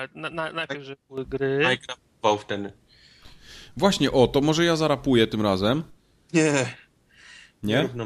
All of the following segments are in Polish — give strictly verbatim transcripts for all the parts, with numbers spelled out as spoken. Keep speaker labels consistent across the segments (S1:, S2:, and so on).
S1: na, na, najpierw, że były gry.
S2: Minecraft wał wtedy.
S3: Właśnie, o, to może ja zarapuję tym razem.
S2: Nie.
S3: Nie?
S2: No,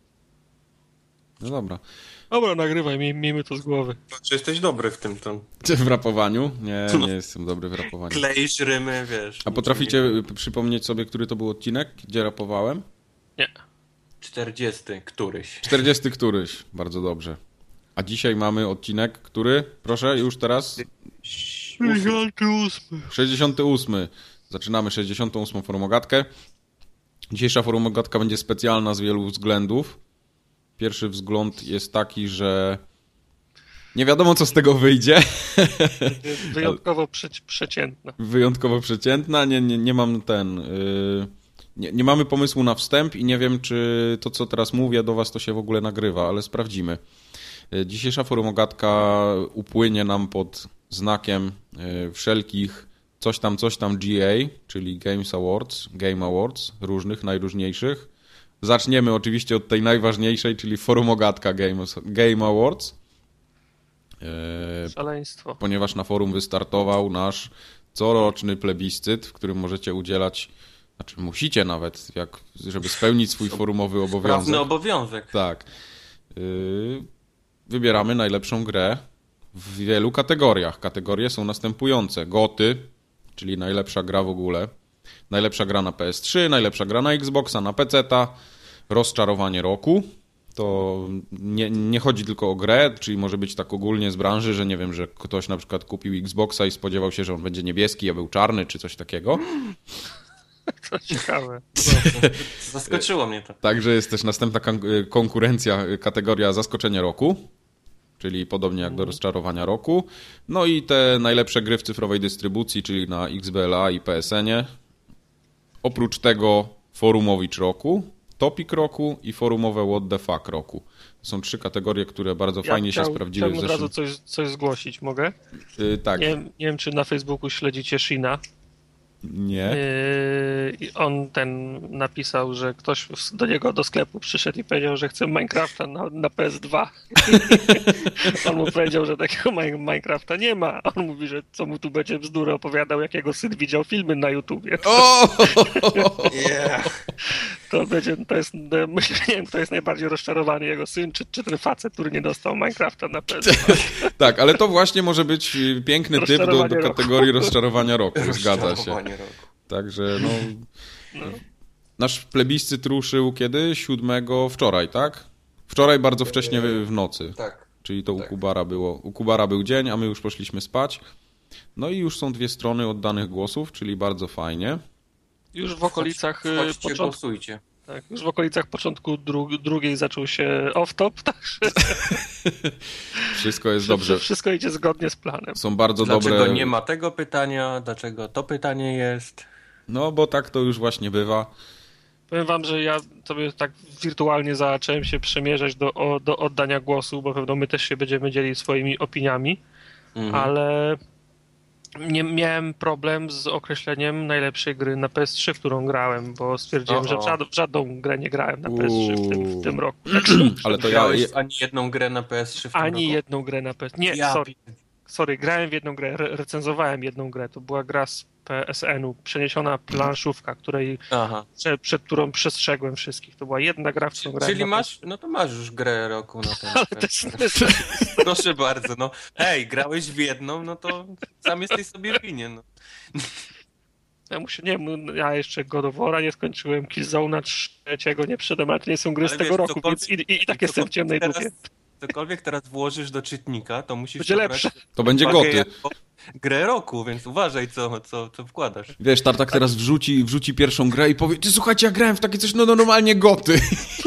S3: No dobra.
S1: Dobra, nagrywaj, miej, miejmy to z głowy.
S2: czy jesteś dobry w tym, to
S3: Czy w rapowaniu? Nie, nie jestem dobry w rapowaniu.
S2: kleisz rymy, wiesz.
S3: A potraficie przypomnieć sobie, który to był odcinek, gdzie rapowałem?
S1: Nie.
S2: czterdziesty któryś.
S3: czterdziesty któryś, bardzo dobrze. A dzisiaj mamy odcinek, który? Proszę, już teraz?
S1: sześćdziesiąty ósmy.
S3: sześćdziesiąty ósmy. Zaczynamy sześćdziesiątą ósmą forumogatkę. Dzisiejsza forumogatka będzie specjalna z wielu względów. Pierwszy wzgląd jest taki, że nie wiadomo, co z tego wyjdzie.
S1: Wyjątkowo przeci- przeciętna.
S3: Wyjątkowo przeciętna. Nie, nie, nie mam ten... Yy... Nie, nie mamy pomysłu na wstęp i nie wiem, czy to, co teraz mówię do was, to się w ogóle nagrywa, ale sprawdzimy. Dzisiejsza forumogatka upłynie nam pod znakiem wszelkich coś tam, coś tam G A, czyli Games Awards, Game Awards, różnych, najróżniejszych. Zaczniemy oczywiście od tej najważniejszej, czyli forumogatka Games, Game Awards.
S1: Szaleństwo.
S3: Ponieważ na forum wystartował nasz coroczny plebiscyt, w którym możecie udzielać, znaczy musicie nawet, jak, żeby spełnić swój forumowy obowiązek.
S2: Prawny obowiązek.
S3: Tak. Yy, wybieramy najlepszą grę w wielu kategoriach. Kategorie są następujące. Goty, czyli najlepsza gra w ogóle. Najlepsza gra na P S trzy, najlepsza gra na Xboxa, na peceta. Rozczarowanie roku. To nie, nie chodzi tylko o grę, czyli może być tak ogólnie z branży, że nie wiem, że ktoś na przykład kupił Xboxa i spodziewał się, że on będzie niebieski, a był czarny, czy coś takiego.
S1: To ciekawe.
S2: Zaskoczyło mnie to.
S3: Także jest też następna konkurencja, kategoria zaskoczenie roku, czyli podobnie jak do rozczarowania roku. No i te najlepsze gry w cyfrowej dystrybucji, czyli na X B L A i P S N ie. Oprócz tego forumowicz roku, topik roku i forumowe what the fuck roku. To są trzy kategorie, które bardzo
S1: Ja
S3: chciał, się
S1: chciał,
S3: sprawdziły w
S1: Chciałbym
S3: zeszłym...
S1: od razu coś, coś zgłosić, mogę?
S3: Yy, tak,
S1: Nie, nie wiem, czy na Facebooku śledzicie Shina.
S3: nie.
S1: Yy, on ten napisał, że ktoś do niego do sklepu przyszedł i powiedział, że chce Minecrafta na, na P S dwa. On mu powiedział, że takiego Minecrafta nie ma. On mówi, że co mu tu będzie bzdury opowiadał, jak jego syn widział filmy na YouTubie.
S3: O!
S2: Yeah.
S1: To będzie, to jest, myślę, nie wiem, to jest najbardziej rozczarowany jego syn, czy, czy ten facet, który nie dostał Minecrafta na P S dwa.
S3: Tak, ale to właśnie może być piękny typ do, do
S1: Rozczarowanie
S3: kategorii rozczarowania roku. Zgadza się.
S2: Rozczarowanie roku.
S3: Także no, no. Nasz plebiscyt ruszył kiedy? Siódmego wczoraj, tak? Wczoraj bardzo wcześnie w nocy.
S2: Tak.
S3: Czyli to u
S2: tak.
S3: Kubara było. U Kubara był dzień, a my już poszliśmy spać. No i już są dwie strony oddanych głosów, czyli bardzo fajnie.
S1: Już w okolicach
S2: Chodźcie,
S1: początku,
S2: głosujcie.
S1: tak, już w okolicach początku dru, drugiej zaczął się off-top, także
S3: Wszystko jest dobrze.
S1: wszystko idzie zgodnie z planem.
S3: Są bardzo
S2: Dlaczego
S3: dobre...
S2: nie ma tego pytania? Dlaczego to pytanie jest?
S3: No, bo tak to już właśnie bywa.
S1: Powiem wam, że ja sobie tak wirtualnie zacząłem się przemierzać do, o, do oddania głosu, bo pewno my też się będziemy dzielić swoimi opiniami,
S2: Mhm.
S1: ale nie miałem problem z określeniem najlepszej gry na P S trzy, w którą grałem, bo stwierdziłem,
S2: O,
S1: że w,
S2: o.
S1: żad, w żadną grę nie grałem na P S trzy w tym, w tym roku. Tak,
S3: Ale to ja...
S2: Grałeś w ani jedną grę na P S trzy w tym
S1: ani
S2: roku?
S1: jedną grę na P S trzy. Nie,
S2: Ja
S1: sorry. Sorry, grałem w jedną grę, re- recenzowałem jedną grę. To była gra z P S N u, przeniesiona planszówka, której,
S2: Aha.
S1: prze, przed którą przestrzegłem wszystkich. To była jedna gra, w którą grałem.
S2: Czyli
S1: na
S2: masz, no to masz już grę roku na ten.
S1: Ale to jest, to jest,
S2: Proszę bardzo, no. Hej, grałeś w jedną, no to sam jesteś sobie winien. No.
S1: ja muszę, nie wiem, ja jeszcze God of War'a nie skończyłem, Killzone'a trzeciego nie przeszedłem, ale to nie są gry
S2: Ale
S1: z tego
S2: wiesz,
S1: roku,
S2: cokolwiek-
S1: więc i, i, i tak jestem w ciemnej
S2: teraz,
S1: dupie.
S2: Cokolwiek teraz włożysz do czytnika, to musisz
S1: Będzie
S2: to
S1: lepsze.
S2: brać
S3: To będzie
S2: uwagę
S3: goty.
S2: jako grę roku, więc uważaj, co, co, co wkładasz.
S3: Wiesz, Tartak teraz wrzuci, wrzuci pierwszą grę i powie, ty słuchajcie, ja grałem w takie coś, no, no normalnie goty.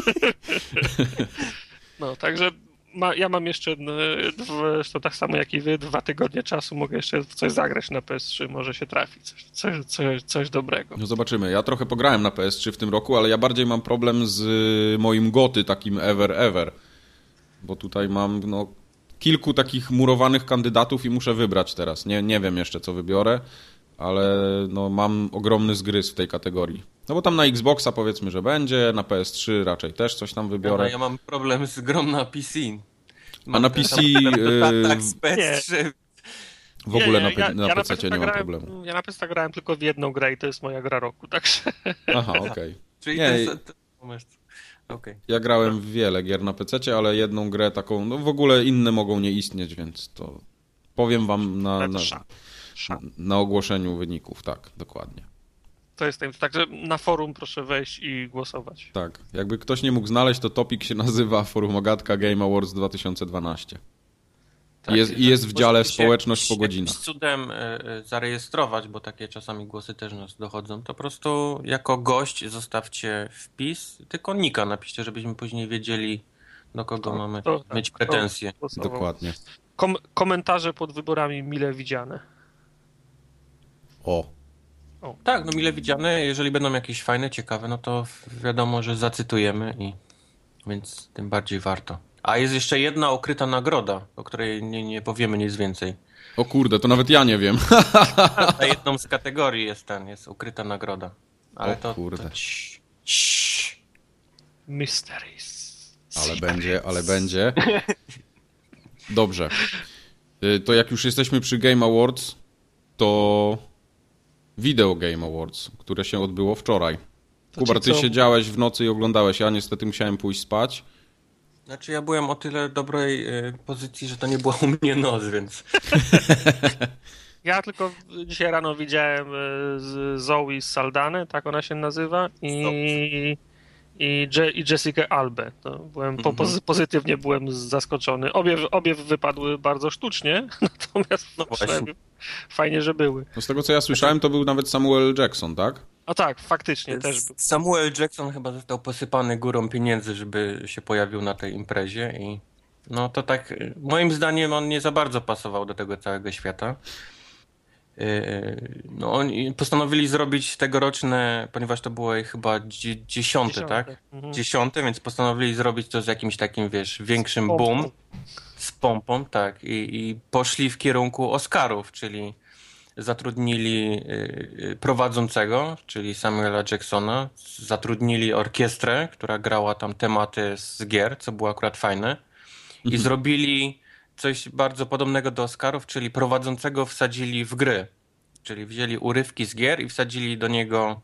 S1: No, także ma, ja mam jeszcze, no, dw, to tak samo jak i wy, dwa tygodnie czasu mogę jeszcze w coś zagrać na P S trzy, może się trafi coś, coś, coś, coś dobrego.
S3: No zobaczymy. Ja trochę pograłem na P S trzy w tym roku, ale ja bardziej mam problem z y, moim goty takim ever, ever. Bo tutaj mam, no, kilku takich murowanych kandydatów i muszę wybrać teraz. Nie, nie wiem jeszcze, co wybiorę, ale no, mam ogromny zgryz w tej kategorii. No bo tam na Xboxa powiedzmy, że będzie, na P S trzy raczej też coś tam wybiorę.
S2: Ja, ja mam problem z grą na P C.
S3: A na P C...
S2: Mam
S3: Yy,
S2: tak z P S trzy.
S3: W ogóle
S1: nie, nie,
S3: na,
S1: ja,
S3: na
S1: ja
S3: P C nie
S1: na
S3: mam
S1: grałem,
S3: problemu.
S1: Ja na P C grałem tylko w jedną grę i to jest moja gra roku, także...
S3: Aha, okej. Okay.
S2: Czyli
S3: Nie,
S2: ten, ten pomysł. Okay.
S3: Ja grałem w wiele gier na P C, ale jedną grę taką, no w ogóle inne mogą nie istnieć, więc to powiem wam na, na, na ogłoszeniu wyników, tak, dokładnie.
S1: To jest ten, także na forum proszę wejść i głosować.
S3: Tak, jakby ktoś nie mógł znaleźć, to topik się nazywa Forum Ogatka Game Awards dwa tysiące dwanaście.
S2: Tak,
S3: I jest, i jest w dziale
S2: się
S3: społeczność po
S2: jakimś
S3: godzinach.
S2: cudem y, zarejestrować, bo takie czasami głosy też nas dochodzą, to po prostu jako gość zostawcie wpis, tylko nika napiszcie, żebyśmy później wiedzieli, do kogo
S1: to,
S2: mamy
S1: to,
S2: mieć
S1: tak,
S2: pretensje.
S3: Dokładnie.
S1: Kom komentarze pod wyborami mile widziane.
S3: O.
S2: O. Tak, no mile widziane, jeżeli będą jakieś fajne, ciekawe, no to wiadomo, że zacytujemy i więc tym bardziej warto. A jest jeszcze jedna ukryta nagroda, o której nie, nie powiemy nic więcej.
S3: O kurde, to nawet ja nie wiem.
S2: Na jedną z kategorii jest ten, jest ukryta nagroda. Ale
S3: o
S2: to...
S3: kurde.
S2: To ci... Ciii.
S1: Mysteries.
S3: Ale
S1: Secrets.
S3: będzie, ale będzie. Dobrze. To jak już jesteśmy przy Game Awards, to Video Game Awards, które się odbyło wczoraj.
S1: To
S3: Kubar, ty
S1: co?
S3: siedziałeś w nocy i oglądałeś, ja niestety musiałem pójść spać.
S2: Znaczy ja byłem o tyle dobrej y, pozycji, że to nie była u mnie noc, więc...
S1: Ja tylko dzisiaj rano widziałem z Zoe Saldany, tak ona się nazywa, i, i, Je, i Jessica Albe. To byłem po, pozy, pozytywnie byłem zaskoczony. Obie, obie wypadły bardzo sztucznie, natomiast no,
S2: właśnie.
S1: Fajnie, że były.
S3: No z tego co ja słyszałem, to był nawet Samuel Jackson, tak?
S1: A tak, faktycznie też był.
S2: Samuel Jackson chyba został posypany górą pieniędzy, żeby się pojawił na tej imprezie i no to tak, moim zdaniem on nie za bardzo pasował do tego całego świata. No oni postanowili zrobić tegoroczne, ponieważ to było chyba dziesiąte, dziesiąte, tak? Mhm. Dziesiąte, więc postanowili zrobić to z jakimś takim, wiesz, większym
S1: z
S2: boom. Z pompą, tak. I, i poszli w kierunku Oscarów, czyli zatrudnili prowadzącego, czyli Samuela Jacksona, zatrudnili orkiestrę, która grała tam tematy z gier, co było akurat fajne i mhm. zrobili coś bardzo podobnego do Oscarów, czyli prowadzącego wsadzili w gry. Czyli wzięli urywki z gier i wsadzili do niego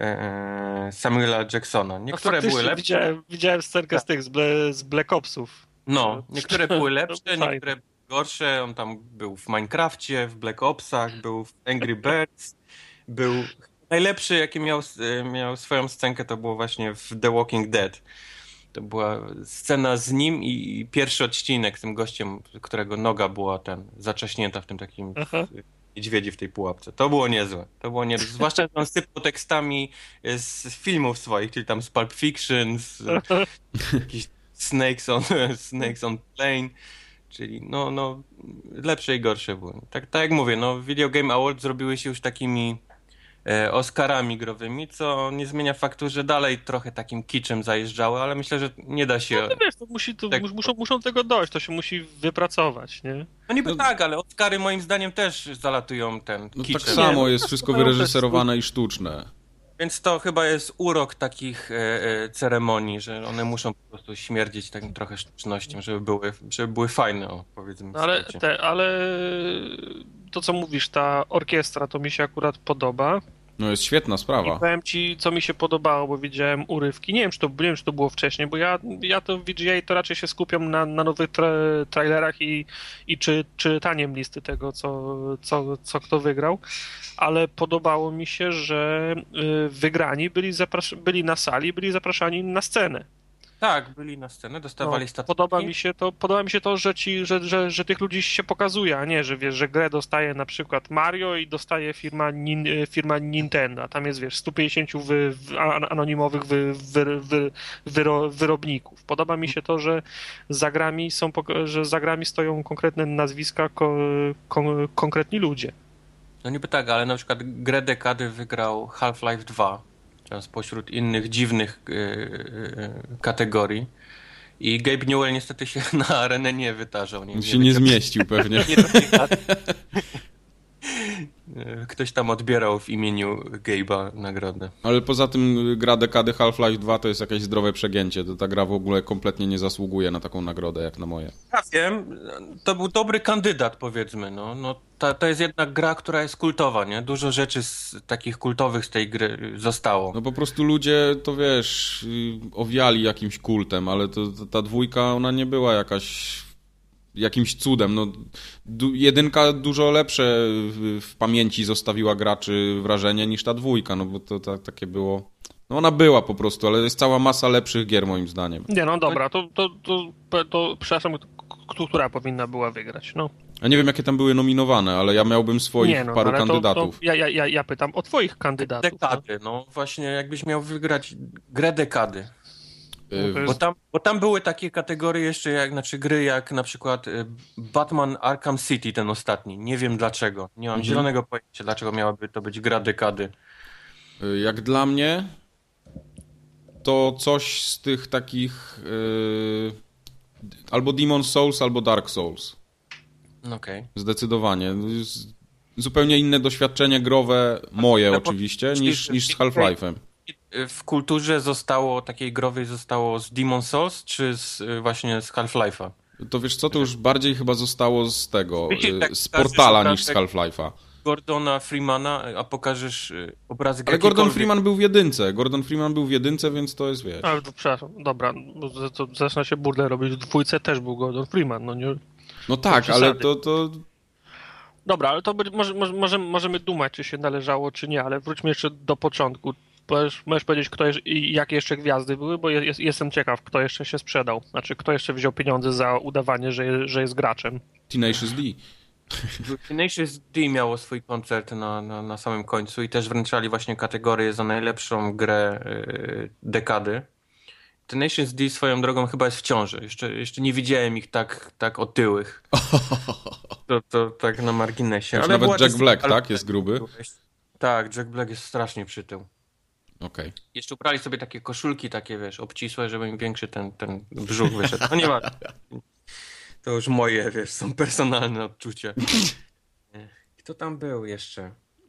S2: e, Samuela Jacksona. Niektóre były lepsze.
S1: Widziałem, widziałem scenkę tak. z tych, z, ble, z Black Opsów.
S2: No, niektóre były lepsze, niektóre gorsze. On tam był w Minecrafcie, w Black Opsach, był w Angry Birds. Był... Najlepszy, jaki miał, miał swoją scenkę, to było właśnie w The Walking Dead. To była scena z nim i pierwszy odcinek z tym gościem, którego noga była ten zaczaśnięta w tym takim niedźwiedzi w tej pułapce. To było niezłe. To było niezłe. Zwłaszcza, że on sypał tekstami z filmów swoich, czyli tam z Pulp Fiction, z jakiś Snakes on, Snakes on Plane, czyli no, no lepsze i gorsze były. Tak, tak jak mówię, no Video Game Awards zrobiły się już takimi Oscarami growymi, co nie zmienia faktu, że dalej trochę takim kiczem zajeżdżały, ale myślę, że nie da się...
S1: No to wiesz, to musi, to tak... muszą, muszą tego dojść, to się musi wypracować, nie?
S2: No niby no... tak, ale Oscary moim zdaniem też zalatują ten
S3: no
S2: kiczem.
S3: Tak samo nie, jest wszystko wyreżyserowane i sztuczne.
S2: Więc to chyba jest urok takich e, e, ceremonii, że one muszą po prostu śmierdzić takim trochę sztucznością, żeby były, żeby były fajne, o, powiedzmy.
S1: No ale, te, ale to, co mówisz, ta orkiestra, to mi się akurat podoba.
S3: No jest świetna sprawa.
S1: I powiem ci, co mi się podobało, bo widziałem urywki. Nie wiem, czy to, nie wiem, czy to było wcześniej, bo ja, ja to w V G A to raczej się skupiam na, na nowych tra trailerach i, i czy, czytaniem listy tego, co, co, co kto wygrał. Ale podobało mi się, że wygrani byli, byli na sali, byli zapraszani na scenę.
S2: Tak, byli na scenę, dostawali no, statuetki.
S1: Podoba mi się to, podoba mi się to, że, ci, że, że, że tych ludzi się pokazuje, a nie, że wiesz, że grę dostaje na przykład Mario i dostaje firma, nin, firma Nintendo, a tam jest, wiesz, sto pięćdziesięciu wy, anonimowych wy, wy, wy, wyro, wyrobników. Podoba mi się to, że za grami, są, że za grami stoją konkretne nazwiska, ko, kon, konkretni ludzie.
S2: No niby tak, ale na przykład grę dekady wygrał Half-Life dwa. Spośród innych dziwnych yy, yy, kategorii. I Gabe Newell niestety się na arenę nie wytarzał. Nie,
S3: On
S2: nie
S3: się nie zmieścił pewnie.
S2: ktoś tam odbierał w imieniu Gabe'a nagrodę.
S3: Ale poza tym gra dekady Half-Life dwa to jest jakieś zdrowe przegięcie. To ta gra w ogóle kompletnie nie zasługuje na taką nagrodę jak na moje.
S2: Ja wiem, to był dobry kandydat, powiedzmy. No, no, to, to jest jednak gra, która jest kultowa, nie? Dużo rzeczy z takich kultowych z tej gry zostało.
S3: No po prostu ludzie, to wiesz, owiali jakimś kultem, ale to, to, ta dwójka, ona nie była jakaś jakimś cudem. No, du, jedynka dużo lepsze w, w pamięci zostawiła graczy wrażenie niż ta dwójka, no bo to, to takie było... No ona była po prostu, ale jest cała masa lepszych gier moim zdaniem.
S1: Nie, no dobra, to, to, to, to, to przepraszam, która powinna była wygrać, no.
S3: Ja nie wiem, jakie tam były nominowane, ale ja miałbym swoich
S1: nie, no,
S3: paru
S1: ale
S3: kandydatów.
S1: To, to ja, ja, ja pytam o twoich kandydatów.
S2: Dekady, no. no właśnie jakbyś miał wygrać grę dekady.
S3: Y,
S2: Bo tam, bo tam były takie kategorie jeszcze, jak, znaczy gry jak na przykład y, Batman Arkham City, ten ostatni. Nie wiem dlaczego. Nie mam
S3: Mhm.
S2: zielonego pojęcia, dlaczego miałaby to być gra dekady.
S3: y, jak dla mnie, to coś z tych takich y, albo Demon's Souls, albo Dark Souls.
S2: Okej. Okay.
S3: Zdecydowanie. Z- Zupełnie inne doświadczenie growe, moje
S2: Ale
S3: oczywiście,
S2: bo-
S3: niż, niż z Half-Life'em.
S2: W kulturze zostało, takiej growej zostało z Demon's Souls, czy z, y, właśnie z Half-Life'a?
S3: To wiesz co, to już bardziej chyba zostało z tego,
S2: Wiecie,
S3: y,
S2: tak
S3: z
S2: pokażesz
S3: Portala niż z
S2: obrazek
S3: Half-Life'a.
S2: Gordona Freemana, a pokażesz y, obrazek
S3: Ale Gordon
S2: jakikolwiek-
S3: Freeman był w jedynce. Gordon Freeman był w jedynce, więc to jest, wiesz...
S1: Ale to, przepraszam, dobra, bo to, to zaczyna się burdel robić. W dwójce też był Gordon Freeman, no nie...
S3: No tak,
S1: przesady.
S3: ale to... to...
S1: Dobra, ale to by, może, może, możemy, możemy dumać, czy się należało, czy nie, ale wróćmy jeszcze do początku. Możesz, możesz powiedzieć, kto jest, i jakie jeszcze gwiazdy były, bo jest, jestem ciekaw, kto jeszcze się sprzedał. Znaczy, kto jeszcze wziął pieniądze za udawanie, że, je, że jest graczem.
S3: Tenacious D.
S2: Tenacious D miało swój koncert na, na, na samym końcu i też wręczali właśnie kategorię za najlepszą grę yy, dekady. Tenacious D swoją drogą chyba jest w ciąży. Jeszcze, jeszcze nie widziałem ich tak, tak otyłych. To, to tak na marginesie.
S3: Już
S2: Ale
S3: nawet
S2: była
S3: Jack
S2: też-
S3: Black,
S2: ale-
S3: tak? Jest gruby.
S2: Tak, Jack Black jest strasznie przytył.
S3: Okej.
S2: Jeszcze ubrali sobie takie koszulki takie, wiesz, obcisłe, żeby im większy ten, ten brzuch wyszedł. No nie ma. To już moje, wiesz, są personalne odczucia. Kto tam był jeszcze?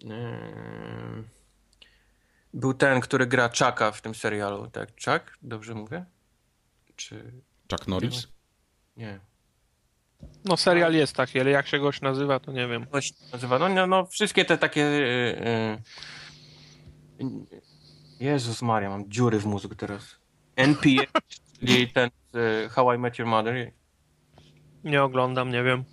S2: Eee, Był ten, który gra Chucka w tym serialu, tak? Chuck? Dobrze mówię? Czy...
S3: Chuck Norris?
S2: Nie.
S1: No serial jest taki, ale jak się goś nazywa, to nie wiem.
S2: Jak się nazywa? No, no, no wszystkie te takie... Yy, yy, Jezus Maria, mam dziury w mózgu teraz. N P H, czyli ten yy, How I Met Your Mother.
S1: Nie oglądam, nie wiem.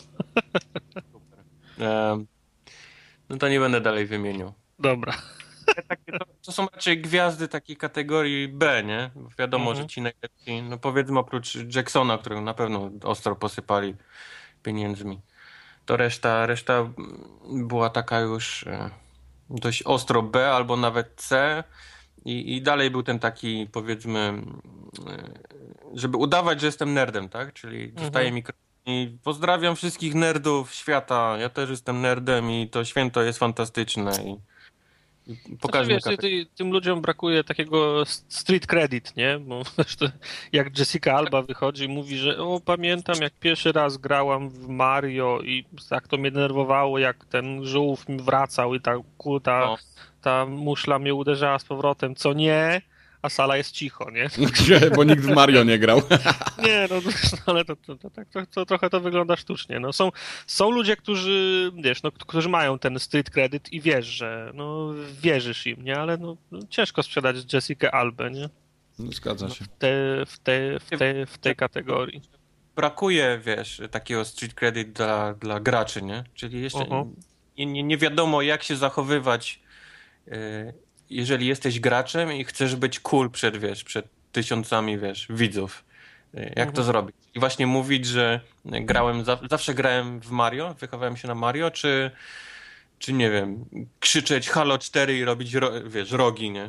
S2: Um, no to nie będę dalej wymieniał.
S1: Dobra.
S2: Takie, to, to są raczej gwiazdy takiej kategorii B, nie? Bo wiadomo,
S1: Mhm.
S2: że ci najlepsi, no powiedzmy oprócz Jacksona, którego na pewno ostro posypali pieniędzmi, to reszta, reszta była taka już e, dość ostro B albo nawet C i, i dalej był ten taki, powiedzmy, e, żeby udawać, że jestem nerdem, tak? Czyli dostaję
S1: Mhm.
S2: mikrofon i pozdrawiam wszystkich nerdów świata, ja też jestem nerdem i to święto jest fantastyczne i i pokażmy
S1: Znaczy, wiesz, ty, tym ludziom brakuje takiego street credit, nie? Bo zresztą jak Jessica Alba wychodzi i mówi, że o, pamiętam jak pierwszy raz grałam w Mario i tak to mnie denerwowało, jak ten żółw mi wracał i ta, ku- ta,
S2: No.
S1: ta muszla mnie uderzała z powrotem, co nie, a sala jest cicho, nie?
S3: Bo nikt w Mario nie grał.
S1: Nie, no ale to, to, to, to, to, to trochę to wygląda sztucznie. No, są, są ludzie, którzy, wiesz, no, którzy mają ten street credit i wiesz, że no, wierzysz im, nie? Ale no, no, ciężko sprzedać Jessica Albę, nie?
S3: No, zgadza się.
S1: W, te, w, te, w, te, w tej kategorii.
S2: Brakuje, wiesz, takiego street credit dla, dla graczy, nie? Czyli jeszcze
S1: Aha.
S2: nie, nie, nie wiadomo, jak się zachowywać, y, jeżeli jesteś graczem i chcesz być cool przed, wiesz, przed tysiącami, wiesz, widzów. Y, Jak to
S1: Mhm.
S2: zrobić? I właśnie mówić, że grałem, za, zawsze grałem w Mario, wychowałem się na Mario, czy, czy nie wiem, krzyczeć Halo cztery i robić, ro, wiesz, rogi, nie?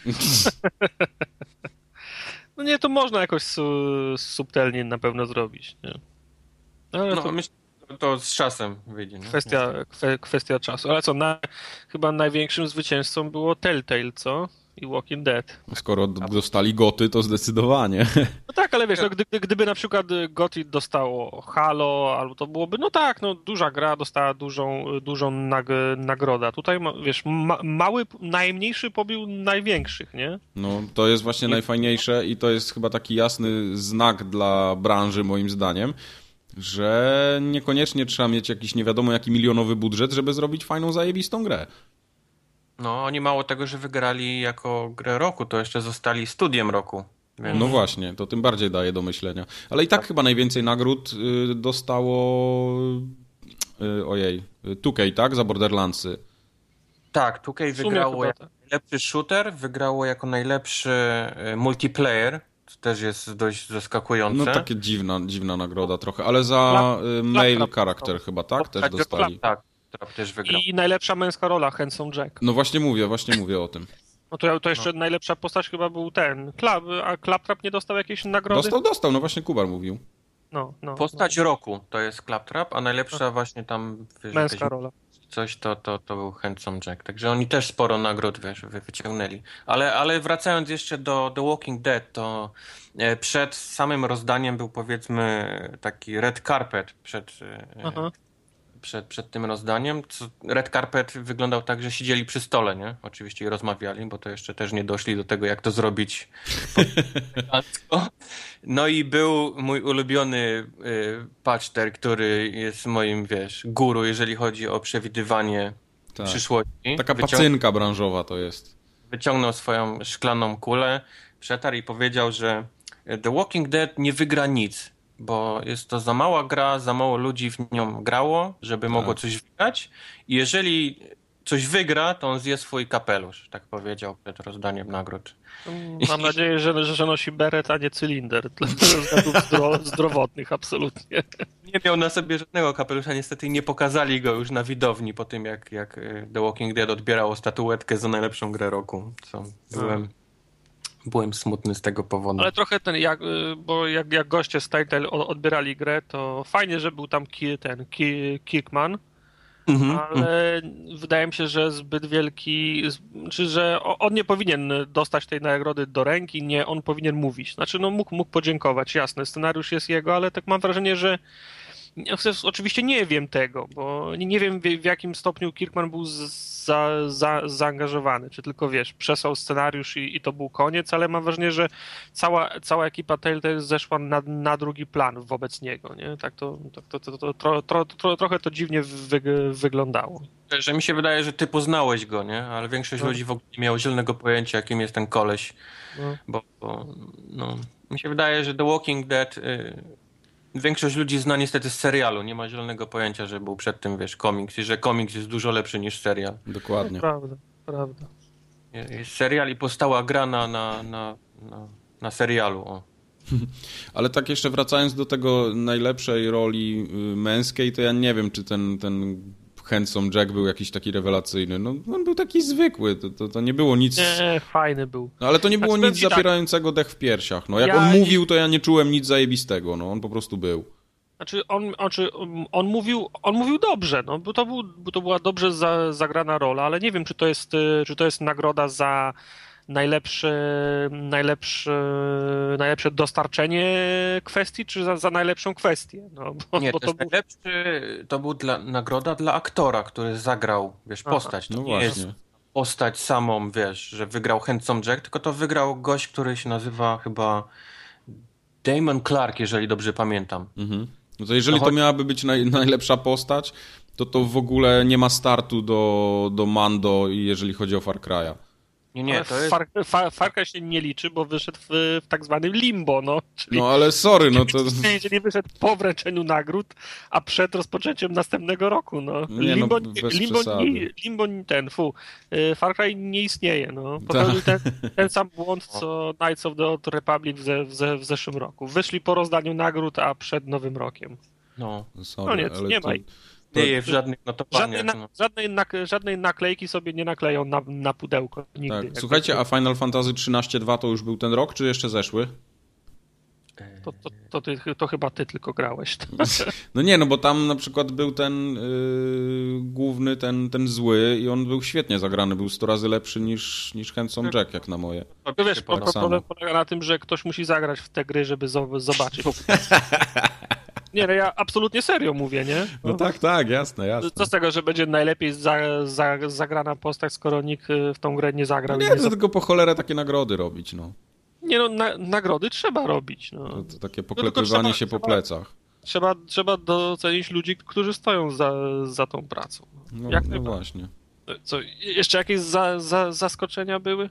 S1: No nie, to można jakoś su, subtelnie na pewno zrobić, nie? Ale
S2: No,
S1: to
S2: myślę, że to z czasem wyjdzie. Nie?
S1: kwestia, kwe, kwestia czasu. Ale co, na, chyba największym zwycięzcą było Telltale, co? i Walking Dead.
S3: Skoro dostali goty, to zdecydowanie.
S1: No tak, ale wiesz, no, gdy, gdyby na przykład Gotti dostało Halo, albo to byłoby, no tak, no duża gra dostała dużą, dużą nag, nagrodę. Tutaj, wiesz, ma, mały, najmniejszy pobił największych, nie?
S3: No, to jest właśnie najfajniejsze i to jest chyba taki jasny znak dla branży, moim zdaniem, że niekoniecznie trzeba mieć jakiś nie wiadomo jaki milionowy budżet, żeby zrobić fajną, zajebistą grę.
S2: No, oni mało tego, że wygrali jako grę roku, to jeszcze zostali studiem roku. Więc...
S3: No właśnie, to tym bardziej daje do myślenia. Ale i tak chyba najwięcej nagród y, dostało y, ojej, two K, tak? Za Borderlandsy.
S2: Tak, two K wygrało jako tak. najlepszy shooter, wygrało jako najlepszy y, multiplayer. To też jest dość zaskakujące.
S3: No takie dziwna, dziwna nagroda trochę, ale za y, male charakter chyba, tak? Też dostali.
S2: Tak, Trap też wygrał.
S1: I najlepsza męska rola, Handsome Jack.
S3: No właśnie mówię, właśnie mówię o tym.
S1: No to, to jeszcze no. najlepsza postać chyba był ten, Clap, a Claptrap nie dostał jakiejś nagrody?
S3: Dostał, dostał, no właśnie Kubar mówił.
S1: No, no,
S2: postać
S1: no.
S2: roku to jest Claptrap, a najlepsza no. właśnie tam... Wiesz,
S1: męska
S2: jakaś,
S1: rola.
S2: Coś to, to, to był Handsome Jack, także oni też sporo nagród wiesz, wyciągnęli. Ale, ale wracając jeszcze do The Walking Dead, to przed samym rozdaniem był powiedzmy taki red carpet przed... Aha. Przed, przed tym rozdaniem. Red Carpet wyglądał tak, że siedzieli przy stole, nie? Oczywiście i rozmawiali, bo to jeszcze też nie doszli do tego, jak to zrobić po No i był mój ulubiony y, Patcher, który jest moim, wiesz, guru, jeżeli chodzi o przewidywanie tak. przyszłości.
S3: Taka
S2: Wyciąg...
S3: pacynka branżowa to jest.
S2: Wyciągnął swoją szklaną kulę, przetarł i powiedział, że The Walking Dead nie wygra nic, bo jest to za mała gra, za mało ludzi w nią grało, żeby tak. mogło coś wygrać. I jeżeli coś wygra, to on zje swój kapelusz, tak powiedział przed rozdaniem nagród.
S1: Mam nadzieję, że, że nosi beret, a nie cylinder. Dla względów zdro, zdrowotnych, absolutnie.
S2: Nie miał na sobie żadnego kapelusza, niestety nie pokazali go już na widowni po tym, jak, jak The Walking Dead odbierało statuetkę za najlepszą grę roku. Co byłem... Byłem smutny z tego powodu.
S1: Ale trochę ten, jak, bo jak, jak goście z Telltale odbierali grę, to fajnie, że był tam ki, ten ki, Kirkman, mm-hmm. ale mm. wydaje mi się, że zbyt wielki, czy że on nie powinien dostać tej nagrody do ręki, nie, on powinien mówić. Znaczy, no mógł, mógł podziękować, jasne, scenariusz jest jego, ale tak mam wrażenie, że oczywiście nie wiem tego, bo nie wiem w jakim stopniu Kirkman był za, za, zaangażowany, czy tylko wiesz, przesłał scenariusz i, i to był koniec, ale mam wrażenie, że cała, cała ekipa Telltale zeszła na, na drugi plan wobec niego, nie? Tak to, to, to, to, to tro, tro, tro, trochę to dziwnie wy, wyglądało.
S2: Że mi się wydaje, że ty poznałeś go, nie? Ale większość no. ludzi w ogóle nie miało zielonego pojęcia, jakim jest ten koleś, no. bo, bo no, mi się wydaje, że The Walking Dead... Y- Większość ludzi zna niestety z serialu, nie ma zielonego pojęcia, że był przed tym, wiesz, komiks i że komiks jest dużo lepszy niż serial.
S3: Dokładnie.
S1: Prawda, prawda.
S2: Jest serial i powstała gra na, na, na, na, na serialu. O.
S3: Ale tak jeszcze wracając do tego najlepszej roli męskiej, to ja nie wiem, czy ten, ten Handsome Jack był jakiś taki rewelacyjny. No, on był taki zwykły, to, to, to nie było nic...
S1: Nie, fajny był.
S3: No, ale to nie było
S1: znaczy,
S3: nic zapierającego tak. dech w piersiach. No, jak
S1: ja
S3: on
S1: nie...
S3: mówił, to ja nie czułem nic zajebistego. No, on po prostu był.
S1: Znaczy, on, znaczy, on, mówił, on mówił dobrze, no, bo to, był, bo to była dobrze za, zagrana rola, ale nie wiem, czy to jest, czy to jest nagroda za najlepsze, najlepsze, najlepsze dostarczenie kwestii, czy za, za najlepszą kwestię? No, bo,
S2: nie,
S1: bo
S2: to,
S1: to
S2: był... najlepszy, to był dla, nagroda dla aktora, który zagrał, wiesz, Aha. postać. To
S3: no
S2: nie
S3: właśnie.
S2: jest postać samą, wiesz, że wygrał Handsome Jack, tylko to wygrał gość, który się nazywa chyba Damon Clark, jeżeli dobrze pamiętam.
S3: Mhm. No to jeżeli no, to miałaby być naj, najlepsza postać, to to w ogóle nie ma startu do, do Mando, jeżeli chodzi o Far Cry'a.
S2: Nie, nie, to jest...
S1: Far, Far, Far Cry się nie liczy, bo wyszedł w, w tak zwanym limbo, no. Czyli
S3: no ale sorry, no to...
S1: Jeżeli wyszedł po wręczeniu nagród, a przed rozpoczęciem następnego roku, no.
S3: Nie,
S1: limbo,
S3: no
S1: limbo, nie, limbo ten, fu, Far Cry nie istnieje, no. Popełnił ten, ten sam błąd, co Knights of the Old Republic w, ze, w, ze, w zeszłym roku. Wyszli po rozdaniu nagród, a przed Nowym Rokiem.
S2: No.
S3: Sorry,
S1: Koniec,
S3: ale
S1: nie
S3: to...
S1: ma.
S2: Nie je w żadnych notowaniach.
S1: Żadnej, na, żadnej, nak, żadnej naklejki sobie nie nakleją na, na pudełko. Nigdy.
S3: Tak. Słuchajcie, a Final Fantasy trzynaście dwa to już był ten rok, czy jeszcze zeszły?
S1: To, to, to, ty, to chyba ty tylko grałeś.
S3: No nie, no bo tam na przykład był ten yy, główny, ten, ten zły i on był świetnie zagrany, był sto razy lepszy niż, niż Handsome Jack, jak na moje.
S1: To wiesz, problem polega na tym, że ktoś musi zagrać w te gry, żeby zobaczyć. Nie, no ja absolutnie serio mówię, nie?
S3: No, no tak, tak, jasne, jasne.
S1: Co z tego, że będzie najlepiej za, za, zagrana postać, skoro nikt w tą grę nie zagra?
S3: No nie, to tylko po cholerę takie nagrody robić, no.
S1: Nie no, na, nagrody trzeba robić. No.
S3: To, to takie poklepywanie no się trzeba, po plecach.
S1: Trzeba, trzeba docenić ludzi, którzy stoją za, za tą pracą.
S3: No,
S1: Jak
S3: no właśnie.
S1: Co, jeszcze jakieś za, za, zaskoczenia były?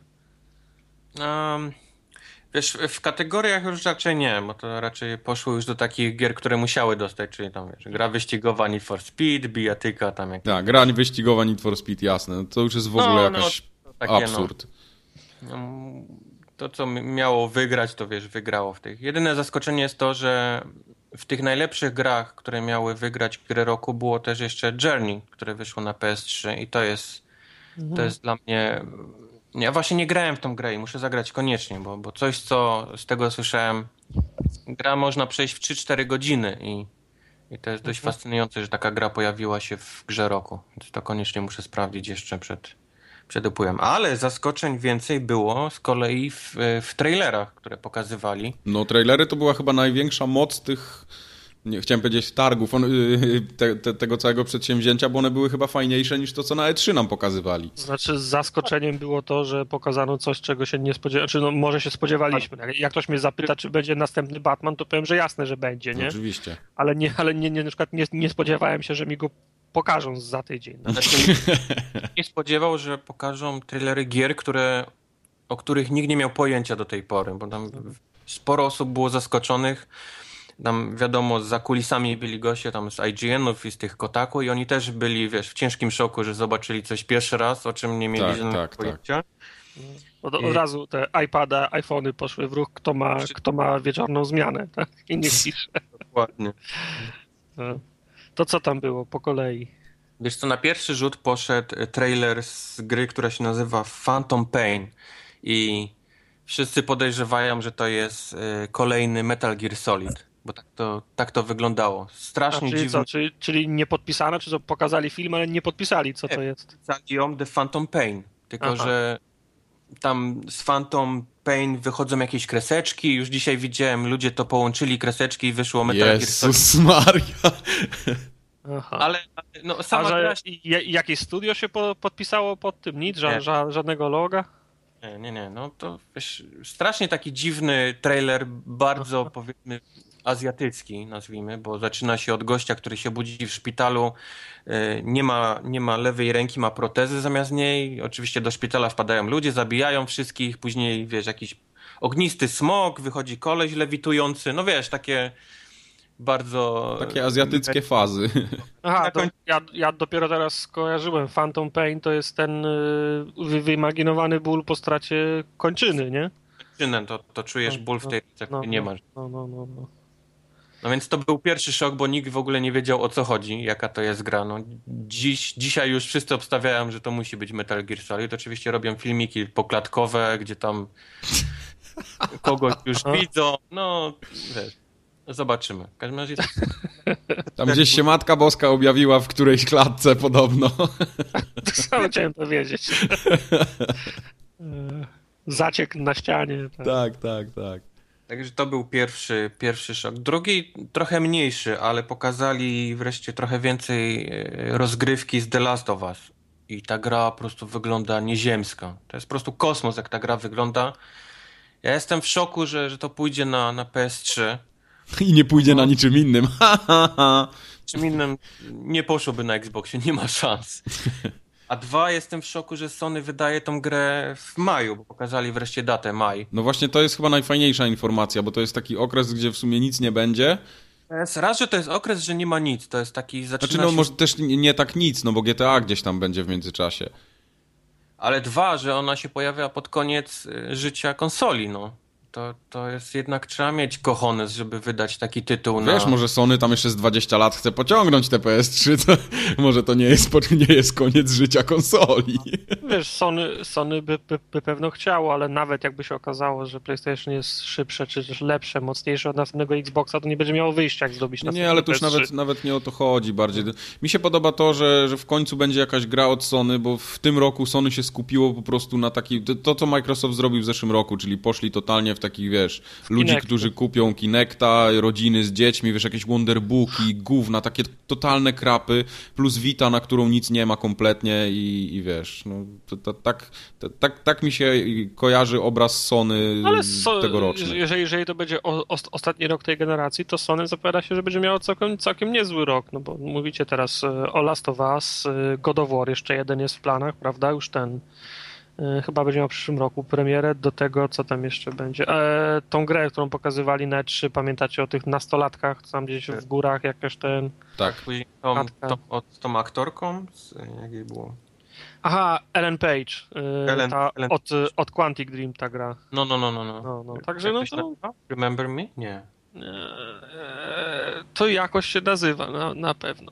S2: Um, wiesz, w kategoriach już raczej nie, bo to raczej poszło już do takich gier, które musiały dostać, czyli tam wiesz, gra wyścigowa Need for Speed, bijatyka tam jak...
S3: Tak, gra wyścigowa Need for Speed, jasne. To już jest w ogóle no, jakaś no, takie, absurd.
S2: No. To, co miało wygrać, to wiesz, wygrało w tych. Jedyne zaskoczenie jest to, że w tych najlepszych grach, które miały wygrać grę roku, było też jeszcze Journey, które wyszło na P S trzy i to jest, mhm. to jest dla mnie... Ja właśnie nie grałem w tą grę i muszę zagrać koniecznie, bo, bo coś, co z tego słyszałem, gra można przejść w trzy cztery godziny i, i to jest dość mhm. fascynujące, że taka gra pojawiła się w grze roku. Więc to koniecznie muszę sprawdzić jeszcze przed... przed upływem. Ale zaskoczeń więcej było z kolei w, w trailerach, które pokazywali.
S3: No trailery to była chyba największa moc tych, nie chciałem powiedzieć targów, on, te, te, tego całego przedsięwzięcia, bo one były chyba fajniejsze niż to, co na E trzy nam pokazywali.
S1: Znaczy z zaskoczeniem było to, że pokazano coś, czego się nie spodziewaliśmy. Znaczy, no, może się spodziewaliśmy. Jak ktoś mnie zapyta, czy będzie następny Batman, to powiem, że jasne, że będzie, nie?
S3: No, oczywiście.
S1: Ale nie, ale nie, nie, na przykład nie, nie spodziewałem się, że mi go pokażą za tydzień. No.
S2: Znaczy, nie spodziewał, że pokażą trailery gier, które, o których nikt nie miał pojęcia do tej pory, bo tam sporo osób było zaskoczonych. Tam wiadomo, za kulisami byli goście tam z I G N-ów i z tych Kotaku i oni też byli, wiesz, w ciężkim szoku, że zobaczyli coś pierwszy raz, o czym nie mieli
S3: tak,
S2: żadnego
S3: tak,
S2: pojęcia.
S3: Tak.
S1: Od, od I... razu te iPada, iPhony poszły w ruch, kto ma, kto ma wieczorną zmianę, tak? I nie pisze.
S2: Dokładnie.
S1: No. To co tam było po kolei?
S2: Wiesz co, na pierwszy rzut poszedł trailer z gry, która się nazywa Phantom Pain i wszyscy podejrzewają, że to jest kolejny Metal Gear Solid, bo tak to, tak to wyglądało. Strasznie
S1: A, czyli
S2: dziwne.
S1: Co, czyli, czyli nie podpisane, czy co, pokazali film, ale nie podpisali, co nie, to jest?
S2: Pokazali ją The Phantom Pain, tylko Aha. że tam z Phantom Pain wychodzą jakieś kreseczki, już dzisiaj widziałem, ludzie to połączyli kreseczki i wyszło Metal Gear Solid.
S3: Jezus Maria!
S1: Aha.
S2: Ale no, sama
S1: A że
S2: gra...
S1: jakieś studio się po, podpisało pod tym? Nic? Ża, ża, żadnego loga?
S2: Nie, nie, nie. No to wiesz, strasznie taki dziwny trailer, bardzo Aha. powiedzmy azjatycki, nazwijmy, bo zaczyna się od gościa, który się budzi w szpitalu, nie ma, nie ma lewej ręki, ma protezy zamiast niej. Oczywiście do szpitala wpadają ludzie, zabijają wszystkich, później wiesz, jakiś ognisty smok, wychodzi koleś lewitujący, no wiesz, takie bardzo...
S3: Takie azjatyckie fazy.
S1: Aha, to ja, ja dopiero teraz skojarzyłem. Phantom Pain to jest ten y, wyimaginowany ból po stracie kończyny, nie?
S2: Kończynę, to, to czujesz ból w tej ręce,
S1: no,
S2: nie
S1: no,
S2: masz.
S1: No, no, no, no.
S2: No więc to był pierwszy szok, bo nikt w ogóle nie wiedział, o co chodzi, jaka to jest gra. No, dziś, dzisiaj już wszyscy obstawiają, że to musi być Metal Gear Solid. Oczywiście robią filmiki poklatkowe, gdzie tam kogoś już widzą. No, wiesz. Zobaczymy. W każdym razie...
S3: Tam gdzieś się Matka Boska objawiła w którejś klatce podobno.
S1: To samo chciałem powiedzieć. Zaciek na ścianie.
S3: Tak, tak, tak. tak.
S2: Także to był pierwszy, pierwszy szok. Drugi trochę mniejszy, ale pokazali wreszcie trochę więcej rozgrywki z The Last of Us. I ta gra po prostu wygląda nieziemska. To jest po prostu kosmos, jak ta gra wygląda. Ja jestem w szoku, że, że to pójdzie na, na P S trzy.
S3: I nie pójdzie no. na niczym innym.
S2: Czym innym nie poszłoby na Xboxie, nie ma szans. A dwa, jestem w szoku, że Sony wydaje tą grę w maju, bo pokazali wreszcie datę, maj.
S3: No właśnie to jest chyba najfajniejsza informacja, bo to jest taki okres, gdzie w sumie nic nie będzie.
S2: Raz, że to jest okres, że nie ma nic, to jest taki... Zaczyna
S3: znaczy no
S2: się...
S3: może też nie, nie tak nic, no bo G T A gdzieś tam będzie w międzyczasie.
S2: Ale dwa, że ona się pojawia pod koniec życia konsoli, no. to, to jest jednak, trzeba mieć cojones, żeby wydać taki tytuł.
S3: Wiesz,
S2: na...
S3: może Sony tam jeszcze z dwadzieścia lat chce pociągnąć te P S trzy, to może to nie jest, nie jest koniec życia konsoli.
S1: Wiesz, Sony, Sony by, by, by pewno chciało, ale nawet jakby się okazało, że PlayStation jest szybsze, czy też lepsze, mocniejsze od następnego Xboxa, to nie będzie miało wyjścia, jak zdobyć następny
S3: Nie, ale to już
S1: P S trzy.
S3: nawet, nawet nie o to chodzi bardziej. Mi się podoba to, że, że w końcu będzie jakaś gra od Sony, bo w tym roku Sony się skupiło po prostu na taki... To, to co Microsoft zrobił w zeszłym roku, czyli poszli totalnie w takich, wiesz, w ludzi,
S1: Kinecty.
S3: którzy kupią Kinecta, rodziny z dziećmi, wiesz, jakieś Wonderbooki, gówna, takie totalne krapy, plus Vita, na którą nic nie ma kompletnie i, i wiesz, no, to, to, tak, to, tak, tak mi się kojarzy obraz Sony
S1: Ale so,
S3: tegoroczny.
S1: Jeżeli, jeżeli to będzie o, o, ostatni rok tej generacji, to Sony zapowiada się, że będzie miało całkiem, całkiem niezły rok, no bo mówicie teraz o Last of Us, God of War jeszcze jeden jest w planach, prawda, już ten chyba będzie miał w przyszłym roku premierę, do tego co tam jeszcze będzie. E, tą grę, którą pokazywali na E trzy, pamiętacie o tych nastolatkach, tam gdzieś w górach, jakaś ten...
S3: Tak.
S2: Później tą, tą, od, tą aktorką, z, jak jej było?
S1: Aha, Ellen Page, e,
S2: Ellen,
S1: ta,
S2: Ellen.
S1: Od, od Quantic Dream ta gra.
S2: No, no, no, no. no.
S1: No, no. Także no to...
S2: Remember Me? Nie.
S1: E, to jakoś się nazywa, na, na pewno.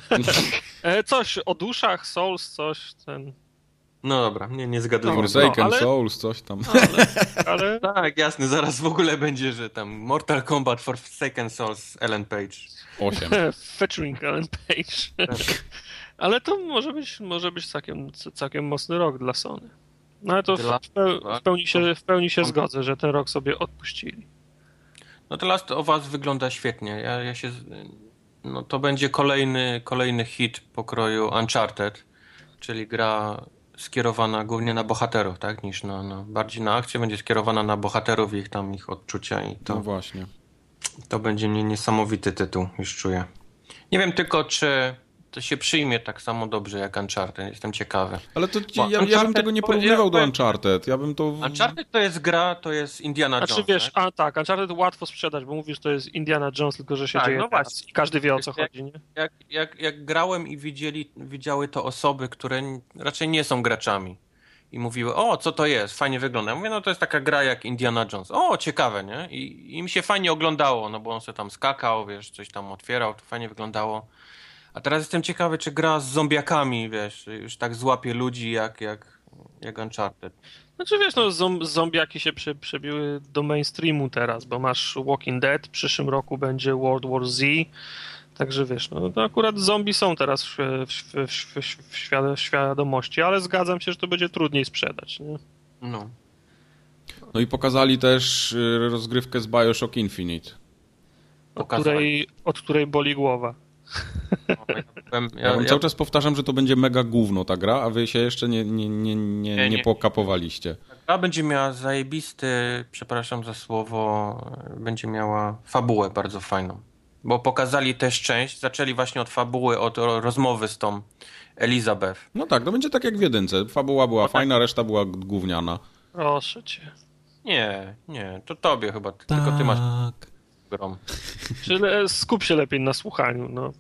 S1: e, coś o duszach, Souls, coś ten...
S2: No dobra, nie, nie zgaduję.
S3: Forsaken
S1: no, ale...
S3: Souls, coś tam.
S1: Ale, ale...
S2: Tak, jasne, zaraz w ogóle będzie, że tam Mortal Kombat Forsaken Souls Ellen Page.
S3: osiem.
S1: Featuring Ellen Page. Ale to może być, może być całkiem, całkiem mocny rok dla Sony. No ale to w, peł- w pełni się, w pełni się zgodzę, że ten rok sobie odpuścili.
S2: No to Last of Us wygląda świetnie. Ja, ja się... No to będzie kolejny, kolejny hit pokroju Uncharted, czyli gra skierowana głównie na bohaterów, tak, niż na, na bardziej na akcję, będzie skierowana na bohaterów i ich tam ich odczucia i to,
S3: No właśnie.
S2: to będzie nie, niesamowity tytuł, już czuję. Nie wiem tylko, czy to się przyjmie tak samo dobrze jak Uncharted, jestem ciekawy.
S3: Ale to
S2: Bo
S3: ja, ja bym tego nie porównywał do Uncharted. Ja bym to...
S2: Uncharted to jest gra, to jest Indiana Jones.
S1: Znaczy wiesz,
S2: tak?
S1: a tak, Uncharted łatwo sprzedać, bo mówisz, to jest Indiana Jones, tylko że się
S2: Tak,
S1: dzieje
S2: no
S1: teraz.
S2: właśnie.
S1: I każdy wie, o co
S2: Jak-
S1: chodzi, nie?
S2: Jak, jak, jak grałem i widzieli, widziały to osoby, które n- raczej nie są graczami i mówiły, o, co to jest, fajnie wygląda. Ja mówię, no to jest taka gra jak Indiana Jones. O, ciekawe, nie? I im się fajnie oglądało, no bo on sobie tam skakał, wiesz, coś tam otwierał, to fajnie wyglądało. A teraz jestem ciekawy, czy gra z zombiakami, wiesz, już tak złapie ludzi jak, jak, jak Uncharted.
S1: Znaczy wiesz, no zom- zombiaki się prze- przebiły do mainstreamu teraz, bo masz Walking Dead, w przyszłym roku będzie World War Z, także wiesz, no to akurat zombie są teraz w, w, w, w, w, świad- w świadomości, ale zgadzam się, że to będzie trudniej sprzedać, nie?
S2: No.
S3: No i pokazali też y, rozgrywkę z BioShock Infinite.
S1: Od
S2: Pokazali.
S1: której, od której boli głowa.
S2: No, ja, byłem-
S3: Ja,
S2: ja,
S3: wam
S2: ja,
S3: cały czas powtarzam, że to będzie mega gówno ta gra, a wy się jeszcze nie, nie, nie, nie,
S2: Nie,
S3: nie
S2: nie.
S3: pokapowaliście.
S2: gra będzie miała zajebisty, przepraszam za słowo, będzie miała fabułę bardzo fajną. Bo pokazali też część, zaczęli właśnie od fabuły, od ro- rozmowy z tą Elizabeth.
S3: No tak, to będzie tak jak w jedynce. Fabuła była
S2: tak.
S3: fajna, reszta była gówniana.
S1: Proszę cię.
S2: Nie, nie, to tobie chyba, tylko ty masz grom.
S1: Czyli skup się lepiej na słuchaniu, no.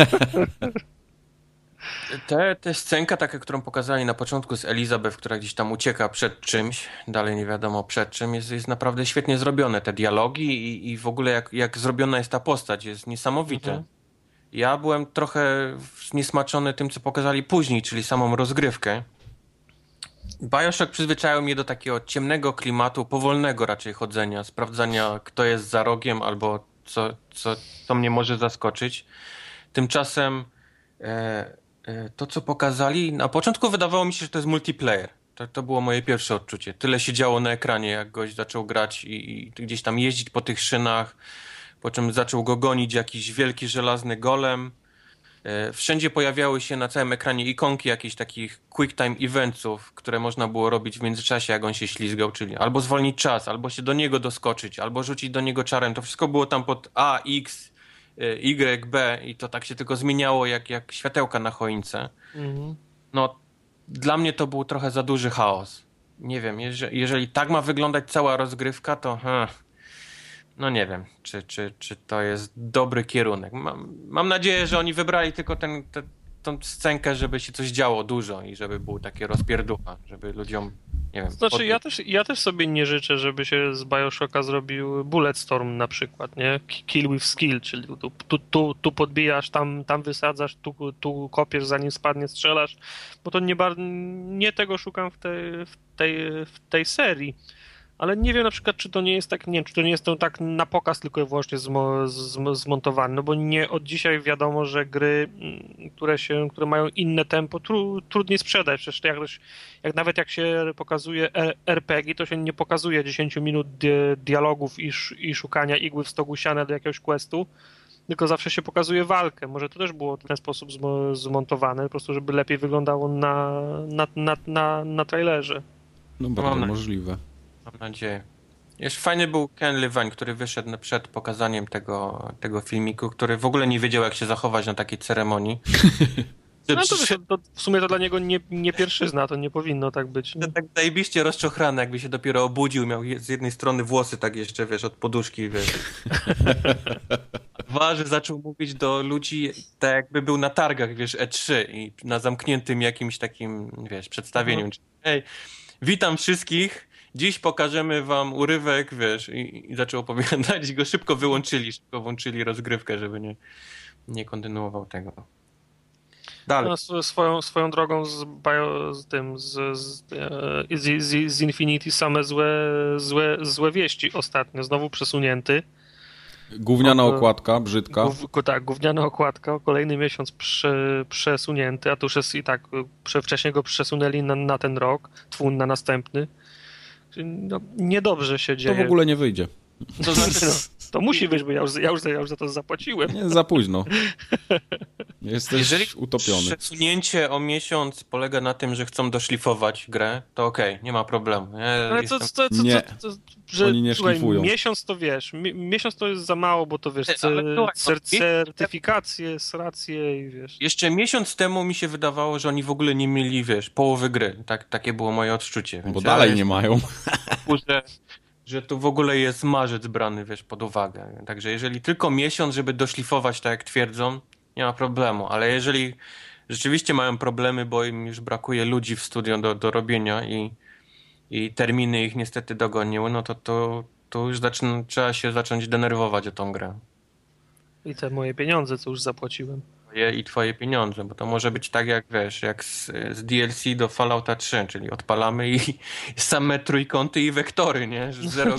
S2: Te, te scenka, taka, którą pokazali na początku z Elizabeth, która gdzieś tam ucieka przed czymś, dalej nie wiadomo przed czym, jest, jest naprawdę świetnie zrobione. Te dialogi i, i w ogóle jak, jak zrobiona jest ta postać, jest niesamowite.
S1: Mhm.
S2: Ja byłem trochę zniesmaczony tym, co pokazali później, czyli samą rozgrywkę. BioShock przyzwyczaił mnie do takiego ciemnego klimatu, powolnego raczej chodzenia, sprawdzania, kto jest za rogiem albo co, co, co mnie może zaskoczyć. Tymczasem e, e, to, co pokazali, na początku wydawało mi się, że to jest multiplayer. To, to było moje pierwsze odczucie. Tyle się działo na ekranie, jak gość zaczął grać i, i gdzieś tam jeździć po tych szynach, po czym zaczął go gonić jakiś wielki żelazny golem. Wszędzie pojawiały się na całym ekranie ikonki jakichś takich quick time eventsów, które można było robić w międzyczasie, jak on się ślizgał, czyli albo zwolnić czas, albo się do niego doskoczyć, albo rzucić do niego czarem. To wszystko było tam pod A, X, Y, B i to tak się tylko zmieniało jak, jak światełka na choince.
S1: Mhm.
S2: No, dla mnie to był trochę za duży chaos. Nie wiem, jeżeli, jeżeli tak ma wyglądać cała rozgrywka, to... Hmm. No nie wiem, czy, czy, czy to jest dobry kierunek. Mam, mam nadzieję, że oni wybrali tylko ten, te, tą scenkę, żeby się coś działo dużo i żeby było takie rozpierducha, żeby ludziom, nie wiem...
S1: Znaczy
S2: pod...
S1: ja też, ja też sobie nie życzę, żeby się z Bioshocka zrobił Bulletstorm na przykład, nie? Kill with skill, czyli tu, tu, tu, tu podbijasz, tam, tam wysadzasz, tu, tu kopiesz, zanim spadnie, strzelasz, bo to nie, bar- nie tego szukam w tej, w tej, w tej serii. Ale nie wiem na przykład, czy to nie jest tak, nie wiem, czy to nie jest to tak na pokaz tylko i wyłącznie zmo, z, zmontowane, no bo nie od dzisiaj wiadomo, że gry, które się, które mają inne tempo, tru, trudniej sprzedać. Przecież jak, jak nawet jak się pokazuje er pe gie, to się nie pokazuje dziesięć minut di, dialogów i, i szukania igły w stogu siana do jakiegoś questu, tylko zawsze się pokazuje walkę. Może to też było w ten sposób zmontowane, po prostu żeby lepiej wyglądało na, na, na, na, na trailerze.
S3: No bardzo możliwe.
S2: Mam nadzieję. Jeszcze fajny był Ken Levine, który wyszedł przed pokazaniem tego, tego filmiku, który w ogóle nie wiedział, jak się zachować na takiej ceremonii.
S1: No to, to, to w sumie to dla niego nie, nie pierwszyzna, to nie powinno tak być.
S2: To tak zajebiście rozczochrany, jakby się dopiero obudził, miał z jednej strony włosy tak jeszcze, wiesz, od poduszki, wiesz. Dwa, że zaczął mówić do ludzi tak jakby był na targach, wiesz, E trzy i na zamkniętym jakimś takim, wiesz, przedstawieniu. Mhm. Hej, witam wszystkich. Dziś pokażemy wam urywek, wiesz, i, i zaczął opowiadać i go szybko wyłączyli, szybko włączyli rozgrywkę, żeby nie, nie kontynuował tego. Dalej.
S1: No, swoją, swoją drogą z, bio, z tym, z, z, z, z Infinity same złe, złe, złe wieści ostatnio, znowu przesunięty.
S3: Gówniana okładka, brzydka.
S1: Gów, tak, gówniana okładka, kolejny miesiąc prze, przesunięty, a to już jest i tak, prze, wcześniej go przesunęli na, na ten rok, twun na następny. No, niedobrze się dzieje.
S3: To w ogóle nie wyjdzie.
S1: To znaczy, no, to musi wyjść, bo ja już, ja już, ja już za to zapłaciłem.
S3: Nie, za późno. Jesteś
S2: Jeżeli
S3: utopiony.
S2: Przesunięcie o miesiąc polega na tym, że chcą doszlifować grę, to okej, okay, nie ma problemu. Ja
S1: Ale
S2: jestem...
S1: co, co, co,
S3: nie,
S1: co, co, że,
S3: oni nie
S1: słuchaj,
S3: szlifują.
S1: Miesiąc to wiesz, mi, miesiąc to jest za mało, bo to wiesz,
S2: Ty,
S1: cer,
S2: słuchaj,
S1: cer,
S2: no,
S1: certyfikacje, sracje i wiesz.
S2: Jeszcze miesiąc temu mi się wydawało, że oni w ogóle nie mieli, wiesz, połowy gry. Tak, takie było moje odczucie.
S3: Bo dalej ja nie mają.
S2: Że, że tu w ogóle jest marzec brany, wiesz, pod uwagę. Także jeżeli tylko miesiąc, żeby doszlifować, tak jak twierdzą, nie ma problemu. Ale jeżeli rzeczywiście mają problemy, bo im już brakuje ludzi w studio do, do robienia i, i terminy ich niestety dogoniły, no to, to, to już zaczyna, trzeba się zacząć denerwować o tą grę.
S1: I te moje pieniądze, co już zapłaciłem.
S2: I twoje pieniądze, bo to może być tak jak, wiesz, jak z, z D L C do Fallouta trzy, czyli odpalamy i, i same trójkąty i wektory, nie? Że zero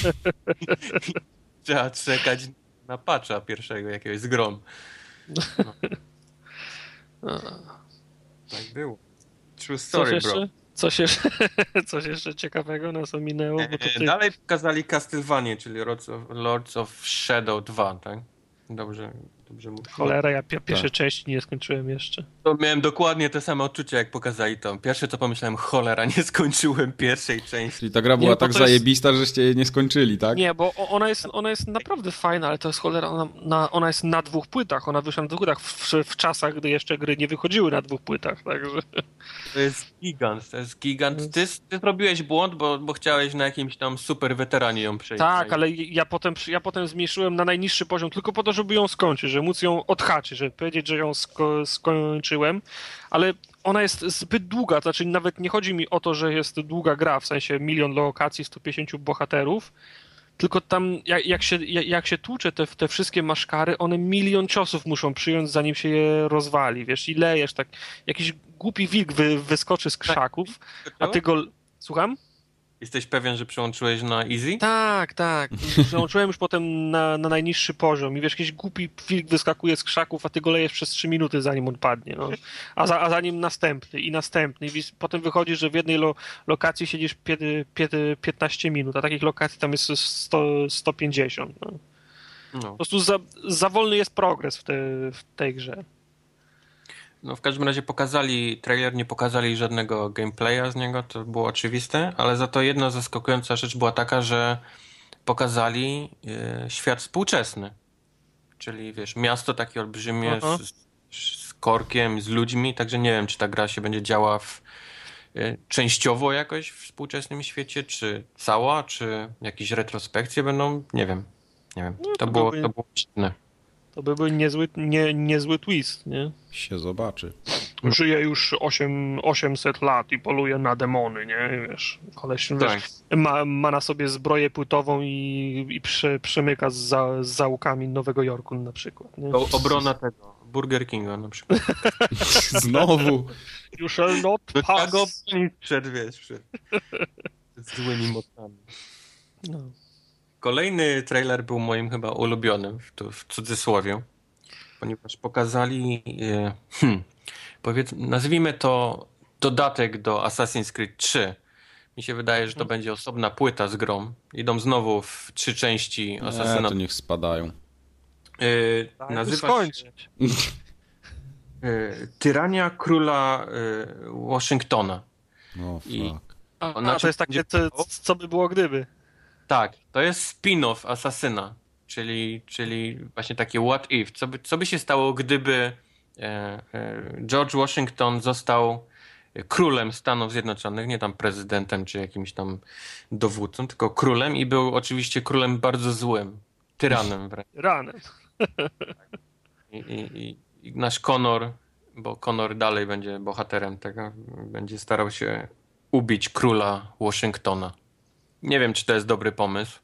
S2: trzeba czekać na patcha pierwszego jakiegoś z grom. No. Tak było. True story,
S1: Coś
S2: bro.
S1: jeszcze? Coś jeszcze, coś jeszcze ciekawego nas ominęło? Bo to ty...
S2: Dalej pokazali Castlevanię, czyli Lords of, Lords of Shadow dwa, tak? Dobrze, dobrze mówię.
S1: Cholera, ja pi- pierwszej
S3: tak.
S1: części nie skończyłem jeszcze.
S2: To miałem dokładnie te same odczucia, jak pokazali to. Pierwsze to pomyślałem, cholera, nie skończyłem pierwszej części.
S3: Czyli ta gra była
S1: nie,
S3: tak
S1: jest...
S3: zajebista, żeście jej nie skończyli, tak?
S1: Nie, bo ona jest, ona jest naprawdę fajna, ale to jest cholera, ona, na, ona jest na dwóch płytach. Ona wyszła na dwóch płytach w, w czasach, gdy jeszcze gry nie wychodziły na dwóch płytach, także...
S2: To jest gigant, to jest gigant. Ty, ty zrobiłeś błąd, bo, bo chciałeś na jakimś tam super weteranie ją przejść.
S1: Tak, ale ja potem, ja potem zmniejszyłem na najniższy poziom tylko po to, żeby ją skończyć, żeby móc ją odhaczyć, żeby powiedzieć, że ją sko- skończyłem, ale ona jest zbyt długa, to znaczy nawet nie chodzi mi o to, że jest długa gra, w sensie milion lokacji, sto pięćdziesiąt bohaterów, tylko tam jak, jak, się, jak, jak się tłucze te, te wszystkie maszkary, one milion ciosów muszą przyjąć, zanim się je rozwali, wiesz, i lejesz tak, jakiś głupi wilk wy, wyskoczy z krzaków, a ty go... Słucham?
S2: Jesteś pewien, że przełączyłeś na easy?
S1: Tak, tak. Przełączyłem już potem na, na najniższy poziom i wiesz, jakiś głupi wilk wyskakuje z krzaków, a ty go lejesz przez trzy minuty, zanim on padnie. No. A, za, a zanim następny i następny. I potem wychodzi, że w jednej lo, lokacji siedzisz pie, pie, piętnaście minut, a takich lokacji tam jest sto, sto pięćdziesiąt. No. No. Po prostu za, za wolny jest progres w, te, w tej grze.
S2: No w każdym razie pokazali, trailer nie pokazali żadnego gameplaya z niego, to było oczywiste, ale za to jedna zaskakująca rzecz była taka, że pokazali y, świat współczesny. Czyli wiesz, miasto takie olbrzymie z, z korkiem, z ludźmi, także nie wiem, czy ta gra się będzie działa w, y, częściowo jakoś w współczesnym świecie, czy cała, czy jakieś retrospekcje będą, nie wiem. Nie wiem,
S1: no,
S2: to,
S1: to
S2: było,
S1: by...
S2: to było dziwne.
S1: To by był niezły, nie, niezły twist, nie?
S3: Się zobaczy.
S1: Żyje już osiem, osiemset lat i poluje na demony, nie? Wiesz, koleś,
S2: Tak.
S1: wiesz, ma, ma na sobie zbroję płytową i, i prze, przemyka z, za, z załukami Nowego Jorku na przykład, nie?
S2: O, obrona tego, Burger Kinga na przykład.
S3: Znowu.
S1: You shall not
S2: Do
S1: pass.
S2: czego przed, wiesz, przed, przed złymi mocami.
S1: No.
S2: Kolejny trailer był moim chyba ulubionym, w, tu, w cudzysłowie, ponieważ pokazali, e, hmm, powiedz, nazwijmy to dodatek do Assassin's Creed trzy. Mi się wydaje, że to będzie osobna płyta z grą. Idą znowu w trzy części
S3: Nie,
S2: Assassina.
S3: to niech spadają.
S2: E, nazywa się
S1: skończyć.
S2: e, Tyrania Króla e, Waszyngtona.
S3: No
S2: I-
S3: fuck.
S1: A,
S2: Ona
S1: a to jest takie, co, co by było gdyby.
S2: Tak, to jest spin-off Asasyna, czyli, czyli właśnie takie what if. Co by, co by się stało, gdyby e, e, George Washington został królem Stanów Zjednoczonych, nie tam prezydentem czy jakimś tam dowódcą, tylko królem i był oczywiście królem bardzo złym, tyranem wręcz.
S1: Ranem.
S2: I, i, i, i nasz Connor, bo Connor dalej będzie bohaterem tego, będzie starał się ubić króla Waszyngtona. Nie wiem, czy to jest dobry pomysł.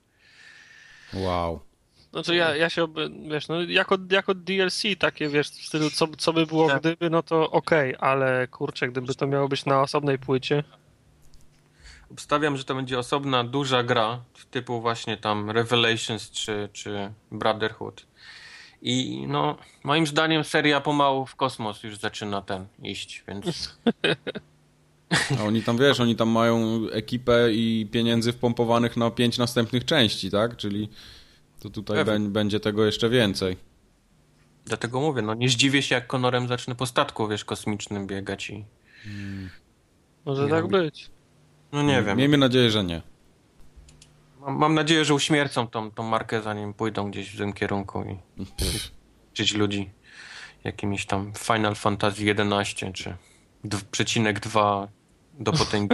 S3: Wow.
S1: Znaczy ja, ja się, oby- wiesz, no jako, jako D L C takie, wiesz, w stylu co, co by było
S2: Tak.
S1: gdyby, no to okej, ale kurczę, gdyby to miało być na osobnej płycie.
S2: Obstawiam, że to będzie osobna, duża gra, typu właśnie tam Revelations czy, czy Brotherhood. I no, moim zdaniem seria pomału w kosmos już zaczyna ten iść, więc
S3: A oni tam, wiesz, oni tam mają ekipę i pieniędzy wpompowanych na pięć następnych części, tak? Czyli to tutaj
S2: Pewnie.
S3: bę- będzie tego jeszcze więcej.
S2: dlatego mówię, no nie zdziwię się, jak Connorem zacznę po statku, wiesz, kosmicznym biegać i
S1: Może
S2: Nie
S1: tak
S2: robi-
S1: być.
S2: no nie wiem.
S3: Miejmy nadzieję, że nie.
S2: Mam, mam nadzieję, że uśmiercą tą, tą markę, zanim pójdą gdzieś w złym kierunku i uczyć ludzi jakimiś tam Final Fantasy jedenaście czy d- przecinek dwa do potęgi.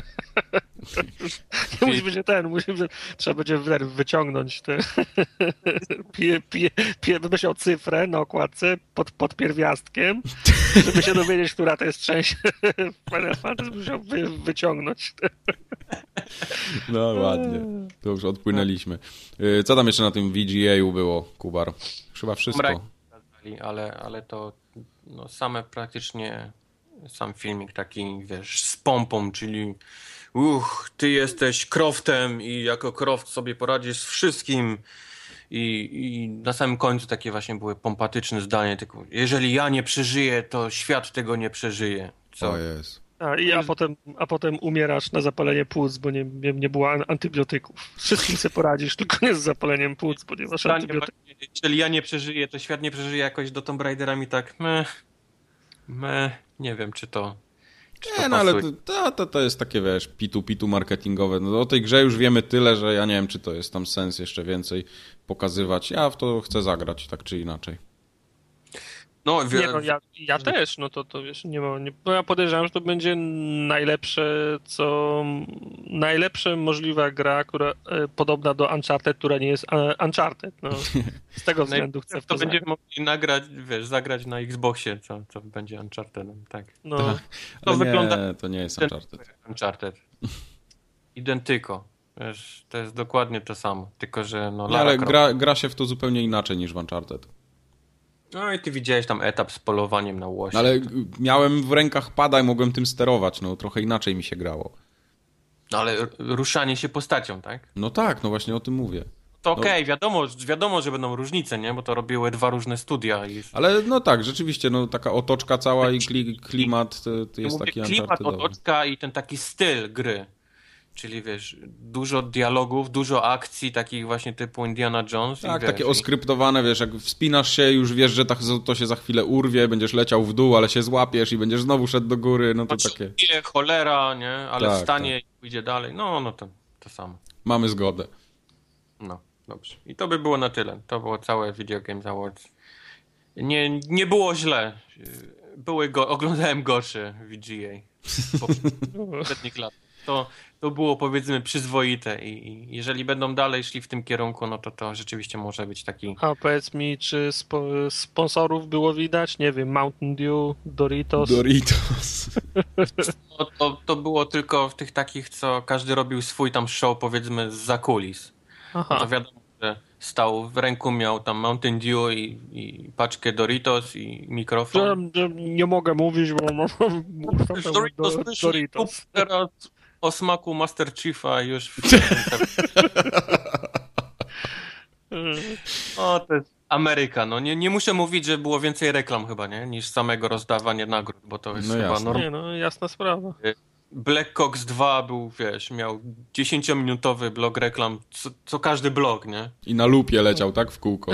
S1: Musi być ten, musi być, trzeba będzie wy- wyciągnąć te pie, pie, pie, myślał cyfrę na okładce pod, pod pierwiastkiem, żeby się dowiedzieć, która to jest część Final Fantasy, musiał wy, wyciągnąć.
S3: No ładnie. To już odpłynęliśmy. Y, Co tam jeszcze na tym V G A u było, Kubar? Chyba wszystko.
S2: Mrak pokazali, ale, ale to no, same praktycznie sam filmik taki, wiesz, z pompą, czyli uch, ty jesteś Croftem i jako Croft sobie poradzisz z wszystkim. I, I na samym końcu takie właśnie były pompatyczne zdanie, tylko jeżeli ja nie przeżyję, to świat tego nie przeżyje. Co?
S3: Co jest?
S1: A, i, a, potem, a potem umierasz na zapalenie płuc, bo nie, nie, nie było an- antybiotyków. Z wszystkim sobie poradzisz, tylko nie z zapaleniem płuc, bo nie masz
S2: Zdanie
S1: antybiotyków.
S2: właśnie, jeżeli ja nie przeżyję, to świat nie przeżyje, jakoś do Tomb Raidera mi tak meh, meh, nie wiem, czy to czy to
S3: Nie, no ale
S2: pasuje.
S3: to, to, to, to jest takie, wiesz, pitu-pitu marketingowe. No, o tej grze już wiemy tyle, że ja nie wiem, czy to jest tam sens jeszcze więcej pokazywać. Ja w to chcę zagrać, tak czy inaczej.
S2: No, wie,
S1: Nie, no ja, ja też, no to, to wiesz, nie ma, nie, bo ja podejrzewam, że to będzie najlepsze, co, najlepsza możliwa gra, która e, podobna do Uncharted, która nie jest e, Uncharted, no. Z tego względu chcę w
S2: to
S1: to
S2: będziemy
S1: zagrać.
S2: mogli nagrać, wiesz, zagrać na Xboxie, co, co będzie Unchartedem, tak.
S1: No,
S3: Tak.
S2: To
S3: Ale
S2: wygląda-
S3: nie, to nie jest Uncharted.
S2: Uncharted. Identyko. Wiesz, to jest dokładnie to samo, tylko że no
S3: Nie,
S2: Lara
S3: ale
S2: Croft.
S3: gra, gra się w to zupełnie inaczej niż w Uncharted.
S2: No i ty widziałeś tam etap z polowaniem na łosie.
S3: No, ale miałem w rękach pada i mogłem tym sterować, no trochę inaczej mi się grało.
S2: No ale r- ruszanie się postacią, tak?
S3: No tak, no właśnie o tym mówię.
S2: To okej, wiadomo, wiadomo, że będą różnice, nie? Bo to robiły dwa różne studia i
S3: Ale no tak, rzeczywiście, no taka otoczka cała i kli, klimat to, to jest
S2: mówię,
S3: taki
S2: klimat,
S3: Unchartedowy.
S2: otoczka i ten taki styl gry. Czyli wiesz, dużo dialogów, dużo akcji, takich właśnie typu Indiana Jones.
S3: Tak,
S2: i,
S3: takie
S2: wiesz,
S3: oskryptowane, wiesz, jak wspinasz się, już wiesz, że tak, to się za chwilę urwie, będziesz leciał w dół, ale się złapiesz i będziesz znowu szedł do góry, no to
S2: i,
S3: takie...
S2: nie, cholera, nie? Ale
S3: Tak,
S2: wstanie i pójdzie dalej. No, no to, to samo.
S3: Mamy zgodę.
S2: No, dobrze. I to by było na tyle. To było całe Video Games Awards. Nie, nie było źle. Były go, oglądałem gorsze V G A po poprzednich latach. to, to było powiedzmy przyzwoite i, i jeżeli będą dalej szli w tym kierunku, no to to rzeczywiście może być taki...
S1: A powiedz mi, czy spo, sponsorów było widać? Nie wiem, Mountain Dew, Doritos.
S3: Doritos.
S2: No, to, to było tylko w tych takich, co każdy robił swój tam show, powiedzmy, zza kulis.
S1: Aha.
S2: No to wiadomo, że stał w ręku, miał tam Mountain Dew i, i paczkę Doritos i mikrofon.
S1: Że, że nie mogę mówić, bo mam
S2: Doritos,
S1: do,
S2: Doritos.
S1: Doritos.
S2: Teraz o smaku Master Chiefa już... W... O, to jest Ameryka. No nie, nie muszę mówić, że było więcej reklam chyba, nie? Niż samego rozdawania nagród, bo to jest
S3: No
S2: chyba
S3: jasne.
S2: normalne.
S1: Nie no, jasna sprawa.
S2: Black Ops dwa był, wiesz, miał dziesięciominutowy blok reklam, co, co każdy blok, nie?
S3: I na lupie leciał, tak? W kółko.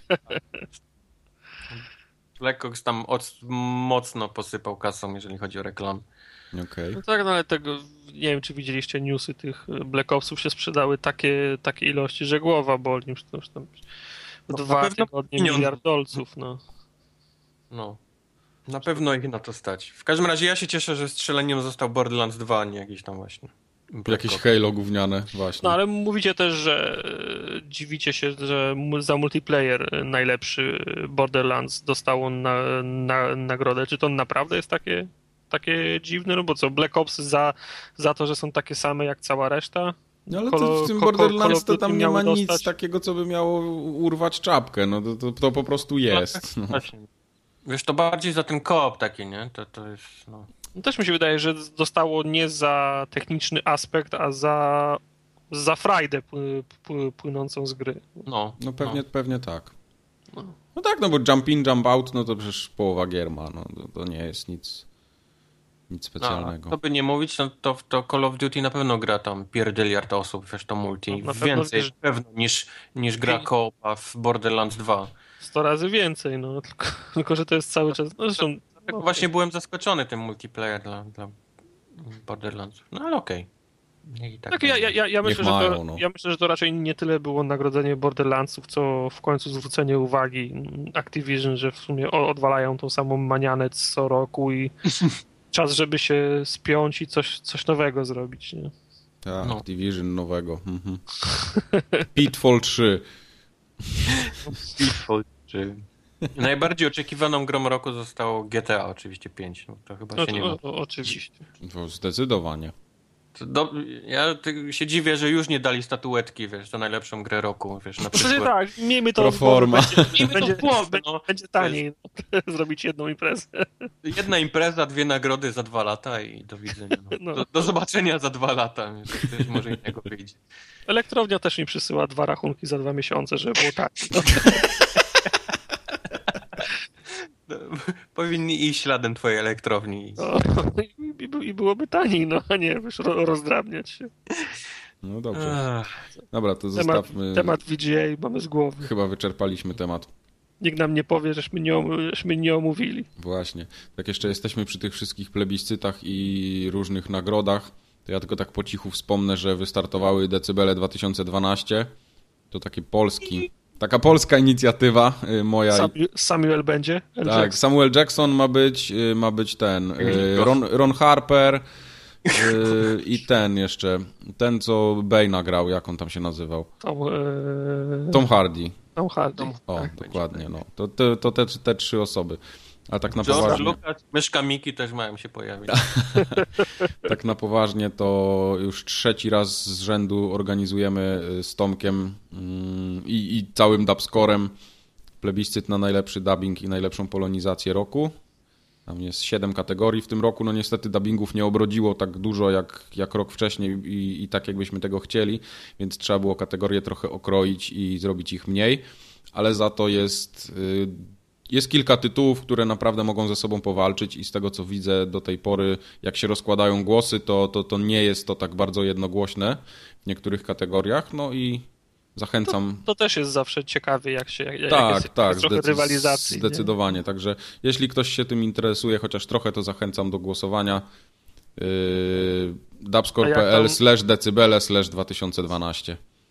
S2: Black Ops tam od, mocno posypał kasą, jeżeli chodzi o reklamy.
S3: Okej.
S1: No tak, no ale tego, nie wiem, czy widzieliście newsy tych Black Opsów, się sprzedały takie, takie ilości, że głowa boli. Już, już tam
S2: No, na
S1: dwa
S2: pewno
S1: tygodnie
S2: pieniądze.
S1: miliard dolców, no.
S2: No. Na pewno ich na to stać. W każdym razie ja się cieszę, że strzeleniem został Borderlands dwa, a nie jakiś tam właśnie Black
S3: Jakieś
S2: Ops.
S3: Halo gówniane, właśnie.
S1: No ale mówicie też, że e, dziwicie się, że mu- za multiplayer e, najlepszy Borderlands dostało na, na, nagrodę. Czy to naprawdę jest takie, takie dziwne? No bo co, Black Ops za, za to, że są takie same jak cała reszta?
S3: No ale
S1: Call
S3: to
S1: of-
S3: w tym
S1: Call-
S3: Borderlands
S1: Call of
S3: to
S1: Duty
S3: tam nie
S1: miało
S3: ma nic
S1: dostać?
S3: takiego, co by miało urwać czapkę. No to, to, to po prostu jest. No.
S2: Właśnie. Wiesz, to bardziej za ten koop taki, nie? To, to jest, no...
S1: No też mi się wydaje, że dostało nie za techniczny aspekt, a za, za frajdę pły, pły, płynącą z gry.
S2: No,
S3: No pewnie,
S2: no.
S3: pewnie tak.
S1: No.
S3: No tak, no bo jump in, jump out, no to przecież połowa gier ma. No to, to nie jest nic, nic specjalnego.
S2: No, to by nie mówić, no to, to Call of Duty na pewno gra tam pierdyliard osób, wiesz, to multi.
S1: No, na pewno
S2: Więcej
S1: wiesz-
S2: pewno niż, niż gra koopa w Borderlands dwa.
S1: Sto razy więcej, no. Tylko, tylko że to jest cały czas... No zresztą...
S2: Tak
S1: no,
S2: właśnie byłem zaskoczony tym multiplayer dla, dla Borderlands. No ale okej. Niech i tak
S1: Tak, ja, ja, ja, ja, myślę, że
S3: mają,
S1: to,
S3: no.
S1: ja myślę, że to raczej nie tyle było nagrodzenie Borderlandsów, co w końcu zwrócenie uwagi Activision, że w sumie o- odwalają tą samą manianę co roku i czas, żeby się spiąć i coś, coś nowego zrobić, nie?
S3: Tak,
S2: no.
S3: Activision nowego. Mhm. Pitfall trzy.
S2: Pitfall, czy... Najbardziej oczekiwaną grą roku zostało G T A oczywiście pięć. No to chyba
S1: No
S2: się nie
S1: to,
S2: ma.
S1: o, o, oczywiście.
S3: To zdecydowanie.
S2: To do... Ja ty- się dziwię, że już nie dali statuetki, wiesz, za najlepszą grę roku, wiesz, na
S1: W zasadzie
S2: przykład.
S1: tak, miejmy to
S3: Proforma.
S1: w głowie,
S2: Miejmy to
S1: będzie,
S2: w głowie,
S1: będzie,
S2: no.
S1: będzie taniej zrobić jedną imprezę.
S2: Jedna impreza, dwie nagrody za dwa lata i do widzenia. No.
S1: No.
S2: Do, do zobaczenia za dwa lata. Wiesz, to już może innego wyjdzie.
S1: Elektrownia też mi przysyła dwa rachunki za dwa miesiące, żeby było tak. No,
S2: No, powinni iść śladem twojej elektrowni.
S1: no, i, i, I byłoby taniej, no a nie, wiesz, ro, rozdrabniać się.
S3: No dobrze.
S2: Ach,
S3: Dobra, to
S1: Temat,
S3: zostawmy.
S1: temat V G A mamy z głowy.
S3: Chyba wyczerpaliśmy temat.
S1: Nikt nam nie powie, żeśmy nie, om- żeśmy nie omówili.
S3: Właśnie. Jak jeszcze jesteśmy przy tych wszystkich plebiscytach i różnych nagrodach, to ja tylko tak po cichu wspomnę, że wystartowały Decybele dwa tysiące dwanaście. To taki polski, taka polska inicjatywa y, moja. i-
S1: Samuel, Samuel będzie? L.
S3: Tak,
S1: Jackson.
S3: Samuel Jackson ma być, y, ma być ten, y, Ron, Ron Harper y, i ten jeszcze, ten co Bay nagrał, jak on tam się nazywał?
S1: Tom, e,
S3: Tom Hardy.
S1: Tom Hardy.
S2: Tom-
S3: O,
S2: Tak,
S3: dokładnie, no. To, to, to te, te trzy osoby. A tak na
S2: George
S3: poważnie,
S2: Lucas, Myszka Miki też mają się pojawić.
S3: tak na poważnie to już trzeci raz z rzędu organizujemy y, z Tomkiem mm, i, i całym dubscorem plebiscyt na najlepszy dubbing i najlepszą polonizację roku. Tam jest siedem kategorii w tym roku. No niestety dubbingów nie obrodziło tak dużo jak, jak rok wcześniej i, i tak jakbyśmy tego chcieli, więc trzeba było kategorie trochę okroić i zrobić ich mniej, ale za to jest, y, jest kilka tytułów, które naprawdę mogą ze sobą powalczyć i z tego co widzę do tej pory, jak się rozkładają głosy, to, to, to nie jest to tak bardzo jednogłośne w niektórych kategoriach, no i zachęcam.
S1: To też jest zawsze ciekawe, jak się jak
S3: Tak,
S1: jest, jak
S3: tak,
S1: jest trochę
S3: zdecy-
S1: rywalizacji. nie?
S3: zdecydowanie. Także jeśli ktoś się tym interesuje, chociaż trochę, to zachęcam do głosowania. Yy,
S1: A
S3: dubscore kropka
S1: jak
S3: p l
S1: tam-
S3: slash decybele slash dwa tysiące dwanaście.
S1: A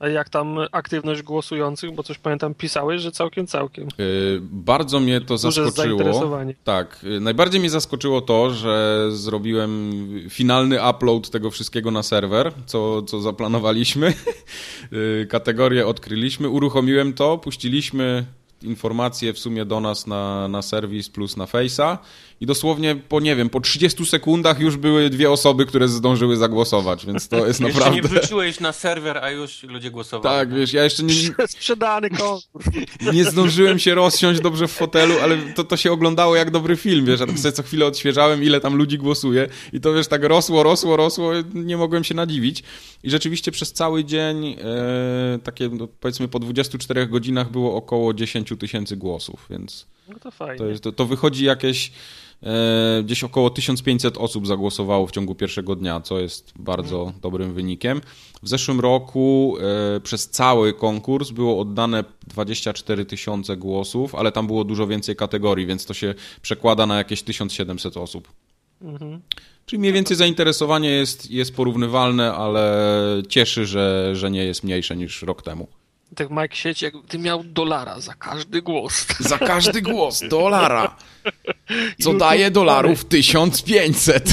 S1: A jak tam aktywność głosujących, bo coś pamiętam pisałeś, że całkiem, całkiem.
S3: Yy, bardzo mnie to
S1: Duże
S3: zaskoczyło.
S1: zainteresowanie.
S3: Tak, yy, najbardziej mnie zaskoczyło to, że zrobiłem finalny upload tego wszystkiego na serwer, co, co zaplanowaliśmy. Yy, kategorię odkryliśmy, uruchomiłem to, puściliśmy informacje w sumie do nas na, na serwis plus na Face'a i dosłownie po, nie wiem, po trzydziestu sekundach już były dwie osoby, które zdążyły zagłosować, więc to jest
S2: jeszcze
S3: naprawdę...
S2: nie wróciłeś na serwer, a już ludzie głosowali.
S3: Tak, wiesz, ja jeszcze nie...
S1: Sprzedany konkurs.
S3: Nie zdążyłem się rozsiąść dobrze w fotelu, ale to, to się oglądało jak dobry film, wiesz, ja tak sobie co chwilę odświeżałem, ile tam ludzi głosuje i to, wiesz, tak rosło, rosło, rosło, nie mogłem się nadziwić. I rzeczywiście przez cały dzień, e, takie no, powiedzmy po dwudziestu czterech godzinach było około dziesięć tysięcy głosów, więc
S1: No to fajnie.
S3: to, jest, to, to wychodzi jakieś e, gdzieś około tysiąc pięćset osób zagłosowało w ciągu pierwszego dnia, co jest bardzo hmm. dobrym wynikiem. W zeszłym roku e, przez cały konkurs było oddane dwadzieścia cztery tysiące głosów, ale tam było dużo więcej kategorii, więc to się przekłada na jakieś tysiąc siedemset osób. Mhm. Czyli mniej więcej zainteresowanie jest, jest porównywalne, ale cieszy, że, że nie jest mniejsze niż rok temu.
S1: Tak Mike sieci, jakby miał dolara za każdy głos.
S3: Za każdy głos, dolara. Co YouTube daje dolarów tysiąc pięćset.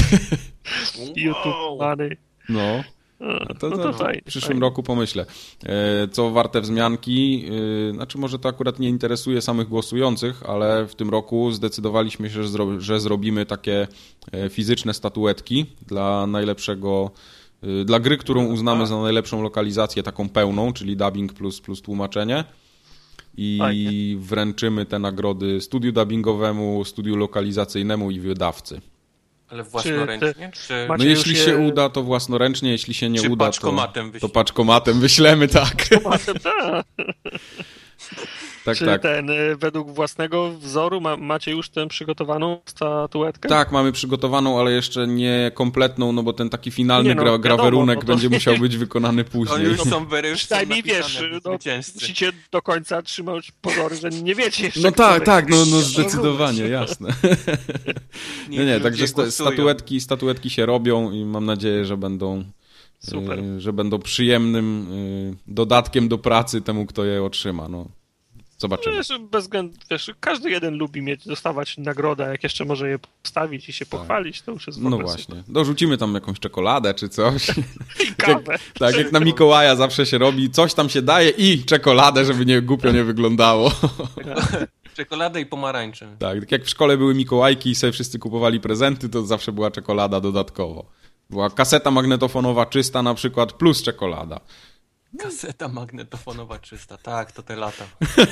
S1: YouTube money.
S3: No. To, to,
S1: no to fajnie,
S3: w przyszłym
S1: fajnie.
S3: roku pomyślę. Co warte wzmianki, znaczy może to akurat nie interesuje samych głosujących, ale w tym roku zdecydowaliśmy się, że, zro, że zrobimy takie fizyczne statuetki dla najlepszego, dla gry, którą uznamy za najlepszą lokalizację, taką pełną, czyli dubbing plus, plus tłumaczenie. I fajnie. Wręczymy te nagrody studiu dubbingowemu, studiu lokalizacyjnemu i wydawcy.
S2: Ale własnoręcznie? Czy, czy...
S3: No jeśli się uda, to własnoręcznie, jeśli się nie
S2: czy
S3: uda,
S2: paczkomatem
S3: to, to paczkomatem wyślemy, tak.
S1: Paczkomatem, tak.
S3: Tak,
S1: Czy
S3: tak.
S1: ten, według własnego wzoru ma, macie już tę przygotowaną statuetkę?
S3: Tak, mamy przygotowaną, ale jeszcze nie kompletną, no bo ten taki finalny nie no, gra, grawerunek
S1: wiadomo, no
S3: będzie musiał być wykonany później.
S2: Oni już są wyry,
S1: przynajmniej wiesz, no, musicie do końca trzymać pozory, że nie wiecie jeszcze.
S3: No tak, tak, no, no zdecydowanie, jasne. nie, nie, także statuetki, statuetki się robią i mam nadzieję, że będą, Super. że będą przyjemnym dodatkiem do pracy temu, kto je otrzyma, no. Zobaczymy.
S1: Wiesz, bez względu, wiesz, każdy jeden lubi mieć, dostawać nagrodę, jak jeszcze może je postawić i się pochwalić, to już jest w ogóle
S3: No właśnie.
S1: super.
S3: Dorzucimy tam jakąś czekoladę czy coś.
S1: I kawę.
S3: Tak, jak na Mikołaja zawsze się robi, coś tam się daje i czekoladę, żeby nie głupio nie wyglądało.
S2: Czekoladę i pomarańcze.
S3: Tak, tak jak w szkole były Mikołajki i sobie wszyscy kupowali prezenty, to zawsze była czekolada dodatkowo. Była kaseta magnetofonowa czysta na przykład plus czekolada.
S2: Kaseta magnetofonowa czysta, tak, to te lata.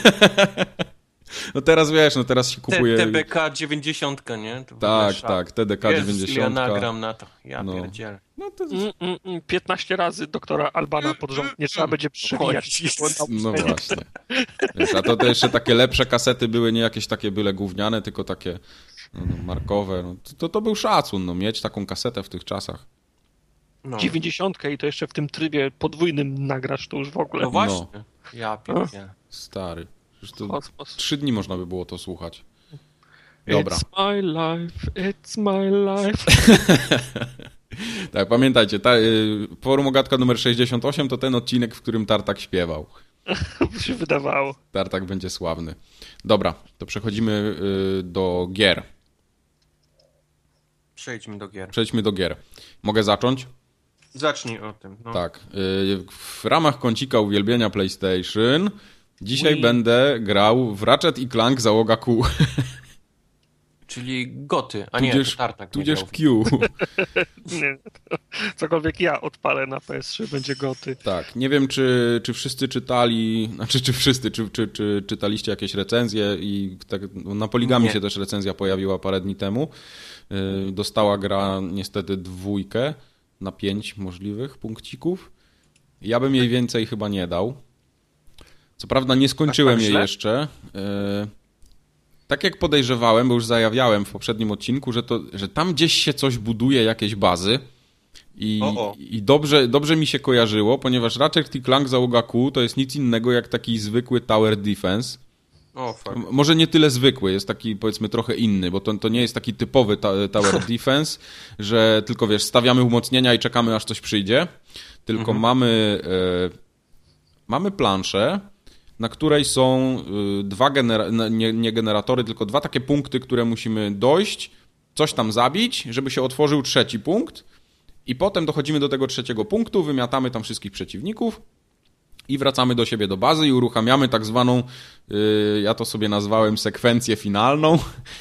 S3: No teraz wiesz, no teraz się kupuje...
S2: T B K dziewięćdziesiąt, nie? To
S3: tak, tak, T D K dziewięćdziesiąt.
S2: Ja nagram na to, ja
S3: no.
S2: pierdzielę.
S3: No to...
S1: mm, mm, mm, piętnaście razy doktora Albana pod rząd, nie trzeba będzie przewijać.
S3: No właśnie. Wiesz, a to, to jeszcze takie lepsze kasety były, nie jakieś takie byle gówniane, tylko takie no, no, markowe. No, to, to był szacun, no, mieć taką kasetę w tych czasach.
S1: No. dziewięćdziesiątkę i to jeszcze w tym trybie podwójnym nagrasz, to już w ogóle.
S2: No właśnie. No. Ja pierdolę.
S3: Stary. To trzy dni można by było to słuchać. Dobra.
S1: It's my life, it's my life.
S3: Tak, pamiętajcie, ta, y, Forum Ogatka numer sześćdziesiąt osiem to ten odcinek, w którym Tartak śpiewał.
S1: się wydawało.
S3: Tartak będzie sławny. Dobra, to przechodzimy y, do gier.
S2: Przejdźmy do gier.
S3: Przejdźmy do gier. Mogę zacząć?
S2: Zacznij o tym. No.
S3: Tak. Y, w ramach kącika uwielbienia PlayStation dzisiaj
S2: Wii.
S3: będę grał w Ratchet i Clank Załoga Q.
S2: Czyli goty, a
S3: tudzież,
S2: nie, to Tartak
S3: tudzież
S2: nie
S3: Q.
S1: Nie, cokolwiek ja odpalę na P S trzy, będzie goty.
S3: Tak, nie wiem, czy, czy wszyscy czytali, znaczy czy wszyscy, czy, czy, czy czytaliście jakieś recenzje i tak, na Poligami nie. się też recenzja pojawiła parę dni temu. Yy, dostała gra niestety dwójkę na pięć możliwych punkcików. Ja bym jej więcej chyba nie dał. Co prawda nie skończyłem
S2: tak, tak
S3: jej jeszcze. Yy, Tak jak podejrzewałem, bo już zajawiałem w poprzednim odcinku, że, to, że tam gdzieś się coś buduje, jakieś bazy i, o, o. i dobrze, dobrze mi się kojarzyło, ponieważ Ratchet i Clank Załoga Q to jest nic innego jak taki zwykły tower defense.
S2: O, fuck.
S3: Może nie tyle zwykły, jest taki powiedzmy trochę inny, bo to, to nie jest taki typowy ta, tower defense, że tylko wiesz, stawiamy umocnienia i czekamy aż coś przyjdzie, tylko mhm. mamy... E, mamy planszę, na której są dwa genera- nie, nie generatory, tylko dwa takie punkty, które musimy dojść, coś tam zabić, żeby się otworzył trzeci punkt i potem dochodzimy do tego trzeciego punktu, wymiatamy tam wszystkich przeciwników i wracamy do siebie do bazy i uruchamiamy tak zwaną, yy, ja to sobie nazwałem sekwencję finalną,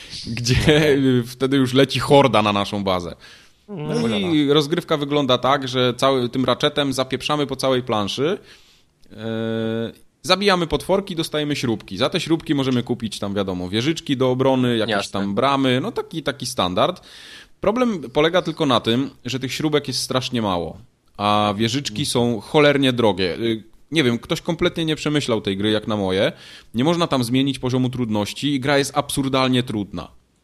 S3: gdzie wtedy już leci horda na naszą bazę. No i rozgrywka wygląda tak, że cały, tym ratchetem zapieprzamy po całej planszy, yy, zabijamy potworki, dostajemy śrubki. Za te śrubki możemy kupić tam, wiadomo, wieżyczki do obrony, jakieś Jasne. tam bramy, no taki, taki standard. Problem polega tylko na tym, że tych śrubek jest strasznie mało, a wieżyczki są cholernie drogie. Nie wiem, ktoś kompletnie nie przemyślał tej gry jak na moje. Nie można tam zmienić poziomu trudności i gra jest absurdalnie trudna.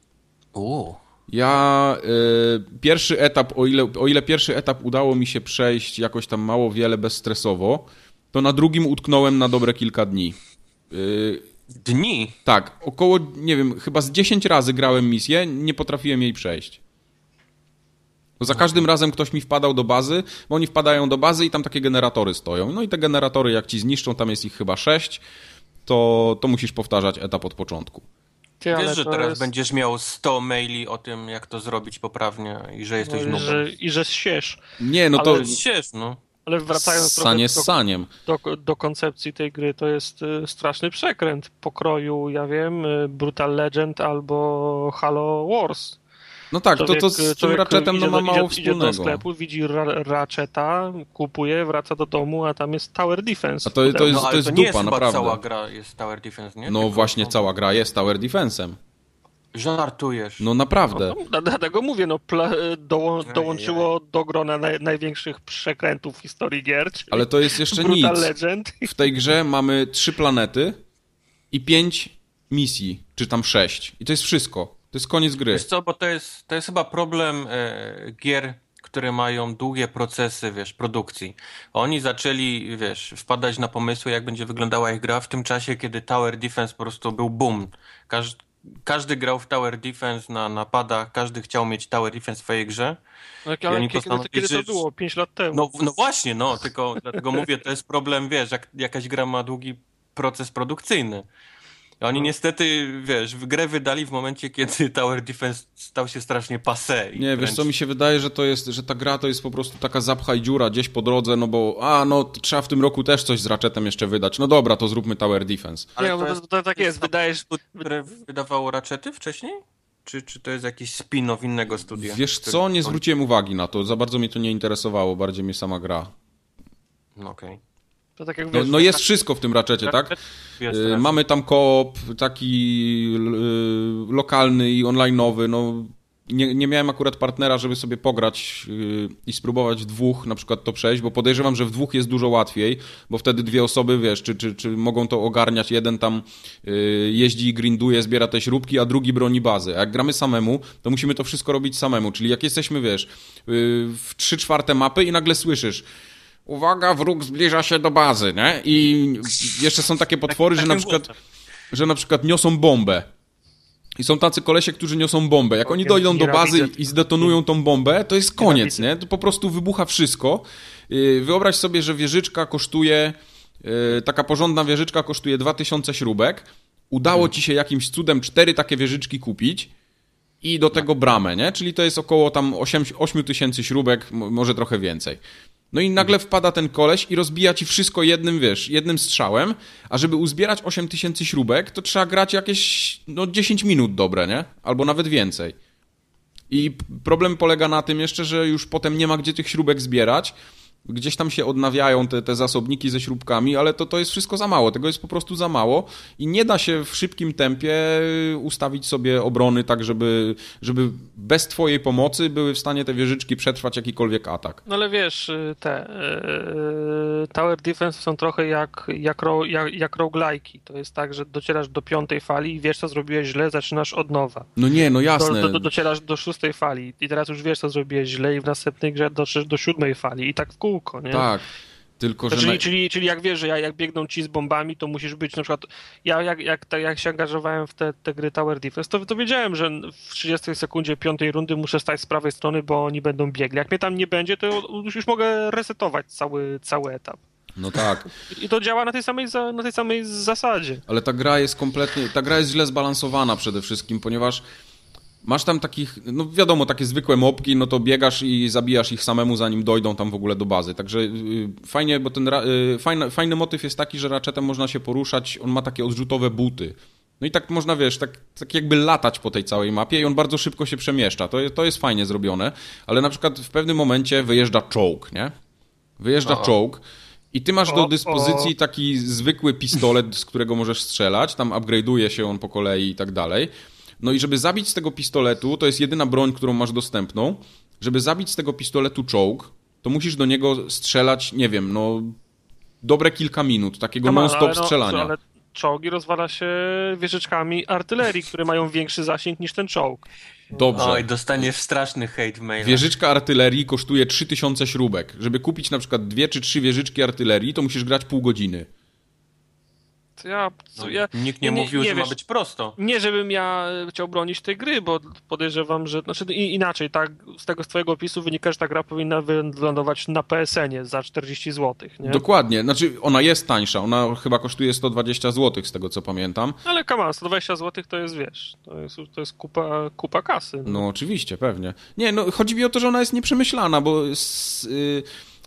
S2: U.
S3: Ja y, pierwszy etap, o ile, o ile pierwszy etap udało mi się przejść jakoś tam mało wiele bezstresowo, to na drugim utknąłem na dobre kilka dni. Y,
S2: dni?
S3: Tak, około, nie wiem, chyba z dziesięć razy grałem misję, nie potrafiłem jej przejść. Bo za każdym razem ktoś mi wpadał do bazy, bo oni wpadają do bazy i tam takie generatory stoją. No i te generatory jak ci zniszczą, tam jest ich chyba sześć, to, to musisz powtarzać etap od początku.
S2: Ty, Wiesz, że teraz jest... będziesz miał sto maili o tym, jak to zrobić poprawnie i że jesteś
S1: no,
S2: nubem.
S1: I że siesz.
S3: Nie, no to...
S2: Ale siesz, no.
S1: Ale wracając
S3: Sanie
S1: trochę
S3: z saniem.
S1: Do, do, do koncepcji tej gry, to jest y, straszny przekręt pokroju, ja wiem, y, Brutal Legend albo Halo Wars.
S3: No tak,
S1: człowiek,
S3: to, to z tym Ratchetem no ma mało
S1: idzie,
S3: wspólnego.
S1: Idzie do sklepu, widzi ra, Ratcheta, kupuje, wraca do domu, a tam jest Tower Defense.
S3: A to, to jest,
S2: no,
S3: to jest
S2: to
S3: dupa,
S2: nie jest
S3: naprawdę.
S2: cała gra jest Tower Defense, nie?
S3: No
S2: Tylko
S3: właśnie,
S2: to...
S3: cała gra jest Tower Defense'em.
S2: Żartujesz.
S3: No naprawdę.
S1: No, no, dlatego mówię, no pla- doło, dołączyło do grona naj, największych przekrętów w historii gier.
S3: Ale to jest jeszcze
S1: Brutal
S3: nic.
S1: Legend.
S3: W tej grze mamy trzy planety i pięć misji, czy tam sześć. I to jest wszystko. To jest koniec gry.
S2: Wiesz co, bo to jest, to jest chyba problem e, gier, które mają długie procesy, wiesz, produkcji. Oni zaczęli, wiesz, wpadać na pomysły, jak będzie wyglądała ich gra w tym czasie, kiedy Tower Defense po prostu był boom. Każdy, każdy grał w Tower Defense na napadach, każdy chciał mieć Tower Defense w swojej grze.
S1: No, ale kiedy, kiedy, kiedy to było? Pięć lat temu.
S2: No, no właśnie, no, tylko dlatego mówię, to jest problem, wiesz, jak jakaś gra ma długi proces produkcyjny. Oni niestety, wiesz, w grę wydali w momencie, kiedy Tower Defense stał się strasznie passé.
S3: Nie, wręcz... wiesz co, mi się wydaje, że to jest, że ta gra to jest po prostu taka zapchaj dziura gdzieś po drodze, no bo, a no, trzeba w tym roku też coś z Ratchetem jeszcze wydać. No dobra, to zróbmy Tower Defense.
S1: Ale nie, to, jest, to tak jest, wydajesz...
S2: Które wydawało Ratchety wcześniej? Czy, czy to jest jakiś spin-off innego studia?
S3: Wiesz
S2: który...
S3: co, nie zwróciłem uwagi na to, za bardzo mnie to nie interesowało, bardziej mnie sama gra.
S2: No okej. Okay.
S1: To tak jak wiesz,
S3: no, no jest wszystko w tym Ratchetie, tak? Yy, mamy tam koop, taki yy, lokalny i online'owy, no nie, nie miałem akurat partnera, żeby sobie pograć yy, i spróbować w dwóch na przykład to przejść, bo podejrzewam, że w dwóch jest dużo łatwiej, bo wtedy dwie osoby, wiesz, czy, czy, czy mogą to ogarniać, jeden tam yy, jeździ i grinduje, zbiera te śrubki, a drugi broni bazy. A jak gramy samemu, to musimy to wszystko robić samemu, czyli jak jesteśmy, wiesz, yy, w trzy czwarte mapy i nagle słyszysz: uwaga, wróg zbliża się do bazy, nie? I jeszcze są takie potwory, że na przykład, że na przykład niosą bombę. I są tacy kolesie, którzy niosą bombę. Jak oni dojdą do bazy i zdetonują tą bombę, to jest koniec, nie? To po prostu wybucha wszystko. Wyobraź sobie, że wieżyczka kosztuje, taka porządna wieżyczka kosztuje dwa tysiące śrubek. Udało ci się jakimś cudem cztery takie wieżyczki kupić i do tego bramę, nie? Czyli to jest około tam osiem tysięcy śrubek, może trochę więcej. No i nagle wpada ten koleś i rozbija ci wszystko jednym, wiesz, jednym strzałem, a żeby uzbierać osiem tysięcy śrubek, to trzeba grać jakieś, no, dziesięć minut dobre, nie? Albo nawet więcej. I problem polega na tym jeszcze, że już potem nie ma gdzie tych śrubek zbierać. Gdzieś tam się odnawiają te, te zasobniki ze śrubkami, ale to, to jest wszystko za mało. Tego jest po prostu za mało i nie da się w szybkim tempie ustawić sobie obrony tak, żeby, żeby bez twojej pomocy były w stanie te wieżyczki przetrwać jakikolwiek atak.
S1: No ale wiesz, te yy, Tower Defense są trochę jak, jak, ro, jak, jak roguelike'i. To jest tak, że docierasz do piątej fali i wiesz, co zrobiłeś źle, zaczynasz od nowa.
S3: No nie, no jasne.
S1: Do, do, docierasz do szóstej fali i teraz już wiesz, co zrobiłeś źle i w następnej grze dotrzesz do siódmej fali i tak w kół. Nie?
S3: Tak, tylko że...
S1: Czyli,
S3: na...
S1: czyli, czyli jak wiesz, że jak biegną ci z bombami, to musisz być na przykład... Ja jak, jak, jak się angażowałem w te, te gry Tower Defense, to, to wiedziałem, że w trzydziestej sekundzie piątej rundy muszę stać z prawej strony, bo oni będą biegli. Jak mnie tam nie będzie, to już, już mogę resetować cały, cały etap.
S3: No tak.
S1: I to działa na tej samej, za, na tej samej zasadzie.
S3: Ale ta gra jest kompletnie, ta gra jest źle zbalansowana przede wszystkim, ponieważ masz tam takich, no wiadomo, takie zwykłe mopki, no to biegasz i zabijasz ich samemu, zanim dojdą tam w ogóle do bazy. Także yy, fajnie, bo ten yy, fajny, fajny motyw jest taki, że Ratchetem można się poruszać, on ma takie odrzutowe buty. No i tak można, wiesz, tak, tak jakby latać po tej całej mapie i on bardzo szybko się przemieszcza. To, to jest fajnie zrobione, ale na przykład w pewnym momencie wyjeżdża czołg, nie? Wyjeżdża czołg i ty masz do dyspozycji taki zwykły pistolet, z którego możesz strzelać, tam upgrade'uje się on po kolei i tak dalej. No i żeby zabić z tego pistoletu, to jest jedyna broń, którą masz dostępną, żeby zabić z tego pistoletu czołg, to musisz do niego strzelać, nie wiem, no dobre kilka minut, takiego non-stop no, strzelania.
S1: Ale czołgi rozwala się wieżyczkami artylerii, które mają większy zasięg niż ten czołg.
S3: Dobrze.
S2: Oj, dostaniesz straszny hate w mailach.
S3: Wieżyczka artylerii kosztuje trzy tysiące śrubek. Żeby kupić na przykład dwie czy trzy wieżyczki artylerii, to musisz grać pół godziny.
S1: To ja, co
S2: no,
S1: ja,
S2: nikt nie, nie mówił, nie, że wiesz, ma być prosto.
S1: Nie, żebym ja chciał bronić tej gry, bo podejrzewam, że... Znaczy inaczej, tak, z tego z twojego opisu wynika, że ta gra powinna wylądować na P S N-ie za czterdzieści złotych, nie?
S3: Dokładnie. Znaczy, ona jest tańsza. Ona chyba kosztuje sto dwadzieścia złotych, z tego co pamiętam.
S1: Ale come on, sto dwadzieścia złotych to jest, wiesz, to jest, to jest kupa, kupa kasy.
S3: No. no oczywiście, pewnie. Nie, no chodzi mi o to, że ona jest nieprzemyślana, bo... Z, yy...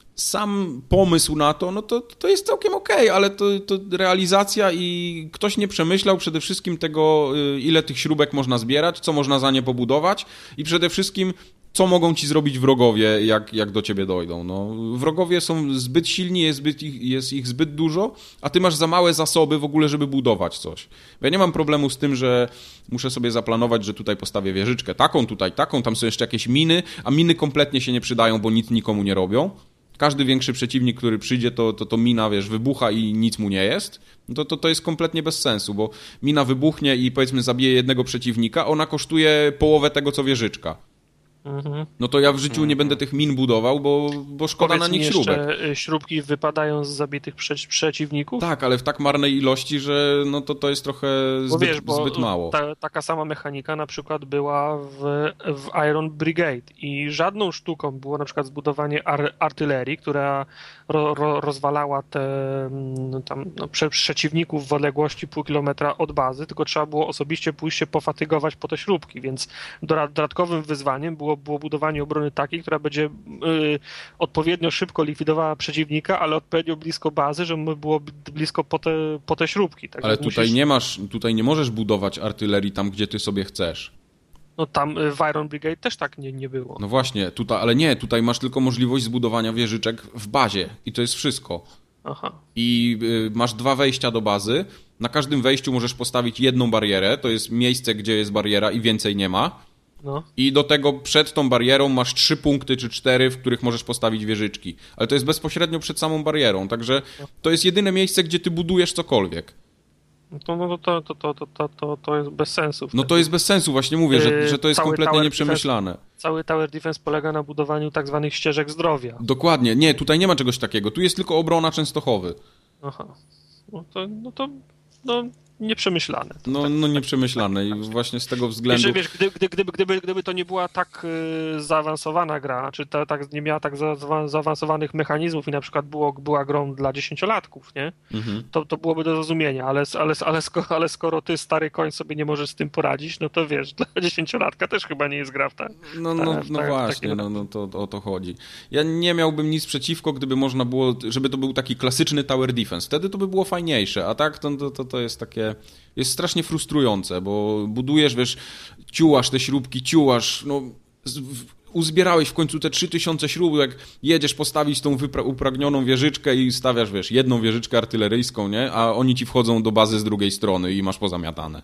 S3: Sam pomysł na to, no to, to jest całkiem okej, ale to, to realizacja i ktoś nie przemyślał przede wszystkim tego, ile tych śrubek można zbierać, co można za nie pobudować i przede wszystkim, co mogą ci zrobić wrogowie, jak, jak do ciebie dojdą. No, wrogowie są zbyt silni, jest, zbyt ich, jest ich zbyt dużo, a ty masz za małe zasoby w ogóle, żeby budować coś. Bo ja nie mam problemu z tym, że muszę sobie zaplanować, że tutaj postawię wieżyczkę taką, tutaj taką, tam są jeszcze jakieś miny, a miny kompletnie się nie przydają, bo nic nikomu nie robią. Każdy większy przeciwnik, który przyjdzie, to, to, to mina, wiesz, wybucha i nic mu nie jest. To, to, to jest kompletnie bez sensu, bo mina wybuchnie i powiedzmy zabije jednego przeciwnika, ona kosztuje połowę tego, co wieżyczka. Mhm. No to ja w życiu nie będę tych min budował, bo, bo szkoda
S1: Powiedz
S3: na nich
S1: mi
S3: śrubek.
S1: Jeszcze śrubki wypadają z zabitych prze przeciwników?
S3: Tak, ale w tak marnej ilości, że no to, to jest trochę zbyt, wiesz, bo zbyt mało.
S1: Ta, taka sama mechanika na przykład była w, w Iron Brigade i żadną sztuką było na przykład zbudowanie ar artylerii, która ro, ro, rozwalała te no, tam, no, prze przeciwników w odległości pół kilometra od bazy, tylko trzeba było osobiście pójść się pofatygować po te śrubki, więc dodatkowym wyzwaniem było było budowanie obrony takiej, która będzie y, odpowiednio szybko likwidowała przeciwnika, ale odpowiednio blisko bazy, żeby było blisko po te, po te śrubki. Tak
S3: ale tutaj musisz... nie masz, tutaj nie możesz budować artylerii tam, gdzie ty sobie chcesz.
S1: No tam w Iron Brigade też tak nie, nie było.
S3: No właśnie, tutaj, ale nie, tutaj masz tylko możliwość zbudowania wieżyczek w bazie i to jest wszystko.
S1: Aha.
S3: I y, masz dwa wejścia do bazy. Na każdym wejściu możesz postawić jedną barierę, to jest miejsce, gdzie jest bariera i więcej nie ma. No. I do tego przed tą barierą masz trzy punkty czy cztery, w których możesz postawić wieżyczki. Ale to jest bezpośrednio przed samą barierą, także to jest jedyne miejsce, gdzie ty budujesz cokolwiek.
S1: No, no to, to, to, to, to, to, to jest bez sensu.
S3: No to jest bez sensu, właśnie mówię, że, że to jest
S1: cały
S3: kompletnie nieprzemyślane.
S1: Defense, cały Tower Defense polega na budowaniu tak zwanych ścieżek zdrowia.
S3: Dokładnie, nie, tutaj nie ma czegoś takiego, tu jest tylko obrona Częstochowy.
S1: Aha, no to, no to no, nieprzemyślane.
S3: No,
S1: tak,
S3: no nieprzemyślane i właśnie z tego względu...
S1: Wiesz, wiesz gdy, gdy, gdyby, gdyby, gdyby to nie była tak y, zaawansowana gra, czy ta, tak, nie miała tak za, zaawansowanych mechanizmów i na przykład było, była grą dla dziesięciolatków, nie? Mhm. To, to byłoby do zrozumienia, ale, ale, ale, skoro, ale skoro ty, stary koń, sobie nie możesz z tym poradzić, no to wiesz, dla dziesięciolatka też chyba nie jest gra w ta,
S3: No, no, ta, no ta, właśnie, no, no to o to chodzi. Ja nie miałbym nic przeciwko, gdyby można było, żeby to był taki klasyczny Tower Defense. Wtedy to by było fajniejsze, a tak to, to, to jest takie... Jest strasznie frustrujące, bo budujesz, wiesz, ciułasz te śrubki, ciułasz, no uzbierałeś w końcu te trzy tysiące śrubek, jedziesz postawić tą upragnioną wieżyczkę i stawiasz, wiesz, jedną wieżyczkę artyleryjską, nie? A oni ci wchodzą do bazy z drugiej strony i masz pozamiatane.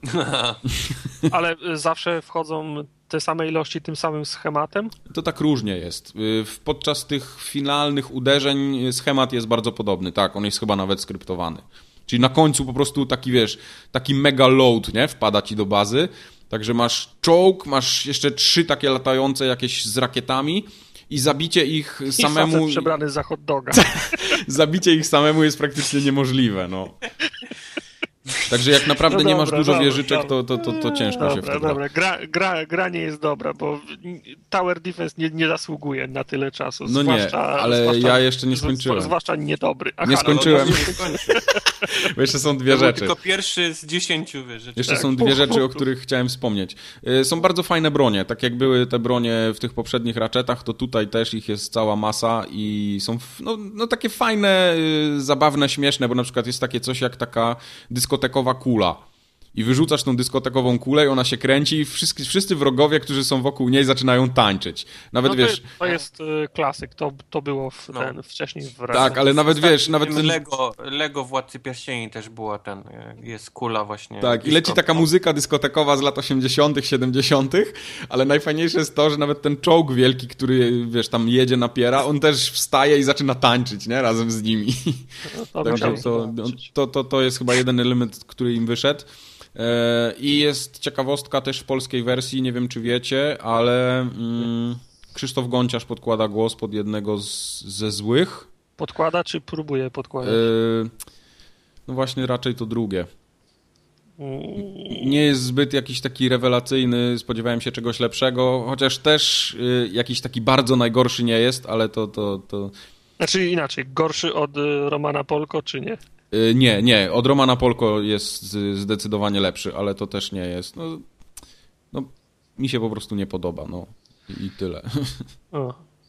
S1: Ale zawsze wchodzą te same ilości tym samym schematem?
S3: To tak różnie jest. Podczas tych finalnych uderzeń schemat jest bardzo podobny, tak, on jest chyba nawet skryptowany. Czyli na końcu po prostu taki, wiesz, taki mega load, nie? Wpada ci do bazy. Także masz czołg, masz jeszcze trzy takie latające jakieś z rakietami i zabicie ich
S1: I
S3: samemu...
S1: I przebrany za hot doga.
S3: Zabicie ich samemu jest praktycznie niemożliwe, no. Także jak naprawdę
S1: No
S3: nie
S1: dobra,
S3: masz dużo
S1: dobra,
S3: wieżyczek,
S1: dobra.
S3: to, to, to, to ciężko
S1: Dobra,
S3: się w to
S1: dobra.
S3: gra.
S1: Gra, gra, gra nie jest dobra, bo Tower Defense nie, nie zasługuje na tyle czasu.
S3: No nie,
S1: zwłaszcza,
S3: ale
S1: zwłaszcza,
S3: ja jeszcze nie
S1: zw-
S3: skończyłem.
S1: Zwłaszcza niedobry. Aha,
S3: Nie
S1: no,
S3: skończyłem.
S2: No, nie skończy.
S3: Bo jeszcze są dwie
S2: To był
S3: rzeczy.
S2: tylko pierwszy z dziesięciu wiesz, rzeczy.
S3: Jeszcze
S1: Tak,
S3: są dwie
S1: punktów.
S3: rzeczy, o których chciałem wspomnieć. Y, Są bardzo fajne bronie. Tak jak były te bronie w tych poprzednich Ratchetach, to tutaj też ich jest cała masa i są f- no, no takie fajne, y, zabawne, śmieszne, bo na przykład jest takie coś jak taka dyskotekowa kula. I wyrzucasz tą dyskotekową kulę i ona się kręci i wszyscy, wszyscy wrogowie, którzy są wokół niej, zaczynają tańczyć. Nawet
S1: no
S3: wiesz...
S1: To, to jest y, klasyk, to, to było w,
S2: No.
S1: ten, wcześniej w
S3: Tak, ale nawet wiesz, nawet ten...
S2: Lego, Lego Władcy Pierścieni też była ten, jest kula właśnie.
S3: Tak, i leci taka muzyka dyskotekowa z lat osiemdziesiątych, siedemdziesiątych, ale najfajniejsze jest to, że nawet ten czołg wielki, który, wiesz, tam jedzie, napiera, on też wstaje i zaczyna tańczyć, nie? Razem z nimi.
S1: No, to,
S3: Także
S1: musiałem
S3: to,
S1: zobaczyć.
S3: to, to, to jest chyba jeden element, który im wyszedł. E, I jest ciekawostka też w polskiej wersji, nie wiem czy wiecie, ale mm, Krzysztof Gonciarz podkłada głos pod jednego z, ze złych.
S1: Podkłada, czy próbuje
S3: E,
S1: podkładać?
S3: no właśnie raczej to drugie.
S1: Mm,
S3: Nie jest zbyt jakiś taki rewelacyjny, spodziewałem się czegoś lepszego, chociaż też y, jakiś taki bardzo najgorszy nie jest, ale to... to, to...
S1: Znaczy inaczej, gorszy od y, Romana Polko, czy nie?
S3: Y, nie, nie, od Romana Polko jest z, zdecydowanie lepszy, ale to też nie jest. No, no, mi się po prostu nie podoba, no i, i tyle.
S1: O.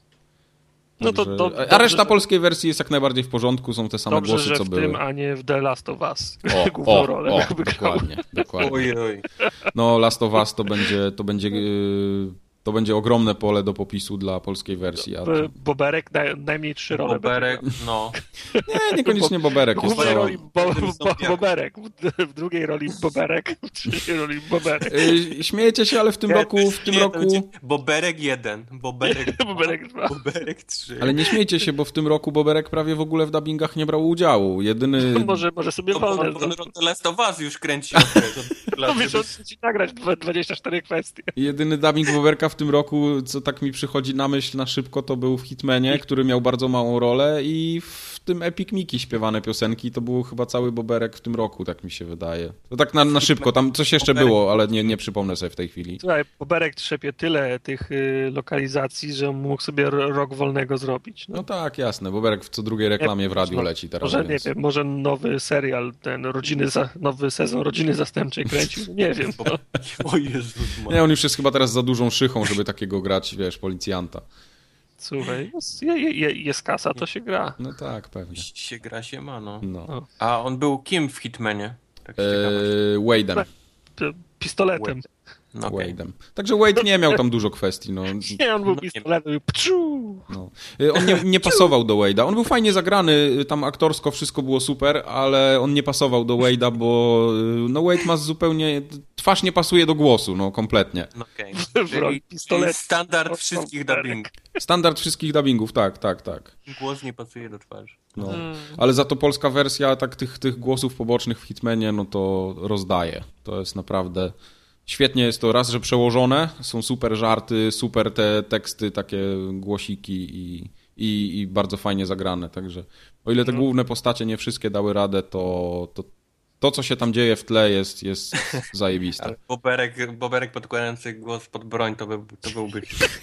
S1: No to,
S3: Także-
S1: to
S3: A
S1: dobrze,
S3: reszta
S1: że-
S3: polskiej wersji jest jak najbardziej w porządku, są te same
S1: Dobrze,
S3: głosy,
S1: że
S3: co
S1: w
S3: były.
S1: tym, a nie w The Last of Us.
S3: O,
S1: Główną
S3: o,
S1: rolę
S3: o,
S1: jakby grał.
S3: dokładnie, dokładnie.
S2: Oj, oj.
S3: No Last of Us to będzie, to będzie, yy, to będzie ogromne pole do popisu dla polskiej wersji. A to...
S1: B- Boberek na, najmniej trzy role.
S2: Boberek,
S1: będzie
S2: no.
S3: Nie, niekoniecznie Boberek
S1: grał. W
S3: jest
S1: głównej
S3: cała...
S1: roli bo,
S2: Tym
S1: bo,
S2: zombiaku.
S1: Boberek, w, w drugiej roli Boberek, w trzeciej roli Boberek.
S3: Yy, Śmiejecie się, ale w tym roku, w tym
S2: Nie, to
S3: roku...
S2: będzie Boberek jeden, Boberek dwa,
S1: Boberek dwa.
S2: Boberek trzy.
S3: Ale nie śmiejcie się, bo w tym roku Boberek prawie w ogóle w dubbingach nie brał udziału. Jedyny...
S1: Może, może sobie
S2: No, bo
S1: wolne.
S2: on, on The Last of Us już kręci. okej, to-
S1: No wiesz, on chce ci nagrać dwa- dwadzieścia cztery kwestie.
S3: Jedyny dubbing Boberka w tym roku, co tak mi przychodzi na myśl na szybko, to był w Hitmanie, który miał bardzo małą rolę i w tym Epic Mickey śpiewane piosenki, to był chyba cały Boberek w tym roku, tak mi się wydaje. To tak na, na szybko, tam coś jeszcze było, ale nie, nie przypomnę sobie w tej chwili.
S1: Słuchaj, Boberek trzepie tyle tych y, lokalizacji, że mógł sobie r- rok wolnego zrobić. No.
S3: No tak, jasne, Boberek w co drugiej reklamie w radiu leci teraz.
S1: Może,
S3: więc...
S1: nie wiem, może nowy serial, ten rodziny za, nowy sezon Rodziny Zastępczej kręcił, nie wiem. No.
S2: O Jezus
S3: Nie, on już jest chyba teraz za dużą szychą, żeby takiego grać, wiesz, policjanta.
S1: Słuchaj, jest, je, je, jest kasa, to się gra.
S3: No tak, pewnie.
S2: się gra się ma, no.
S3: No.
S2: A on był kim w Hitmanie? Tak z ciekawości.
S3: Eee, Wade'em.
S1: P- Pistoletem.
S2: No, okej.
S3: Wade'em. Także Wade nie miał tam dużo kwestii, no.
S1: Nie, on był
S2: No nie.
S1: pistoletem i pczu!
S3: No. Y, On nie, nie pasował do Wade'a. On był fajnie zagrany, y, tam aktorsko wszystko było super, ale on nie pasował do Wade'a, bo y, no Wade ma zupełnie... Twarz nie pasuje do głosu, no kompletnie.
S2: No, okej.
S1: W roli
S2: Czyli,
S1: pistoletu.
S2: czyli standard
S1: Prosto
S2: wszystkich
S1: Boberek.
S2: dubbingów.
S3: Standard wszystkich dubbingów, tak, tak, tak.
S2: Głos nie pasuje do twarzy.
S3: No.
S1: Mm.
S3: Ale za to polska wersja tak tych, tych głosów pobocznych w Hitmanie, no to rozdaje. To jest naprawdę... Świetnie jest to raz, że przełożone, są super żarty, super te teksty, takie głosiki i, i, i bardzo fajnie zagrane, także o ile te
S1: No.
S3: główne postacie nie wszystkie dały radę, to to, to co się tam dzieje w tle jest, jest zajebiste.
S2: Ale Boberek, Boberek podkładający głos pod broń to, by, to byłby...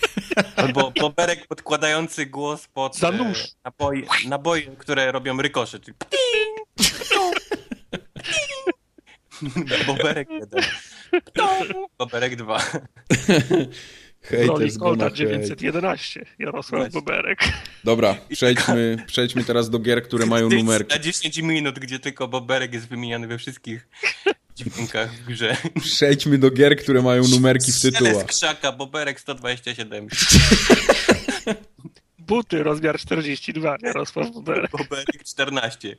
S2: Albo Boberek podkładający głos pod
S1: Za
S2: e,
S1: nóż.
S2: naboje, naboje, które robią rykosze. Czyli... Boberek jeden. Boberek dwa.
S1: W roli
S3: Haters gonna
S1: Colta
S3: hate.
S1: dziewięćset jedenaście, Jarosław
S2: Właśnie.
S1: Boberek.
S3: Dobra, przejdźmy, przejdźmy teraz do gier, które mają numerki.
S2: Na dziesięć minut, gdzie tylko Boberek jest wymieniany we wszystkich dźwiękach w grze.
S3: Przejdźmy do gier, które mają numerki w
S2: Szelest
S3: tytułach.
S2: krzaka, Boberek sto dwadzieścia siedem.
S1: Buty, rozmiar czterdzieści dwa, Jarosław Boberek.
S2: Boberek czternaście.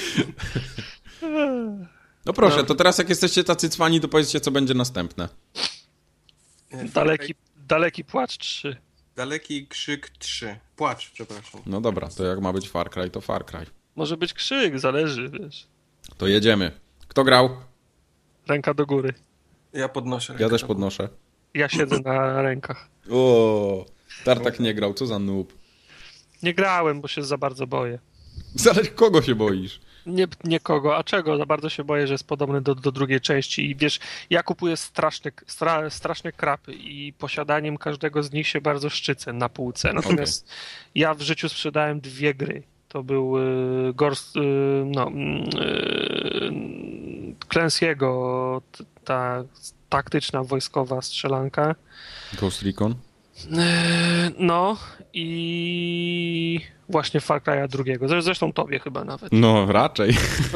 S3: No proszę, to teraz jak jesteście tacy cwani, to powiedzcie, co będzie następne.
S1: Daleki, daleki płacz trzy.
S2: Daleki krzyk trzy. Płacz, przepraszam.
S3: No dobra, to jak ma być Far Cry, to Far Cry.
S1: Może być krzyk, zależy, wiesz.
S3: To jedziemy. Kto grał?
S1: Ręka do góry.
S2: Ja podnoszę
S3: Ja
S2: rękę
S3: też
S2: do
S3: podnoszę.
S1: Ja siedzę na rękach.
S3: O, Tartak nie grał, co za noob.
S1: Nie grałem, bo się za bardzo boję.
S3: Zależy kogo się boisz.
S1: Nie, nie kogo, a czego? Za bardzo się boję, że jest podobny do, do drugiej części i wiesz, ja kupuję straszne, stra, straszne krapy i posiadaniem każdego z nich się bardzo szczycę na półce. Natomiast okay. ja w życiu sprzedałem dwie gry. To był y, Ghost, y, no, y, Clancy'ego, ta taktyczna, wojskowa strzelanka.
S3: Ghost Recon?
S1: No i właśnie Far Cry'a drugiego. Zresztą tobie chyba nawet.
S3: No raczej.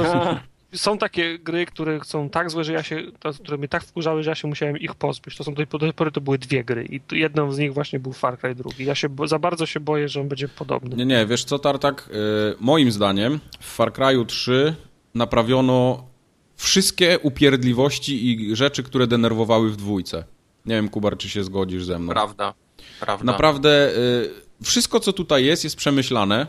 S1: Są takie gry, które są tak złe, że ja się, to, które mnie tak wkurzały, że ja się musiałem ich pozbyć. To są do tej pory to były dwie gry i jedną z nich właśnie był Far Cry drugi. Ja się za bardzo się boję, że on będzie podobny.
S3: Nie, nie, wiesz co, Tartak? Yy, moim zdaniem w Far Cry'u trzy naprawiono wszystkie upierdliwości i rzeczy, które denerwowały w dwójce. Nie wiem, Kubar, czy się zgodzisz ze mną.
S2: Prawda, prawda.
S3: Naprawdę yy, wszystko, co tutaj jest, jest przemyślane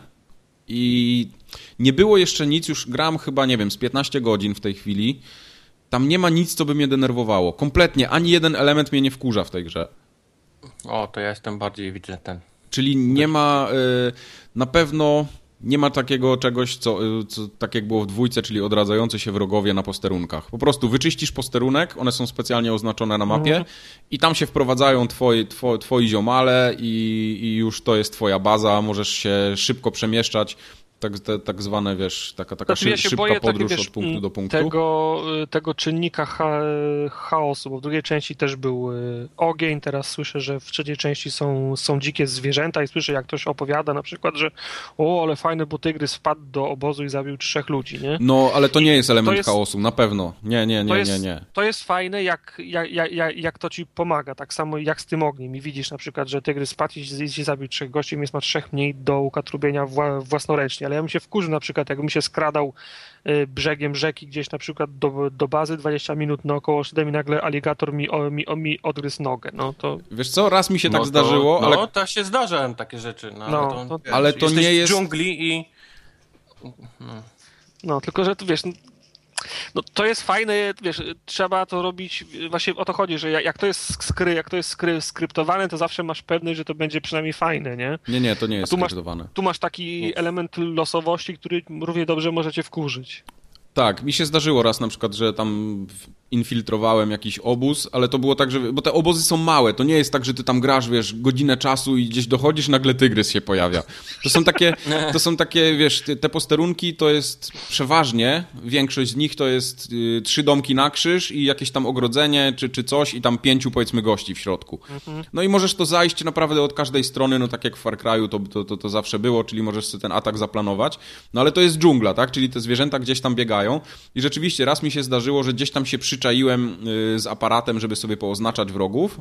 S3: i nie było jeszcze nic, już gram chyba, nie wiem, z piętnaście godzin w tej chwili. Tam nie ma nic, co by mnie denerwowało. Kompletnie, ani jeden element mnie nie wkurza w tej grze.
S2: O, to ja jestem bardziej, widzę ten.
S3: Czyli nie ma, yy, na pewno nie ma takiego czegoś, co, yy, co tak jak było w dwójce, czyli odradzający się wrogowie na posterunkach. Po prostu wyczyścisz posterunek, one są specjalnie oznaczone na mapie mhm. i tam się wprowadzają twoi, two, twoi ziomale i, i już to jest twoja baza, możesz się szybko przemieszczać. Tak, te, tak zwane, wiesz, taka, taka
S1: znaczy, ja
S3: szybka
S1: boję
S3: podróż
S1: taki, wiesz,
S3: od punktu do punktu.
S1: Tego, tego czynnika cha, chaosu, bo w drugiej części też był ogień, teraz słyszę, że w trzeciej części są, są dzikie zwierzęta i słyszę, jak ktoś opowiada na przykład, że o, ale fajne, bo tygrys wpadł do obozu i zabił trzech ludzi, nie?
S3: No, ale to nie jest element
S1: jest,
S3: chaosu, na pewno. Nie, nie, nie,
S1: jest,
S3: nie, nie.
S1: To jest fajne, jak, jak, jak, jak to ci pomaga, tak samo jak z tym ogniem i widzisz na przykład, że tygrys spadł i, i zabił trzech gości, więc ma trzech mniej do ukatrubienia wła, własnoręcznie, ale ja bym się wkurzył na przykład, jakbym się skradał brzegiem rzeki gdzieś na przykład do, do bazy, dwadzieścia minut naokoło szedłem i nagle aligator mi, o, mi, o, mi odgryzł nogę. No to...
S3: Wiesz co, raz mi się no tak
S2: to,
S3: zdarzyło,
S2: no,
S3: ale...
S2: No, tak się zdarzają takie rzeczy. No,
S1: no,
S2: ale to,
S1: to,
S3: ale to nie jest...
S2: w dżungli i...
S1: No. no, tylko że tu wiesz... No to jest fajne, wiesz, trzeba to robić, właśnie o to chodzi, że jak to jest skry, jak to jest skry, skryptowane, to zawsze masz pewność, że to będzie przynajmniej fajne, nie?
S3: Nie, nie, to nie jest
S1: tu
S3: skryptowane.
S1: Masz, tu masz taki nie. element losowości, który równie dobrze może cię wkurzyć.
S3: Tak, mi się zdarzyło raz na przykład, że tam infiltrowałem jakiś obóz, ale to było tak, że... Bo te obozy są małe, to nie jest tak, że ty tam grasz, wiesz, godzinę czasu i gdzieś dochodzisz, nagle tygrys się pojawia. To są takie, to są takie, wiesz, te posterunki to jest przeważnie, większość z nich to jest y, trzy domki na krzyż i jakieś tam ogrodzenie czy, czy coś i tam pięciu, powiedzmy, gości w środku. Mhm. No i możesz to zajść naprawdę od każdej strony, no tak jak w Far Cry'u to, to, to, to zawsze było, czyli możesz sobie ten atak zaplanować. No ale to jest dżungla, tak? Czyli te zwierzęta gdzieś tam biegają i rzeczywiście raz mi się zdarzyło, że gdzieś tam się przy czaiłem z aparatem, żeby sobie pooznaczać wrogów.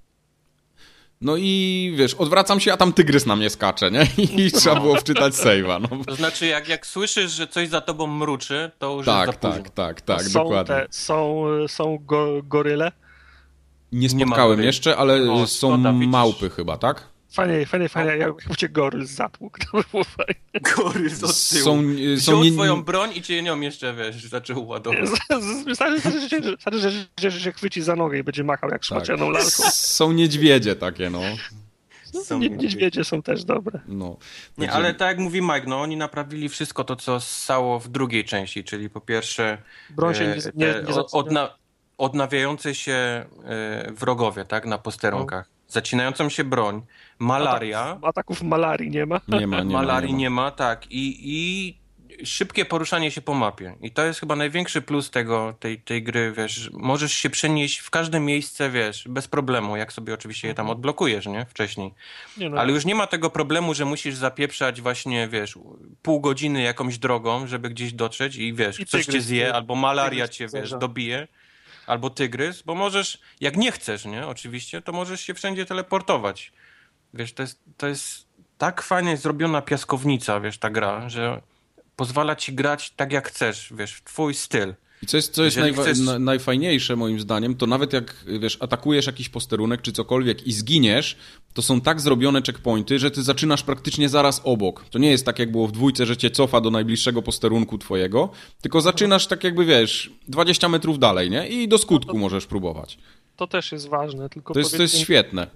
S3: No i wiesz, odwracam się, a tam tygrys na mnie skacze, nie? I trzeba było wczytać save'a. No.
S2: To znaczy, jak, jak słyszysz, że coś za tobą mruczy, to już
S3: tak,
S2: jest za
S3: tak, tak, tak,
S1: są
S3: dokładnie.
S1: Te, są są go, goryle?
S3: Nie spotkałem nie jeszcze, ale no, są
S2: szkoda,
S3: małpy chyba, tak?
S1: Fajnie, fajnie, fajnie, jakby cię goryl zatłukł, to by było fajnie.
S2: Goryl od tyłu.
S3: Są,
S2: Wziął
S3: są nie...
S2: twoją broń i cię nią jeszcze, wiesz, zaczął ładować.
S1: Wystarczy, że, że, że się chwyci za nogę i będzie machał jak szmacianą tak. lalką.
S3: Są niedźwiedzie takie, no.
S1: Są nie, niedźwiedzie są też dobre.
S3: No.
S2: Nie, ale tak jak mówi Mike, no oni naprawili wszystko to, co ssało w drugiej części, czyli po pierwsze
S1: broń się
S2: e,
S1: nie, nie, nie
S2: odna odnawiające się e, wrogowie, tak, na posterunkach. No. Zacinającą się broń, malaria.
S1: Ataków, ataków malarii nie ma.
S3: Nie ma, nie
S2: malarii
S3: ma, nie ma.
S2: nie ma, tak. I, i szybkie poruszanie się po mapie. I to jest chyba największy plus tego, tej, tej gry, wiesz. Możesz się przenieść w każde miejsce, wiesz, bez problemu, jak sobie oczywiście je tam odblokujesz, nie? Wcześniej. Nie no. Ale już nie ma tego problemu, że musisz zapieprzać właśnie, wiesz, pół godziny jakąś drogą, żeby gdzieś dotrzeć i wiesz, I coś cię zje, albo malaria cię, wiesz, dobije. Albo tygrys, bo możesz, jak nie chcesz, nie, oczywiście, to możesz się wszędzie teleportować. Wiesz, to jest, to jest tak fajnie zrobiona piaskownica, wiesz, ta gra, że pozwala ci grać tak jak chcesz, wiesz, w twój styl.
S3: I co jest, co jest najwa- chcesz... na, najfajniejsze moim zdaniem, to nawet jak, wiesz, atakujesz jakiś posterunek czy cokolwiek i zginiesz, to są tak zrobione checkpointy, że ty zaczynasz praktycznie zaraz obok. To nie jest tak, jak było w dwójce, że cię cofa do najbliższego posterunku twojego, tylko zaczynasz tak jakby, wiesz, dwadzieścia metrów dalej, nie? I do skutku no to, możesz próbować.
S1: To też jest ważne. Tylko
S3: to, jest, to jest świetne.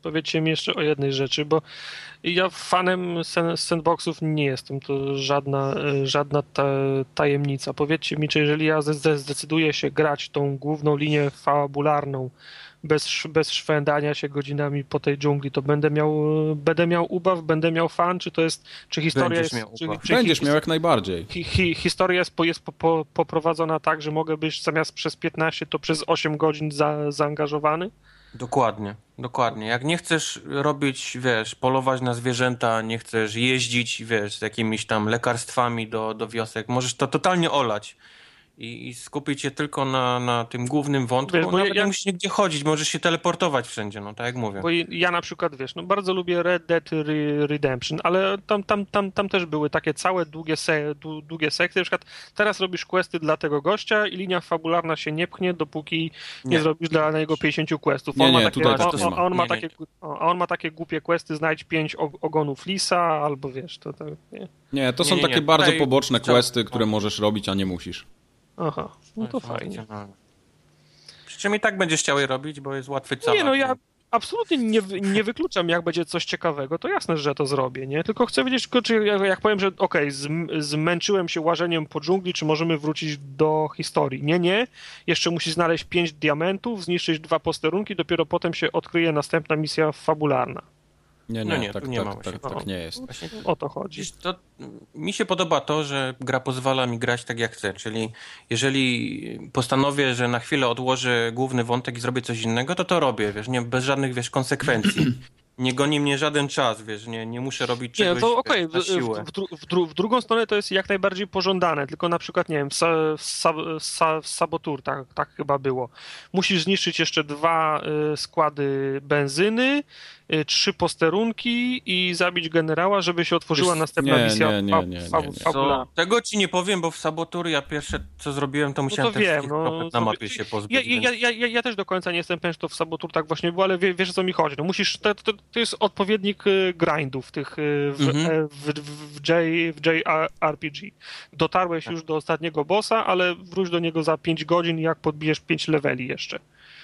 S1: powiedzcie mi jeszcze o jednej rzeczy, bo ja fanem sandboxów nie jestem, to żadna, żadna ta, tajemnica. Powiedzcie mi, czy jeżeli ja zdecyduję się grać tą główną linię fabularną bez, bez szwendania się godzinami po tej dżungli, to będę miał, będę miał ubaw, będę miał fan, czy to jest, czy historia
S2: Będziesz
S1: jest...
S2: miał
S1: Czy,
S2: ubaw.
S1: czy
S3: Będziesz
S1: hi,
S3: miał jak najbardziej.
S1: hi, hi, historia jest, po, jest po, po, poprowadzona tak, że mogę być zamiast przez piętnaście, to przez osiem godzin za, zaangażowany?
S2: Dokładnie, dokładnie. Jak nie chcesz robić, wiesz, polować na zwierzęta, nie chcesz jeździć, wiesz, z jakimiś tam lekarstwami do, do wiosek, możesz to totalnie olać i, i skupić się tylko na, na tym głównym wątku.
S1: Wiesz, bo
S2: Nawet
S1: ja-
S2: nie musisz nigdzie chodzić, możesz się teleportować wszędzie, no tak jak mówię.
S1: Bo ja na przykład, wiesz, no bardzo lubię Red Dead Re- Redemption, ale tam, tam, tam, tam też były takie całe długie, se, dłu- długie sekcje. Na przykład teraz robisz questy dla tego gościa i linia fabularna się nie pchnie, dopóki nie,
S2: Nie.
S1: zrobisz dla niego pięćdziesiąt questów.
S3: Nie,
S1: on ma
S3: nie,
S1: takie,
S3: tutaj
S1: on,
S3: tak nie
S1: on,
S3: ma.
S1: on ma
S2: Nie, nie,
S1: takie, a on ma takie głupie questy, znajdź pięć og- ogonów lisa, albo wiesz, to tak, nie.
S3: Nie, to
S2: Nie,
S3: są
S2: nie,
S3: takie
S2: nie.
S3: bardzo
S2: Tutaj
S3: poboczne
S2: trzeba-
S3: questy, które możesz robić, a nie musisz.
S1: Aha, no to
S2: są
S1: fajnie.
S2: opcjonalne. Przy czym i tak będziesz chciał je robić, bo jest łatwy cały.
S1: Nie, no ja absolutnie nie, wy- nie wykluczam, jak będzie coś ciekawego, to jasne, że to zrobię, nie? Tylko chcę wiedzieć, tylko czy jak, jak powiem, że okej, zm- zmęczyłem się łażeniem po dżungli, czy możemy wrócić do historii? Nie, nie. Jeszcze musi znaleźć pięć diamentów, zniszczyć dwa posterunki, dopiero potem się odkryje następna misja fabularna.
S3: Nie, nie,
S2: No nie,
S3: tak,
S2: tu nie
S3: tak,
S2: ma
S3: tak,
S2: właśnie.
S3: tak,
S1: No.
S3: nie jest.
S2: Właśnie
S1: O to chodzi.
S2: Widzisz, to mi się podoba to, że gra pozwala mi grać tak jak chcę, czyli jeżeli postanowię, że na chwilę odłożę główny wątek i zrobię coś innego, to to robię, wiesz, nie, bez żadnych, wiesz, konsekwencji. Nie goni mnie żaden czas, wiesz, nie, nie muszę robić
S1: Nie,
S2: czegoś
S1: no to okej,
S2: wiesz, na siłę.
S1: w, w, dru- w, dru- w drugą stronę to jest jak najbardziej pożądane, tylko na przykład, nie wiem, w, sa, w, sa, sa, w Sabotur tak, tak chyba było. Musisz zniszczyć jeszcze dwa y, składy benzyny, y, trzy posterunki i zabić generała, żeby się otworzyła
S2: Wiesz,
S1: następna
S3: nie,
S1: misja
S3: nie, nie,
S1: fa,
S3: nie, nie,
S1: fa,
S3: nie.
S1: fabularna.
S2: Co, tego ci nie powiem, bo w Sabotur ja pierwsze co zrobiłem, to musiałem
S1: to
S2: tych
S1: wiem,
S2: wszystkich
S1: no,
S2: kropek na
S1: sobie-
S2: mapie się pozbyć.
S1: Ja, ja,
S2: więc...
S1: ja, ja, ja też do końca nie jestem pewien, czy to w Sabotur tak właśnie było, ale wie, wiesz o co mi chodzi. No musisz, to, to, to jest odpowiednik y, grindów tych y, w,
S2: Mhm.
S1: e, w, w, w, J, w J R P G. Dotarłeś już do ostatniego bossa, ale wróć do niego za pięć godzin, jak podbijesz pięć leveli jeszcze.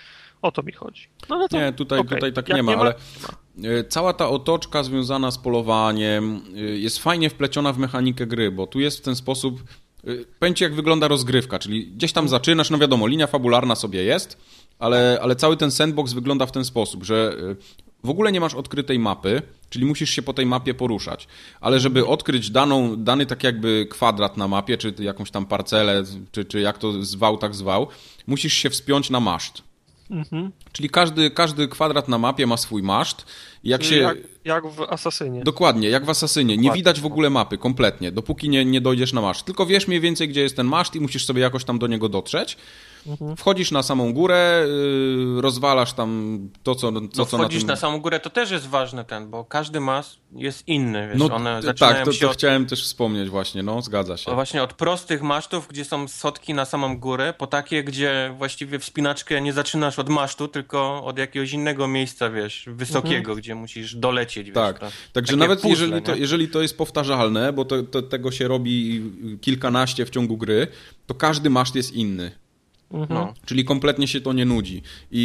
S1: O to mi chodzi. No, no to,
S3: Nie, tutaj,
S1: okej.
S3: tutaj tak
S1: Jak
S3: nie ma, ale
S1: nie ma.
S3: y, cała ta otoczka związana z polowaniem y, jest fajnie wpleciona w mechanikę gry, bo tu jest w ten sposób, y, powiem ci jak wygląda rozgrywka, czyli gdzieś tam zaczynasz, no wiadomo, linia fabularna sobie jest, ale, ale cały ten sandbox wygląda w ten sposób, że y, w ogóle nie masz odkrytej mapy, czyli musisz się po tej mapie poruszać, ale żeby odkryć daną, dany tak jakby kwadrat na mapie, czy jakąś tam parcelę, czy, czy jak to zwał, tak zwał, musisz się wspiąć na maszt.
S1: Mhm.
S3: Czyli każdy, każdy kwadrat na mapie ma swój maszt. I jak się...
S1: Jak, jak w Asasynie.
S3: Dokładnie, jak w Asasynie. Nie widać w ogóle mapy kompletnie, dopóki nie, nie dojdziesz na maszt. Tylko wiesz mniej więcej, gdzie jest ten maszt i musisz sobie jakoś tam do niego dotrzeć.
S1: Mhm.
S3: Wchodzisz na samą górę, yy, rozwalasz tam to, co, co,
S2: No
S3: co na
S2: wchodzisz
S3: tym...
S2: na samą górę, to też jest ważne ten, bo każdy mas jest inny, wiesz,
S3: No
S2: one zaczynają
S3: tak, to,
S2: się
S3: to
S2: od,
S3: chciałem też wspomnieć właśnie, no zgadza się.
S2: właśnie od prostych masztów, gdzie są schodki na samą górę, po takie, gdzie właściwie wspinaczkę nie zaczynasz od masztu, tylko od jakiegoś innego miejsca, wiesz, wysokiego,
S1: Mhm.
S2: gdzie musisz dolecieć, wiesz.
S3: Tak,
S2: to,
S3: także
S2: takie
S3: nawet
S2: puzzle,
S3: jeżeli, to,
S2: nie?
S3: jeżeli to jest powtarzalne, bo to, to, tego się robi kilkanaście w ciągu gry, to każdy maszt jest inny.
S1: Mhm.
S2: No.
S3: Czyli kompletnie się to nie nudzi.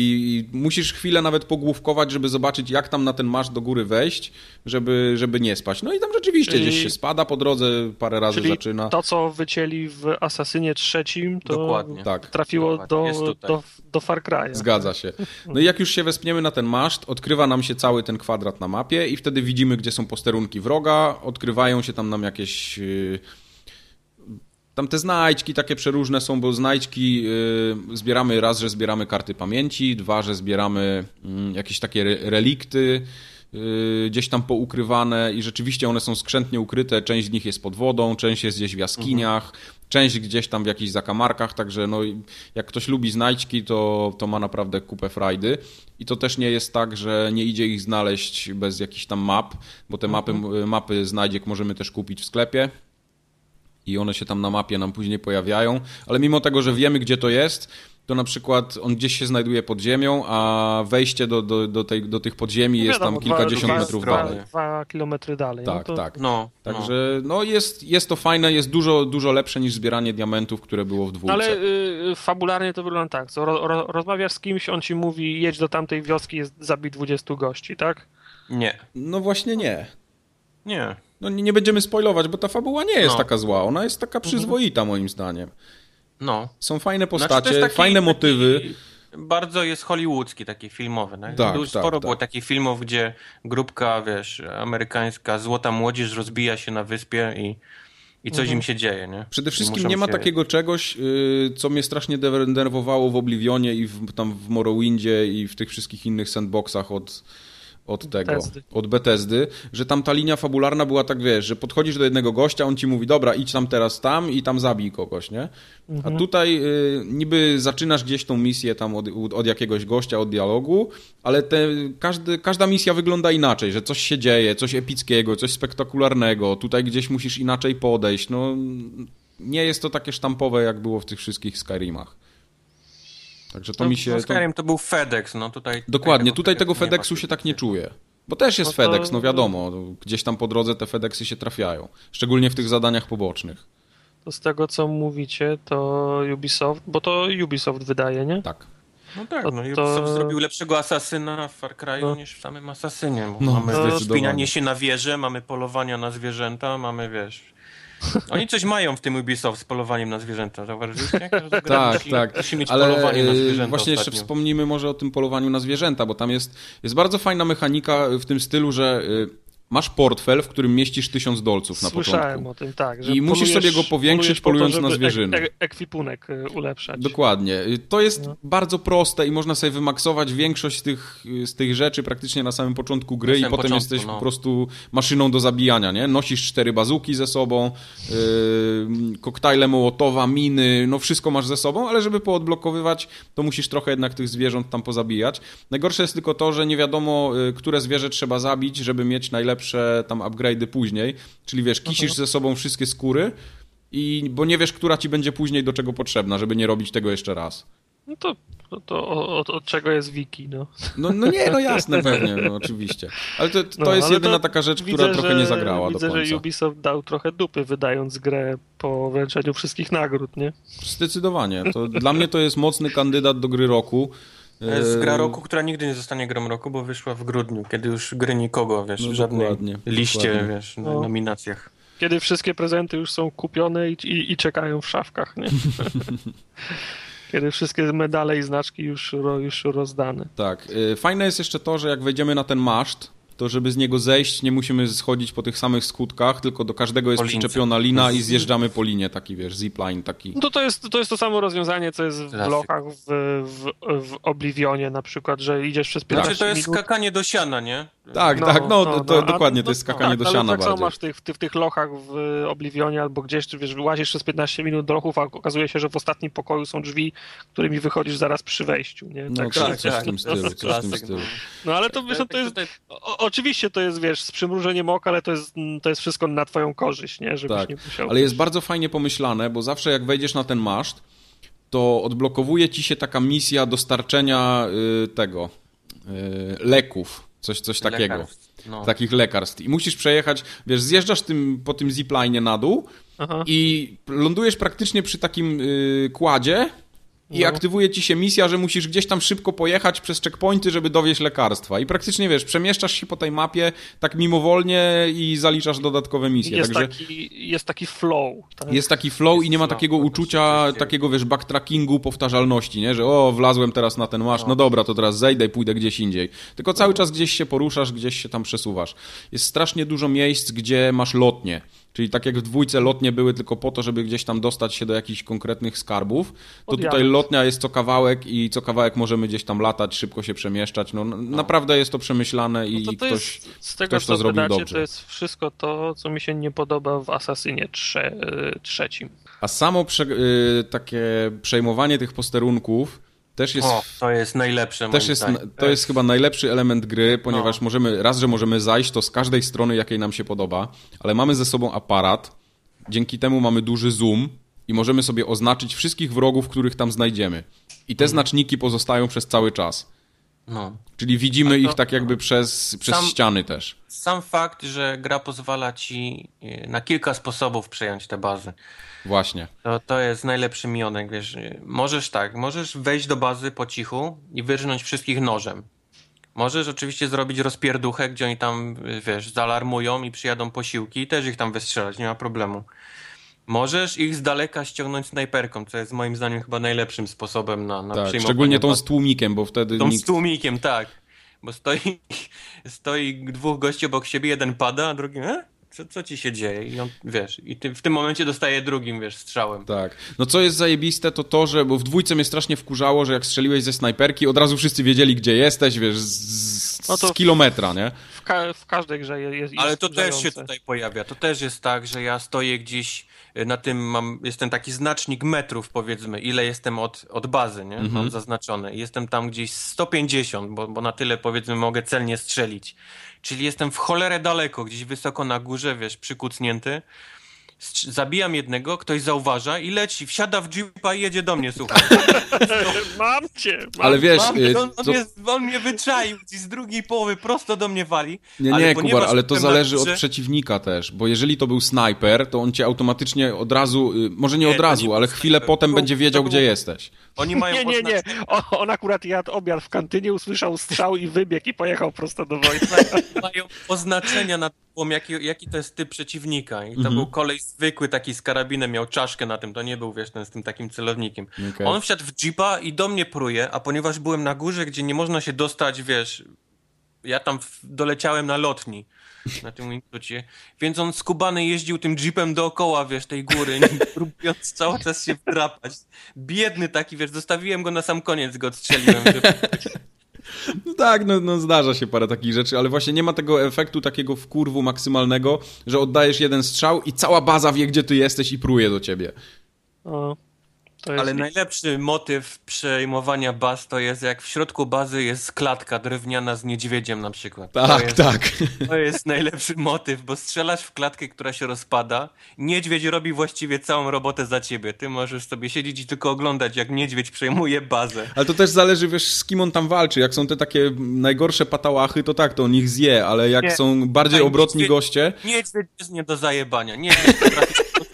S3: I musisz chwilę nawet pogłówkować, żeby zobaczyć, jak tam na ten maszt do góry wejść, żeby, żeby nie spać. No i tam rzeczywiście
S1: Czyli-
S3: gdzieś się spada po drodze, parę razy
S1: Czyli
S3: zaczyna.
S1: to, co wycięli w Asasynie trzecim, to
S2: Dokładnie.
S3: Tak,
S1: trafiło
S2: Dokładnie. Jest
S1: do,
S2: tutaj.
S1: do, do Far Cry'a.
S3: zgadza się. No i jak już się wespniemy na ten maszt, odkrywa nam się cały ten kwadrat na mapie i wtedy widzimy, gdzie są posterunki wroga, odkrywają się tam nam jakieś... Yy... Tam te znajdźki takie przeróżne są, bo znajdźki yy, zbieramy raz, że zbieramy karty pamięci, dwa, że zbieramy yy, jakieś takie re relikty yy, gdzieś tam poukrywane i rzeczywiście one są skrzętnie ukryte, część z nich jest pod wodą, część jest gdzieś w jaskiniach, mhm. część gdzieś tam w jakichś zakamarkach, także no, jak ktoś lubi znajdźki, to, to ma naprawdę kupę frajdy. I to też nie jest tak, że nie idzie ich znaleźć bez jakichś tam map, bo te mapy, mhm. mapy znajdziek możemy też kupić w sklepie. I one się tam na mapie nam później pojawiają, ale mimo tego, że wiemy, gdzie to jest, to na przykład on gdzieś się znajduje pod ziemią, a wejście do, do, do, tej, do tych podziemi
S1: no
S3: jest
S1: wiadomo,
S3: tam kilkadziesiąt
S1: dwa,
S3: metrów
S1: dwa,
S3: dalej.
S1: Dwa kilometry dalej.
S3: Tak,
S1: no to...
S3: tak.
S2: No,
S3: Także no jest, jest to fajne, jest dużo, dużo lepsze niż zbieranie diamentów, które było w dwójce.
S1: No ale y, fabularnie to wygląda tak, co ro, ro, rozmawiasz z kimś, on ci mówi, jedź do tamtej wioski, jest zabij dwudziestu gości, tak?
S2: Nie.
S3: No właśnie nie.
S2: Nie.
S3: No nie, nie będziemy spoilować, bo ta fabuła nie jest
S2: No.
S3: taka zła, ona jest taka przyzwoita moim zdaniem.
S2: No.
S3: Są fajne
S2: Znaczy, to
S3: postacie,
S2: jest taki-
S3: fajne
S2: taki
S3: motywy.
S2: Bardzo jest hollywoodzki, taki filmowy. No?
S3: Tak,
S2: Dużo
S3: tak,
S2: sporo
S3: tak.
S2: było takich filmów, gdzie grupka, wiesz, amerykańska, złota młodzież rozbija się na wyspie i, i coś
S1: Mhm.
S2: im się dzieje, nie?
S3: Przede
S2: I
S3: wszystkim
S2: muszą
S3: nie ma
S2: się...
S3: takiego czegoś, yy, co mnie strasznie denerwowało w Oblivionie i w, tam w Morrowindzie i w tych wszystkich innych sandboxach od, od tego,
S1: Bethesdy.
S3: od Bethesdy, że tam ta linia fabularna była tak, wiesz, że podchodzisz do jednego gościa, on ci mówi, dobra, idź tam teraz tam i tam zabij kogoś, nie? A tutaj yy, niby zaczynasz gdzieś tą misję tam od, od jakiegoś gościa, od dialogu, ale te, każdy, każda misja wygląda inaczej, że coś się dzieje, coś epickiego, coś spektakularnego, tutaj gdzieś musisz inaczej podejść, no nie jest to takie sztampowe, jak było w tych wszystkich Skyrimach. Także to
S2: No,
S3: mi się...
S2: no,
S3: To...
S2: Skyrim to był FedEx, no tutaj...
S3: Dokładnie,
S2: tego
S3: tutaj tego
S2: FedExu nie ma.
S3: FedExu się tak nie czuje. Bo też jest
S1: No to-
S3: FedEx, no wiadomo, gdzieś tam po drodze te FedExy się trafiają. Szczególnie w tych zadaniach pobocznych.
S1: To z tego, co mówicie, to Ubisoft, bo to Ubisoft wydaje, nie?
S3: Tak.
S2: No tak,
S1: To-
S2: no
S1: to-
S2: Ubisoft zrobił lepszego asasyna w Far Cry'u
S1: No.
S2: niż w samym Asasynie. Bo
S3: No,
S2: mamy
S3: zdecydowanie.
S2: wspinanie się na wieże, mamy polowania na zwierzęta, mamy, wiesz... Oni coś mają w tym Ubisoft z polowaniem na zwierzęta, zauważyliście? Każda gra
S3: Tak,
S2: musi,
S3: tak.
S2: musi mieć
S3: Ale
S2: polowanie na
S3: e,
S2: zwierzęta
S3: właśnie jeszcze
S2: ostatnio.
S3: wspomnijmy może o tym polowaniu na zwierzęta, bo tam jest, jest bardzo fajna mechanika w tym stylu, że y, masz portfel, w którym mieścisz tysiąc dolców na
S1: Słyszałem
S3: początku.
S1: o tym, tak. Że
S3: I musisz
S1: polujesz-
S3: sobie go powiększyć,
S1: polujesz po to,
S3: polując na
S1: żeby
S3: zwierzyny.
S1: Ek, ek, ekwipunek y, ulepszać.
S3: Dokładnie. To jest
S1: No.
S3: bardzo proste i można sobie wymaksować większość z tych, z tych rzeczy praktycznie na samym początku gry
S2: Na
S3: i
S2: samym
S3: potem
S2: początku,
S3: jesteś
S2: no.
S3: po prostu maszyną do zabijania, nie? Nosisz cztery bazuki ze sobą, yy, koktajle Mołotowa, miny, no wszystko masz ze sobą, ale żeby poodblokowywać, to musisz trochę jednak tych zwierząt tam pozabijać. Najgorsze jest tylko to, że nie wiadomo, y, które zwierzę trzeba zabić, żeby mieć najlepsze tam upgrade'y później. Czyli wiesz, kisisz ze sobą wszystkie skóry, i, bo nie wiesz, która ci będzie później do czego potrzebna, żeby nie robić tego jeszcze raz.
S1: No to, to, to od, od czego jest wiki, no.
S3: No, no nie, no jasne, pewnie, no oczywiście. Ale to, to
S1: No,
S3: jest
S1: ale
S3: jedyna
S1: to
S3: taka rzecz,
S1: widzę,
S3: która trochę
S1: że-
S3: nie zagrała
S1: widzę,
S3: do końca.
S1: że Ubisoft dał trochę dupy, wydając grę po wręczeniu wszystkich nagród, nie?
S3: Zdecydowanie. To, dla mnie to jest mocny kandydat do gry roku.
S2: To jest gra
S3: Eee,
S2: roku, która nigdy nie zostanie grą roku, bo wyszła w grudniu, kiedy już gry nikogo, wiesz,
S3: No
S2: w żadnej
S3: dokładnie,
S2: liście,
S3: dokładnie.
S2: wiesz,
S1: No.
S2: nominacjach.
S1: Kiedy wszystkie prezenty już są kupione i, i, i czekają w szafkach, nie? Kiedy wszystkie medale i znaczki już, ro- już rozdane.
S3: Tak. Eee, Fajne jest jeszcze to, że jak wejdziemy na ten maszt, to żeby z niego zejść, nie musimy schodzić po tych samych skutkach, tylko do każdego jest
S2: Po lince.
S3: przyczepiona lina i zjeżdżamy po linie, taki wiesz, zipline taki.
S1: No to, to, jest, to jest to samo rozwiązanie, co jest w
S2: Klasyk.
S1: blokach w, w, w Oblivionie na przykład, że idziesz przez piętnaście
S2: Znaczy to jest
S1: minut.
S2: skakanie do siana, nie?
S3: Tak,
S1: No,
S3: tak, no,
S1: no,
S3: to
S1: no, a-
S3: dokładnie, to
S1: no,
S3: jest skakanie
S1: tak,
S3: do
S1: ale
S3: siana
S1: tak samo
S3: bardziej.
S1: masz w tych, w, tych, w tych lochach w Oblivionie albo gdzieś, czy wiesz, łazisz przez piętnaście minut do lochów, a okazuje się, że w ostatnim pokoju są drzwi, którymi wychodzisz zaraz przy wejściu, nie?
S3: No
S1: Także-
S3: tak, coś w tym stylu, coś w tym
S2: Klasyk,
S3: stylu.
S1: No ale to, wiesz, no, to jest, o, oczywiście to jest, wiesz, z przymrużeniem oka, ale to jest, to jest wszystko na twoją korzyść, nie? Żebyś
S3: Tak,
S1: nie musiał...
S3: ale jest bardzo fajnie pomyślane, bo zawsze jak wejdziesz na ten maszt, to odblokowuje ci się taka misja dostarczenia y, tego, y, leków, coś, coś takiego,
S2: Lekarstw, no.
S3: takich lekarstw. I musisz przejechać, wiesz, zjeżdżasz tym, po tym ziplinie na dół
S1: Aha.
S3: i lądujesz praktycznie przy takim y, kładzie i
S1: No.
S3: aktywuje ci się misja, że musisz gdzieś tam szybko pojechać przez checkpointy, żeby dowieźć lekarstwa. I praktycznie, wiesz, przemieszczasz się po tej mapie tak mimowolnie i zaliczasz dodatkowe misje.
S1: Jest,
S3: Także
S1: taki, jest taki flow. Tak?
S3: jest taki flow
S2: Jest
S3: i nie ma
S2: flow,
S3: takiego
S2: to
S3: uczucia,
S2: rzeczywiście.
S3: takiego, wiesz, backtrackingu, powtarzalności, nie? Że o, wlazłem teraz na ten masz, no dobra, to teraz zejdę i pójdę gdzieś indziej. Tylko cały czas gdzieś się poruszasz, gdzieś się tam przesuwasz. Jest strasznie dużo miejsc, gdzie masz lotnie. Czyli tak jak w dwójce lotnie były tylko po to, żeby gdzieś tam dostać się do jakichś konkretnych skarbów, to
S1: Od
S3: tutaj
S1: jabłek.
S3: lotnia jest co kawałek i co kawałek możemy gdzieś tam latać, szybko się przemieszczać. No, no. Naprawdę jest to przemyślane i,
S1: No to
S3: i
S1: to
S3: ktoś...
S1: jest, z tego,
S3: ktoś to
S1: co
S3: zrobił
S1: wydacie,
S3: dobrze.
S1: to jest wszystko to, co mi się nie podoba w Assassinie trze, trzecim.
S3: A samo prze, y, takie przejmowanie tych posterunków też jest...
S2: O, to jest najlepsze,
S3: Też
S2: moim
S3: jest,
S2: zdaniem.
S3: to jest chyba najlepszy element gry, ponieważ
S2: No.
S3: możemy, raz, że możemy zajść to z każdej strony, jakiej nam się podoba, ale mamy ze sobą aparat, dzięki temu mamy duży zoom i możemy sobie oznaczyć wszystkich wrogów, których tam znajdziemy. I te znaczniki pozostają przez cały czas.
S2: No.
S3: Czyli widzimy
S2: to,
S3: ich tak jakby przez, przez
S2: sam,
S3: ściany też.
S2: Sam fakt, że gra pozwala ci na kilka sposobów przejąć te bazy.
S3: Właśnie.
S2: To, to jest najlepszy mionek, wiesz. Możesz tak, możesz wejść do bazy po cichu i wyrżnąć wszystkich nożem. Możesz oczywiście zrobić rozpierduchę, gdzie oni tam, wiesz, zaalarmują i przyjadą posiłki i też ich tam wystrzelać, nie ma problemu. Możesz ich z daleka ściągnąć snajperką, co jest moim zdaniem chyba najlepszym sposobem na, na
S3: tak,
S2: przyjmowanie.
S3: szczególnie tą z tłumikiem, bo wtedy
S2: Tą
S3: nikt...
S2: z tłumikiem, tak. Bo stoi, stoi dwóch gości obok siebie, jeden pada, a drugi, e? Co, co ci się dzieje? I on, wiesz, i ty w tym momencie dostaje drugim, wiesz, strzałem.
S3: Tak. No co jest zajebiste, to to, że, bo w dwójce mnie strasznie wkurzało, że jak strzeliłeś ze snajperki, od razu wszyscy wiedzieli, gdzie jesteś, wiesz, z, z,
S1: No to
S3: z kilometra, nie?
S1: W, ka- w każdej grze jest, jest
S2: Ale to też się
S1: wkurzające.
S2: tutaj pojawia. To też jest tak, że ja stoję gdzieś na tym, mam, jest ten taki znacznik metrów, powiedzmy, ile jestem od, od bazy, nie?
S3: Mhm.
S2: Mam zaznaczone. I jestem tam gdzieś sto pięćdziesiąt, bo, bo na tyle, powiedzmy, mogę celnie strzelić. Czyli jestem w cholerę daleko, gdzieś wysoko na górze, wiesz, przykucnięty. Strz- zabijam jednego, ktoś zauważa i leci, wsiada w jeepa i jedzie do mnie, słuchaj.
S1: Mam cię! Mam
S3: Ale wiesz,
S2: Mam,
S3: y,
S2: on, on,
S3: to...
S2: jest, on mnie wyczaił, gdzieś z drugiej połowy prosto do mnie wali.
S3: Nie,
S2: ale
S3: nie,
S2: ponieważ
S3: Kubar, ale to
S2: byłem na
S3: zależy
S2: górze-
S3: od przeciwnika też, bo jeżeli to był snajper, to on cię automatycznie od razu, y, może nie
S2: Nie,
S3: od
S2: to
S3: razu,
S2: nie był
S3: ale chwilę
S2: snajper.
S3: potem
S2: To był-
S3: będzie wiedział,
S2: to był-
S3: gdzie jesteś.
S2: Oni mają
S1: Nie, nie, nie.
S2: oznaczone-
S1: O, on akurat jadł obiad w kantynie, usłyszał strzał i wybiegł i pojechał prosto do wojska.
S2: mają oznaczenia na tym, jaki, jaki to jest typ przeciwnika. I to
S3: Mhm.
S2: był kolej zwykły, taki z karabinem, miał czaszkę na tym, to nie był, wiesz, ten z tym takim celownikiem.
S3: Okej.
S2: On wsiadł w jeepa i do mnie pruje, a ponieważ byłem na górze, gdzie nie można się dostać, wiesz, ja tam w- doleciałem na lotni, na tym Wingsucie, więc on skubany jeździł tym jeepem dookoła, wiesz, tej góry, próbując cały czas się wdrapać. Biedny taki, wiesz, zostawiłem go na sam koniec, go odstrzeliłem, żeby...
S3: No tak, no, no zdarza się parę takich rzeczy, ale właśnie nie ma tego efektu takiego wkurwu maksymalnego, że oddajesz jeden strzał i cała baza wie, gdzie ty jesteś i pruje do ciebie.
S1: O, to jest...
S2: Ale najlepszy motyw przejmowania baz to jest, jak w środku bazy jest klatka drewniana z niedźwiedziem na przykład. to
S3: Tak,
S2: jest,
S3: tak.
S2: To jest najlepszy motyw, bo strzelasz w klatkę, która się rozpada, niedźwiedź robi właściwie całą robotę za ciebie. Ty możesz sobie siedzieć i tylko oglądać, jak niedźwiedź przejmuje bazę.
S3: Ale to też zależy, wiesz, z kim on tam walczy. Jak są te takie najgorsze patałachy, to tak, to on ich zje, ale jak
S1: Nie.
S3: są bardziej
S2: Tak,
S3: obrotni
S2: niedźwiedź-
S3: goście,
S2: Niedźwiedź jest nie do zajebania. Niedźwiedź potrafi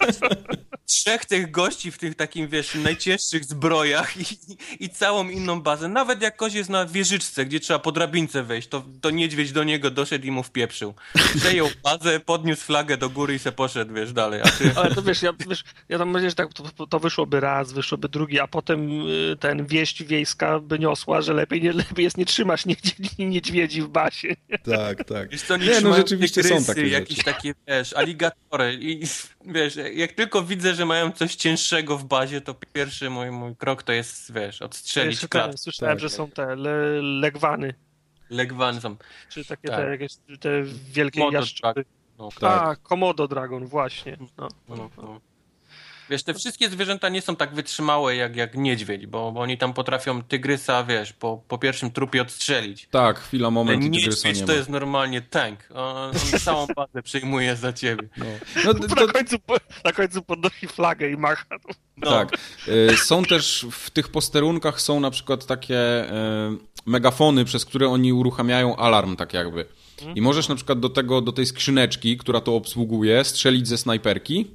S2: trzech tych gości w tych takim, wiesz, najcięższych zbrojach i, i całą inną bazę. Nawet jak kość jest na wieżyczce, gdzie trzeba po drabince wejść, to, to niedźwiedź do niego doszedł i mu wpieprzył. Przejął bazę, podniósł flagę do góry i se poszedł, wiesz, dalej. A ty...
S1: Ale to wiesz, ja, wiesz, ja tam myślę, że tak, to, to wyszłoby raz, wyszłoby drugi, a potem y, ten wieść wiejska by niosła, że lepiej, nie, lepiej jest nie trzymać nigdzie niedźwiedzi w basie.
S3: tak, tak.
S2: Wiesz co, nie
S3: Nie, no
S2: trzymają
S3: rzeczywiście są
S2: tygrysy,
S3: takie
S2: jakieś
S3: rzeczy.
S2: takie, wiesz, aligatory i wiesz, jak tylko widzę, że mają coś cięższego w bazie, to pierwszy mój, mój krok to jest, wiesz, odstrzelić
S1: Jeszcze
S2: klatkę.
S1: ten, słyszałem,
S3: Tak.
S1: że są te le, legwany,
S2: Legwan są.
S1: czy takie
S2: Tak.
S1: te, jakieś, te wielkie
S2: Modo,
S1: jaszczury.
S2: tak. No,
S3: Tak.
S1: A, Komodo Dragon, właśnie. No.
S2: no, no. Wiesz, te wszystkie zwierzęta nie są tak wytrzymałe jak, jak niedźwiedź, bo, bo oni tam potrafią tygrysa, wiesz, po, po pierwszym trupie odstrzelić.
S3: Tak, chwila,
S2: Ale
S3: moment i tygrysa
S2: niedźwiedź
S3: nie
S2: to
S3: ma.
S2: jest normalnie tank. On, on całą bazę przejmuje za ciebie.
S3: No, no
S1: Na,
S3: to,
S1: końcu, po- na końcu podnosi flagę i macha.
S2: No.
S3: tak. Y, Są też w tych posterunkach są na przykład takie y, megafony, przez które oni uruchamiają alarm, tak jakby. I możesz na przykład do tego, do tej skrzyneczki, która to obsługuje, strzelić ze snajperki,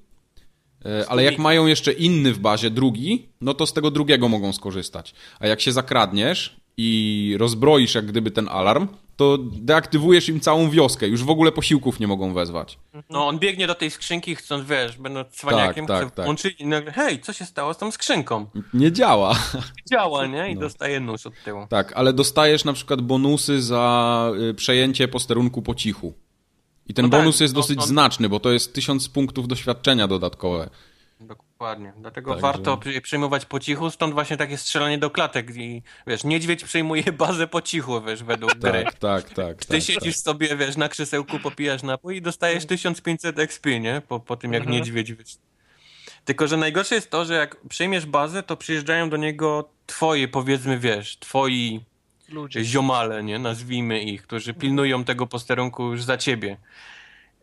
S3: y, ale jak mają jeszcze inny w bazie, drugi, no to z tego drugiego mogą skorzystać. A jak się zakradniesz i rozbroisz jak gdyby ten alarm, to deaktywujesz im całą wioskę. Już w ogóle posiłków nie mogą wezwać.
S2: No, on biegnie do tej skrzynki, chcąc, wiesz, będąc cwaniakiem,
S3: tak,
S2: chce
S3: tak.
S2: włączyć i nagle, hej, co się stało z tą skrzynką?
S3: Nie działa.
S2: Działa, nie? I
S3: No.
S2: dostaje nóż od tyłu.
S3: Tak, ale dostajesz na przykład bonusy za y, przejęcie posterunku po cichu. I ten
S2: No tak,
S3: bonus jest
S2: no,
S3: dosyć
S2: no.
S3: znaczny, bo to jest tysiąc punktów doświadczenia dodatkowe.
S2: Dokładnie. Dlatego
S3: Także-
S2: warto przy- przyjmować po cichu, stąd właśnie takie strzelanie do klatek i, wiesz, niedźwiedź przejmuje bazę po cichu, wiesz, według gry.
S3: Tak, tak, tak.
S2: Ty
S3: tak,
S2: siedzisz sobie, wiesz, na krzesełku, popijasz napój i dostajesz tysiąc pięćset X P, nie? Po, po tym, jak
S1: Mhm.
S2: niedźwiedź, wiesz. Tylko, że najgorsze jest to, że jak przejmiesz bazę, to przyjeżdżają do niego twoje, powiedzmy, wiesz, twoi
S1: Ludzie.
S2: ziomale, nie? Nazwijmy ich, którzy pilnują tego posterunku już za ciebie.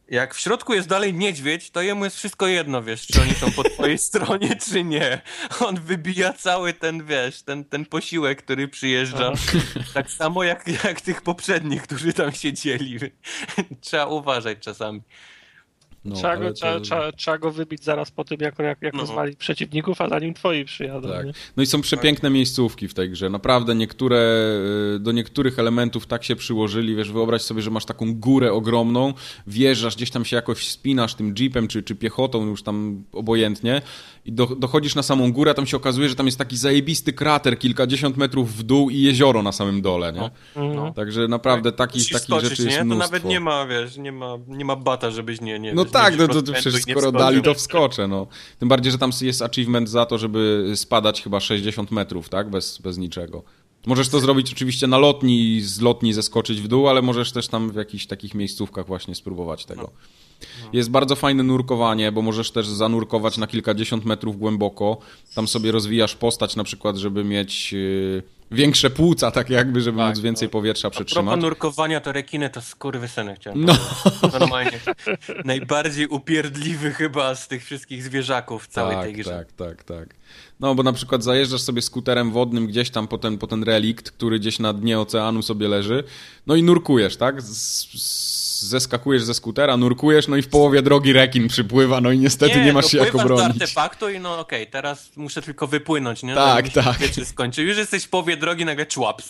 S2: jak w środku jest dalej niedźwiedź, to jemu jest wszystko jedno, wiesz, czy oni są po twojej stronie, czy nie. On wybija cały ten, wiesz, ten, ten posiłek, który przyjeżdża. Aha. Tak samo jak, jak tych poprzednich, którzy tam siedzieli. Trzeba uważać czasami.
S1: No, trzeba, go, to... trzeba, trzeba, trzeba go wybić zaraz po tym, jak, jak, jak no. rozwali przeciwników, a zanim twoi przyjadą.
S3: Tak. No i są przepiękne miejscówki w tej grze. Naprawdę niektóre, do niektórych elementów tak się przyłożyli. Wiesz, wyobraź sobie, że masz taką górę ogromną, wjeżdżasz, gdzieś tam się jakoś spinasz tym jeepem czy, czy piechotą, już tam obojętnie, i do, dochodzisz na samą górę, a tam się okazuje, że tam jest taki zajebisty krater kilkadziesiąt metrów w dół i jezioro na samym dole, nie?
S2: No.
S3: Także naprawdę takich, takich
S2: skoczyć,
S3: rzeczy jest
S2: nie?
S3: mnóstwo.
S2: To nawet nie ma, wiesz, nie ma, nie ma bata, żebyś nie... nie
S3: no
S2: wiesz,
S3: tak,
S2: nie
S3: no to, to przecież skoro dali, to wskoczę, no. Tym bardziej, że tam jest achievement za to, żeby spadać chyba sześćdziesiąt metrów, tak? Bez, bez niczego. Możesz to zrobić oczywiście na lotni, z lotni zeskoczyć w dół, ale możesz też tam w jakichś takich miejscówkach właśnie spróbować tego. No. Jest bardzo fajne nurkowanie, bo możesz też zanurkować na kilkadziesiąt metrów głęboko. Tam sobie rozwijasz postać na przykład, żeby mieć yy, większe płuca, tak jakby, żeby tak, móc więcej no. powietrza przetrzymać. A
S2: propos nurkowania, to rekiny to skurwysyny chciałem no. Normalnie. Najbardziej upierdliwy chyba z tych wszystkich zwierzaków w całej
S3: tak,
S2: tej grze.
S3: Tak, tak, tak. No bo na przykład zajeżdżasz sobie skuterem wodnym gdzieś tam po ten, po ten relikt, który gdzieś na dnie oceanu sobie leży, no i nurkujesz, tak? Z, z, zeskakujesz ze skutera, nurkujesz, no i w połowie drogi rekin przypływa, no i niestety nie, nie masz się jak obronić.
S2: Nie, do artefaktu i no okej, okay, teraz muszę tylko wypłynąć, nie?
S3: Tak, no, tak.
S2: Się skończy. Już jesteś w połowie drogi, nagle człaps.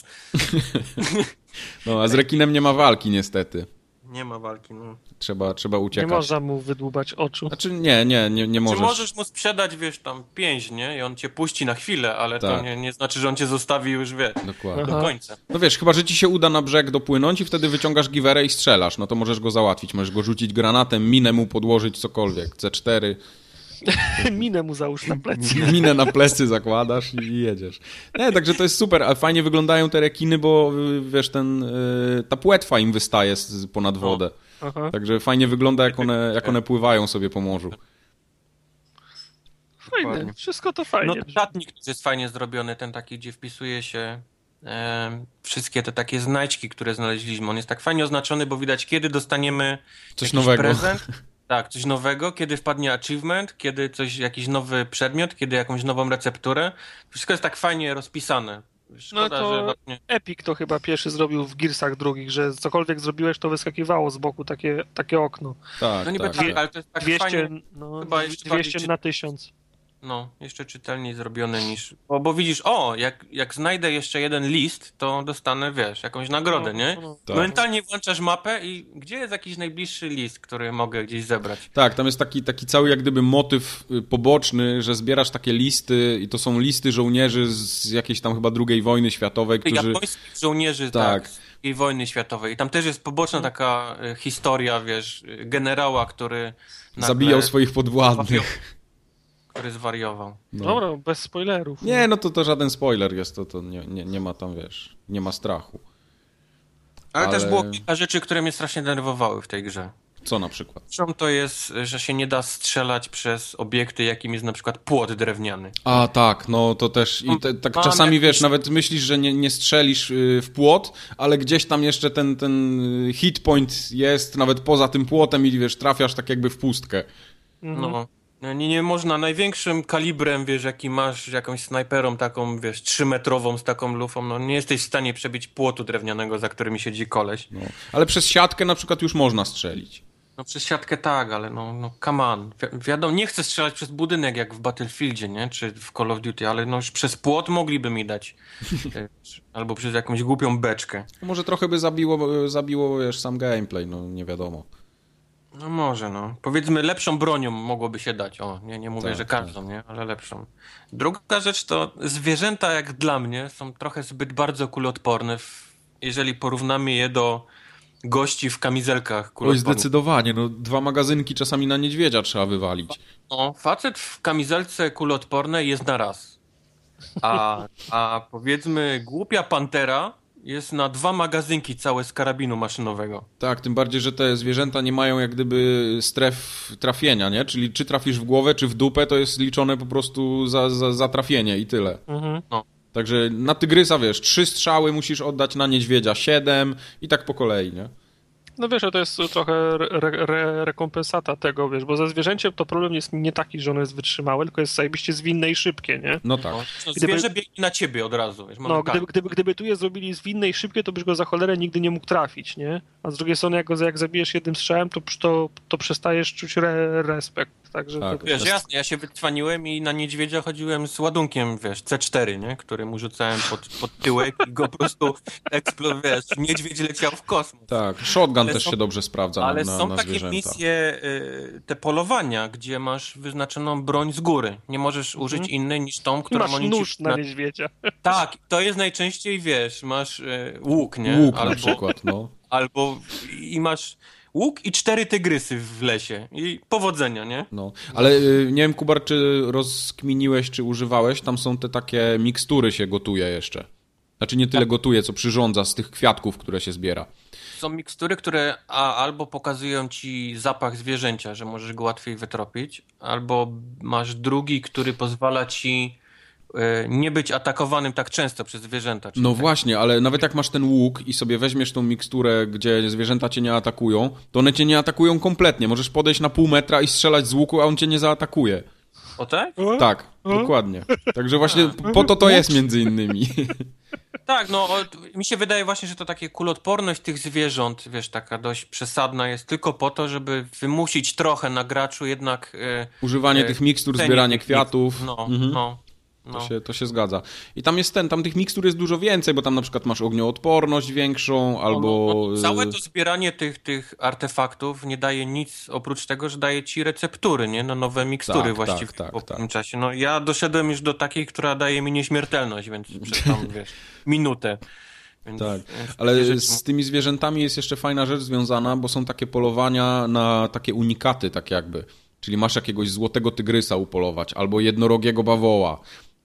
S3: No, a z rekinem nie ma walki niestety.
S2: Nie ma walki, no.
S3: Trzeba, trzeba uciekać.
S1: Nie można mu wydłubać oczu.
S3: Znaczy nie, nie, nie, nie możesz.
S2: Czy możesz mu sprzedać, wiesz, tam pięść, nie? I on cię puści na chwilę, ale tak. to nie, nie znaczy, że on cię zostawi już, wiesz, Dokładnie. do końca.
S3: No wiesz, chyba, że ci się uda na brzeg dopłynąć i wtedy wyciągasz giwerę i strzelasz, no to możesz go załatwić. Możesz go rzucić granatem, minę mu podłożyć, cokolwiek. C cztery.
S1: Minę mu załóż na plecy.
S3: Minę na plecy zakładasz i jedziesz. Nie, także to jest super, a fajnie wyglądają te rekiny, bo wiesz, ten, ta płetwa im wystaje ponad wodę. Aha. Także fajnie wygląda, jak one, jak one pływają sobie po morzu.
S1: Fajne, Dokładnie. Wszystko to fajnie.
S2: No notatnik jest fajnie zrobiony, ten taki, gdzie wpisuje się e, wszystkie te takie znajdźki, które znaleźliśmy. On jest tak fajnie oznaczony, bo widać, kiedy dostaniemy
S3: coś nowego.
S2: prezent. Tak, coś nowego, kiedy wpadnie achievement, kiedy coś, jakiś nowy przedmiot, kiedy jakąś nową recepturę. Wszystko jest tak fajnie rozpisane. Szkoda,
S1: no to
S2: że właśnie...
S1: Epic to chyba pierwszy zrobił w Gearsach drugich, że cokolwiek zrobiłeś, to wyskakiwało z boku takie, takie okno.
S3: Tak,
S2: no niby
S3: tak,
S2: tak, ale to jest tak
S1: dwieście,
S2: fajnie...
S1: no,
S2: chyba
S1: dwieście na tysiąc.
S2: No, jeszcze czytelniej zrobione niż... Bo, bo widzisz, o, jak, jak znajdę jeszcze jeden list, to dostanę, wiesz, jakąś nagrodę,
S1: no,
S2: nie?
S1: No,
S3: tak.
S2: Momentalnie włączasz mapę i gdzie jest jakiś najbliższy list, który mogę gdzieś zebrać?
S3: Tak, tam jest taki, taki cały jak gdyby motyw poboczny, że zbierasz takie listy i to są listy żołnierzy z jakiejś tam chyba drugiej wojny światowej, którzy...
S2: Japońskich żołnierzy, tak. tak z drugiej wojny światowej. I tam też jest poboczna taka y, historia, wiesz, generała, który... Nagle...
S3: zabijał swoich podwładnych.
S2: Który zwariował.
S1: No. Dobra, bez spoilerów.
S3: Nie, no to to żaden spoiler jest, to, to nie, nie, nie ma tam, wiesz, nie ma strachu.
S2: Ale, Ale też było kilka rzeczy, które mnie strasznie denerwowały w tej grze.
S3: Co na przykład?
S2: Pierwszą to jest, że się nie da strzelać przez obiekty, jakim jest na przykład płot drewniany.
S3: A tak, no to też i te, tak Mam czasami, jakiś... wiesz, nawet myślisz, że nie, nie strzelisz w płot, ale gdzieś tam jeszcze ten, ten hit point jest nawet poza tym płotem i wiesz, trafiasz tak jakby w pustkę.
S2: Mhm. No. Nie, nie można największym kalibrem, wiesz, jaki masz, jakąś snajperą taką, wiesz, trzymetrową z taką lufą, no nie jesteś w stanie przebić płotu drewnianego, za którym siedzi koleś.
S3: No, ale przez siatkę na przykład już można strzelić.
S2: No przez siatkę tak, ale no, no come on. Wi- wiadomo, nie chcę strzelać przez budynek jak w Battlefieldzie, nie? Czy w Call of Duty, ale no już przez płot mogliby mi dać. Albo przez jakąś głupią beczkę.
S3: Może trochę by zabiło, zabiło wiesz, sam gameplay, no nie wiadomo.
S2: No może, no. Powiedzmy, lepszą bronią mogłoby się dać. O, nie, nie mówię, tak, że każdą, tak. nie? Ale lepszą. Druga rzecz to zwierzęta, jak dla mnie, są trochę zbyt bardzo kuloodporne, w, jeżeli porównamy je do gości w kamizelkach kuloodpornych.
S3: Oj, zdecydowanie. No, dwa magazynki czasami na niedźwiedzia trzeba wywalić.
S2: No, facet w kamizelce kuloodpornej jest na raz. A, a powiedzmy, głupia pantera jest na dwa magazynki całe z karabinu maszynowego.
S3: Tak, tym bardziej, że te zwierzęta nie mają jak gdyby stref trafienia, nie? Czyli czy trafisz w głowę, czy w dupę, to jest liczone po prostu za, za, za trafienie i tyle.
S2: Mhm. No.
S3: Także na tygrysa, wiesz, trzy strzały musisz oddać, na niedźwiedzia siedem i tak po kolei, nie?
S1: No wiesz, to jest trochę re, re, rekompensata tego, wiesz, bo ze zwierzęciem to problem jest nie taki, że ono jest wytrzymałe, tylko jest zajebiście zwinne i szybkie, nie?
S3: No tak.
S2: No,
S1: Gdyby-
S2: zwierzę biegnie na ciebie od razu. Wiesz,
S1: No, gdyby, gdyby, gdyby tu je zrobili zwinne i szybkie, to byś go za cholerę nigdy nie mógł trafić, nie? A z drugiej strony, jak go jak zabijesz jednym strzałem, to, to, to przestajesz czuć re, respekt, także...
S3: Tak.
S1: To,
S2: Wiesz, jasne, ja się wycwaniłem i na niedźwiedzia chodziłem z ładunkiem, wiesz, C cztery, nie? Który mu rzucałem pod, pod tyłek i go po prostu eksplo, wiesz, niedźwiedź leciał w kosmos.
S3: Tak, shotgun
S2: Ale
S3: też
S2: są-
S3: się dobrze sprawdza na,
S2: Ale
S3: na,
S2: są
S3: na
S2: takie
S3: zwierzęta.
S2: misje, y, te polowania, gdzie masz wyznaczoną broń z góry. Nie możesz użyć innej niż tą, którą
S1: masz
S2: oni
S1: nóż
S2: ci...
S1: na niedźwiedzia.
S2: Tak, to jest najczęściej, wiesz, masz y, łuk, nie?
S3: Łuk
S2: albo,
S3: na przykład, no.
S2: Albo i masz łuk i cztery tygrysy w lesie. I powodzenia, nie?
S3: No, ale y, nie wiem, Kubar, czy rozkminiłeś, czy używałeś, tam są te takie mikstury się gotuje jeszcze. Znaczy nie tyle gotuje, co przyrządza z tych kwiatków, które się zbiera.
S2: Są mikstury, które a, albo pokazują ci zapach zwierzęcia, że możesz go łatwiej wytropić, albo masz drugi, który pozwala ci y, nie być atakowanym tak często przez zwierzęta. Czyli
S3: No
S2: tak,
S3: właśnie, ale nawet jak masz ten łuk i sobie weźmiesz tą miksturę, gdzie zwierzęta cię nie atakują, to one cię nie atakują kompletnie. Możesz podejść na pół metra i strzelać z łuku, a on cię nie zaatakuje.
S2: O tak?
S3: Tak, dokładnie. Także właśnie po to to jest między innymi.
S2: Tak, no o, mi się wydaje właśnie, że to takie kulotporność tych zwierząt, wiesz, taka dość przesadna jest tylko po to, żeby wymusić trochę na graczu jednak... Y,
S3: Używanie
S2: y,
S3: tych mikstur,
S2: cenię
S3: zbieranie
S2: tych
S3: kwiatów.
S2: mikstur. No,
S3: Mhm.
S2: no, no.
S3: To się, to się zgadza. I tam jest ten, tam tych mikstur jest dużo więcej, bo tam na przykład masz ognioodporność większą, albo...
S2: No, no, całe to zbieranie tych, tych artefaktów nie daje nic oprócz tego, że daje ci receptury, nie? Na nowe mikstury
S3: Tak,
S2: właściwie
S3: tak, tak,
S2: po
S3: tak.
S2: pewnym czasie. No ja doszedłem już do takiej, która daje mi nieśmiertelność, więc przez tam, wiesz, minutę. Więc,
S3: Tak,
S2: więc takie
S3: ale
S2: rzeczy-
S3: z tymi zwierzętami jest jeszcze fajna rzecz związana, bo są takie polowania na takie unikaty, tak jakby. Czyli masz jakiegoś złotego tygrysa upolować, albo jednorogiego bawoła.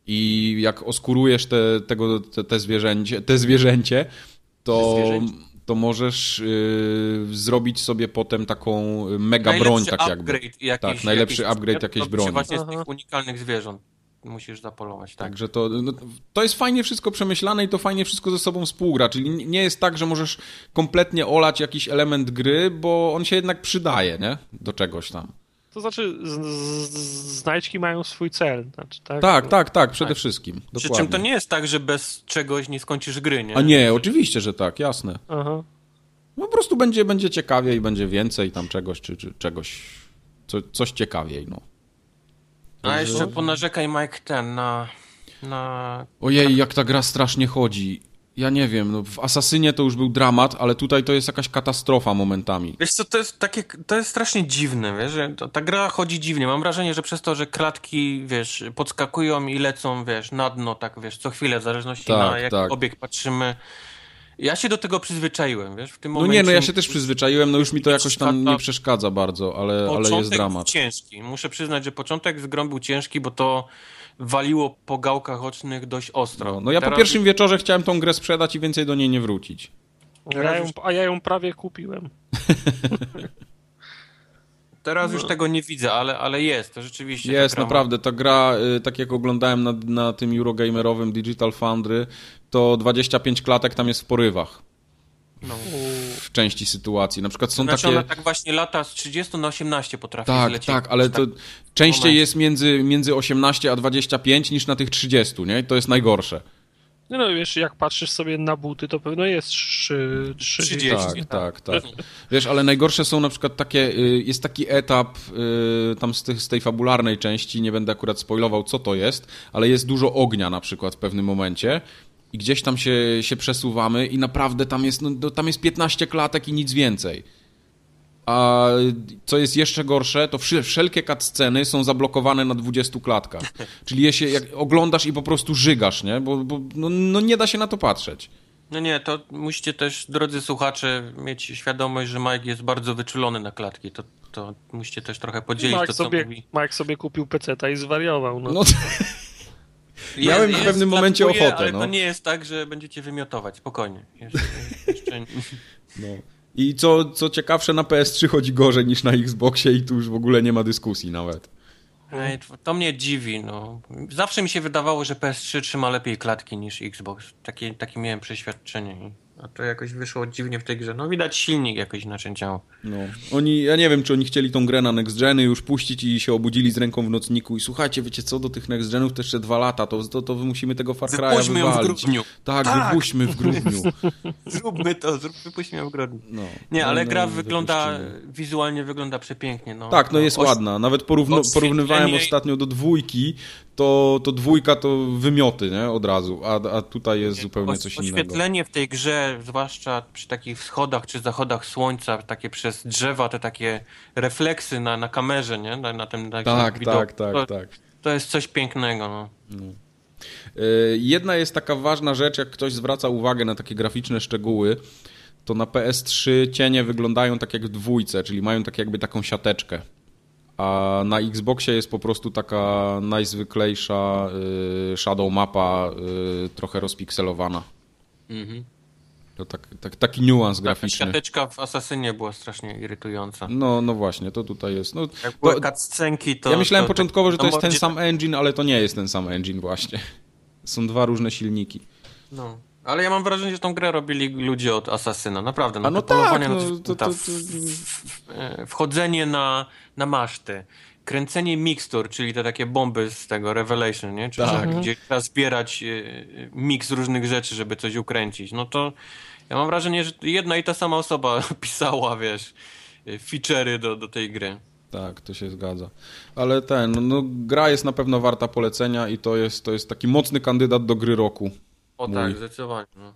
S3: I jak oskurujesz te, tego, te, te, zwierzęcie, te zwierzęcie, to,
S2: Zwierzęcie.
S3: to możesz yy, zrobić sobie potem taką mega
S2: Najlepszy
S3: broń, tak jakby.
S2: upgrade jakiś,
S3: Tak, najlepszy
S2: jakiś,
S3: upgrade jakiejś
S2: to się
S3: broni.
S2: właśnie z
S1: Aha.
S2: tych unikalnych zwierząt musisz zapolować, tak.
S3: Także to, no, to jest fajnie wszystko przemyślane i to fajnie wszystko ze sobą współgra. Czyli nie jest tak, że możesz kompletnie olać jakiś element gry, bo on się jednak przydaje, nie? Do czegoś tam.
S1: To znaczy, z, z, znajdźki mają swój cel. Znaczy, tak,
S3: Tak, tak, tak, przede
S2: Tak.
S3: wszystkim.
S2: Przy
S3: Dokładnie.
S2: czym to nie jest tak, że bez czegoś nie skończysz gry, nie?
S3: A nie, oczywiście, że tak, jasne.
S1: Aha.
S3: No po prostu będzie, będzie ciekawiej, będzie więcej tam czegoś, czy, czy czegoś, co, coś ciekawiej, no.
S2: A jeszcze ponarzekaj, Mike, ten na... na...
S3: Ojej, jak ta gra strasznie chodzi. Ja nie wiem, no w Asasynie to już był dramat, ale tutaj to jest jakaś katastrofa momentami.
S2: Wiesz co, to jest takie, to jest strasznie dziwne, wiesz, że to, ta gra chodzi dziwnie. Mam wrażenie, że przez to, że klatki, wiesz, podskakują i lecą, wiesz, na dno, tak, wiesz, co chwilę, w zależności
S3: Tak,
S2: na jaki
S3: tak.
S2: obiekt patrzymy. Ja się do tego przyzwyczaiłem, wiesz, w tym
S3: No
S2: momencie...
S3: nie, no ja się też przyzwyczaiłem, no już mi to jakoś tam
S2: Świata-
S3: nie przeszkadza bardzo, ale, ale jest
S2: Początek
S3: dramat.
S2: był ciężki. Muszę przyznać, że początek z grą był ciężki, bo to waliło po gałkach ocznych dość ostro.
S3: No, no ja po
S2: Teraz
S3: pierwszym wieczorze chciałem tą grę sprzedać i więcej do niej nie wrócić.
S1: Ja ją, a ja ją prawie kupiłem.
S2: Teraz
S3: No.
S2: już tego nie widzę, ale, ale jest, to rzeczywiście.
S3: Jest,
S2: ta gra ma-
S3: naprawdę, ta gra, y, tak jak oglądałem na, na tym Eurogamerowym Digital Foundry, to dwadzieścia pięć klatek tam jest w porywach.
S2: No.
S3: W części sytuacji. Na przykład są
S2: Znaczy
S3: takie...
S2: ona tak właśnie lata z trzydziestu na osiemnaście potrafi
S3: Tak,
S2: zlecieć.
S3: tak, ale to częściej
S2: momencie.
S3: jest między, między osiemnaście a dwadzieścia pięć niż na tych trzydziestu, nie? I to jest najgorsze.
S1: No, no wiesz, jak patrzysz sobie na buty, to pewno jest trzy,
S2: trzydzieści.
S1: trzydzieści.
S3: Tak, tak, tak. Wiesz, ale najgorsze są na przykład takie, y, jest taki etap y, tam z, tych, z tej fabularnej części, nie będę akurat spoilował, co to jest, ale jest dużo ognia na przykład w pewnym momencie i gdzieś tam się, się przesuwamy i naprawdę tam jest, no, no, tam jest piętnaście klatek i nic więcej. A co jest jeszcze gorsze, to wszy- wszelkie cutsceny są zablokowane na dwudziestu klatkach. Czyli je się, jak oglądasz i po prostu żygasz, nie? Bo, bo no, no nie da się na to patrzeć.
S2: No nie, to musicie też, drodzy słuchacze, mieć świadomość, że Mike jest bardzo wyczulony na klatki. To, to musicie też trochę podzielić
S1: Mike
S2: to, co
S1: sobie,
S2: mówi.
S1: Mike sobie kupił peceta i zwariował. No.
S3: No, Miałem w pewnym momencie
S2: klatkuje,
S3: ochotę,
S2: Ale
S3: no.
S2: to nie jest tak, że będziecie wymiotować. Spokojnie. Jeszcze, jeszcze...
S3: no. I co, co ciekawsze, na P S trzy chodzi gorzej niż na Xboxie i tu już w ogóle nie ma dyskusji nawet.
S2: Ej, to mnie dziwi, no. Zawsze mi się wydawało, że P S trzy trzyma lepiej klatki niż Xbox. Takie, takie miałem przeświadczenie. A to jakoś wyszło dziwnie w tej grze. No widać silnik jakoś inaczej działa.
S3: No. Oni, ja nie wiem, czy oni chcieli tą grę na next geny już puścić i się obudzili z ręką w nocniku i słuchajcie, wiecie co, do tych next genów to jeszcze dwa lata, to, to, to musimy tego Far Cry'a
S2: Wypuśćmy ją w
S3: wywalić.
S2: grudniu.
S3: Tak,
S2: Tak.
S3: wypuśćmy w grudniu.
S2: Zróbmy to, zrób, wypuśćmy ją w grudniu.
S3: No.
S2: Nie, ale
S3: no,
S2: gra
S3: no,
S2: wygląda,
S3: wypuścimy.
S2: wizualnie wygląda przepięknie. No.
S3: Tak, no jest
S2: Oś...
S3: ładna. Nawet porówno, porównywałem
S2: Oświetlenie-
S3: ostatnio do dwójki, to, to dwójka to wymioty, nie? Od razu, a, a tutaj jest zupełnie coś innego.
S2: Oświetlenie w tej grze, zwłaszcza przy takich wschodach czy zachodach słońca, takie przez drzewa, te takie refleksy na, na kamerze, nie? Na, na tym na
S3: Tak,
S2: widoku.
S3: tak, tak,
S2: to,
S3: tak.
S2: to jest coś pięknego. No.
S3: Yy, Jedna jest taka ważna rzecz, jak ktoś zwraca uwagę na takie graficzne szczegóły, to na P S trzy cienie wyglądają tak jak w dwójce, czyli mają tak jakby taką siateczkę. A na Xboxie jest po prostu taka najzwyklejsza yy, shadow mapa, yy, trochę rozpikselowana.
S2: Mhm.
S3: To tak, tak, taki niuans
S2: Ta
S3: graficzny.
S2: siateczka w Asasynie była strasznie irytująca.
S3: No, no właśnie, to tutaj jest. No,
S2: Jak były
S3: to,
S2: cutscenki, to...
S3: ja myślałem
S2: to,
S3: początkowo, że to
S2: no,
S3: jest ten
S2: gdzie-
S3: sam engine, ale to nie jest ten sam engine właśnie. Są dwa różne silniki.
S2: No. Ale ja mam wrażenie, że tą grę robili ludzie od Asasyna, naprawdę.
S3: A no
S2: te polowanie
S3: tak,
S2: na
S3: no,
S2: te-
S3: to-
S2: ta
S3: to-
S2: w- w- e, wchodzenie na, na maszty, kręcenie mikstur, czyli te takie bomby z tego Revelation, nie? Czyli
S3: Tak.
S2: gdzie trzeba zbierać e, miks różnych rzeczy, żeby coś ukręcić. No to ja mam wrażenie, że jedna i ta sama osoba pisała, wiesz, e, feature'y do, do tej gry.
S3: Tak, to się zgadza. Ale ten, no, no gra jest na pewno warta polecenia i to jest, to jest taki mocny kandydat do gry roku.
S2: O
S3: Mój.
S2: tak, zdecydowanie. No.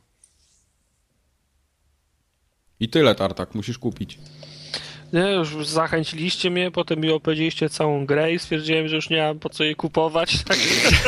S3: I tyle, Tartak, musisz kupić.
S1: Nie, już zachęciliście mnie, potem mi opowiedzieliście całą grę i stwierdziłem, że już nie mam po co jej kupować. Tak.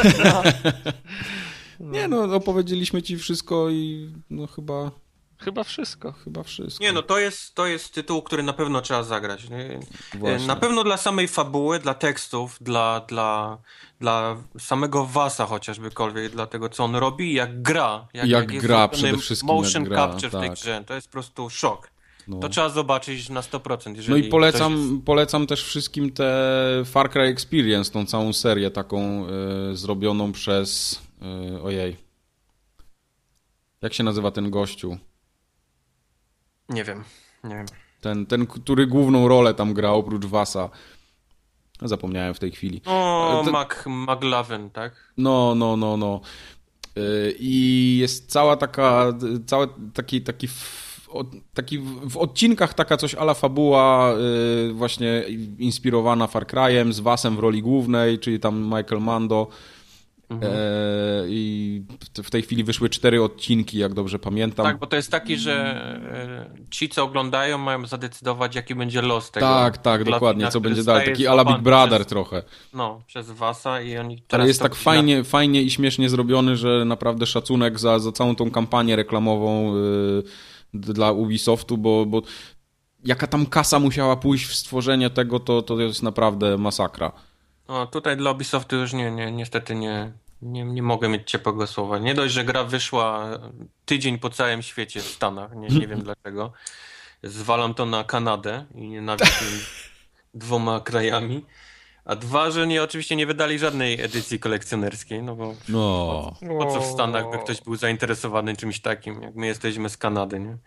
S3: Nie no, opowiedzieliśmy ci wszystko i no chyba,
S1: Chyba wszystko.
S3: chyba wszystko.
S2: Nie no, to jest, to jest tytuł, który na pewno trzeba zagrać. Nie?
S3: Właśnie.
S2: Na pewno dla samej fabuły, dla tekstów, dla, dla, dla samego Vasa chociażbykolwiek, dla tego co on robi, jak gra.
S3: Jak
S2: jest
S3: gra
S2: zrobiony
S3: przede wszystkim,
S2: motion
S3: jak gra,
S2: capture w tej
S3: tak.
S2: grze, to jest po prostu szok.
S3: No.
S2: To trzeba zobaczyć na sto procent.
S3: No
S2: Jeżeli
S3: i
S2: ktoś
S3: polecam,
S2: jest...
S3: polecam też wszystkim te Far Cry Experience, tą całą serię taką y, zrobioną przez... Y, ojej. Jak się nazywa ten gościu?
S2: Nie wiem, nie wiem.
S3: Ten, ten, który główną rolę tam gra oprócz Vasa. Zapomniałem w tej chwili.
S2: O,
S3: To-
S2: Mac, McLavin, tak?
S3: No, no, no, no. Yy, I jest cała taka, cały taki, taki, w, od, taki w, w odcinkach taka coś a la fabuła yy, właśnie inspirowana Far Cry'em z Vasem w roli głównej, czyli tam Michael Mando.
S2: Mhm.
S3: Yy, I w tej chwili wyszły cztery odcinki, jak dobrze pamiętam.
S2: Tak, bo to jest taki, że e, ci, co oglądają, mają zadecydować, jaki będzie los tego.
S3: tak, tak,
S2: McLavina,
S3: dokładnie, co
S2: który
S3: będzie dalej.
S2: zostaje
S3: Taki a la Big
S2: złapany
S3: Brother
S2: przez,
S3: trochę.
S2: No, przez Vasa i oni teraz
S3: Ale jest
S2: to
S3: tak
S2: widać.
S3: fajnie, fajnie i śmiesznie zrobiony, że naprawdę szacunek za, za całą tą kampanię reklamową yy, dla Ubisoftu, bo, bo jaka tam kasa musiała pójść w stworzenie tego, to, to jest naprawdę masakra.
S2: No, tutaj dla Ubisoftu już nie, nie, niestety nie, nie, nie mogę mieć ciepłego słowa. Nie dość, że gra wyszła tydzień po całym świecie w Stanach, nie, nie wiem dlaczego. Zwalam to na Kanadę i nienawidzę dwoma krajami. A dwa, że nie, oczywiście nie wydali żadnej edycji kolekcjonerskiej, no bo
S3: No.
S2: po co w Stanach by ktoś był zainteresowany czymś takim, jak my jesteśmy z Kanady, nie?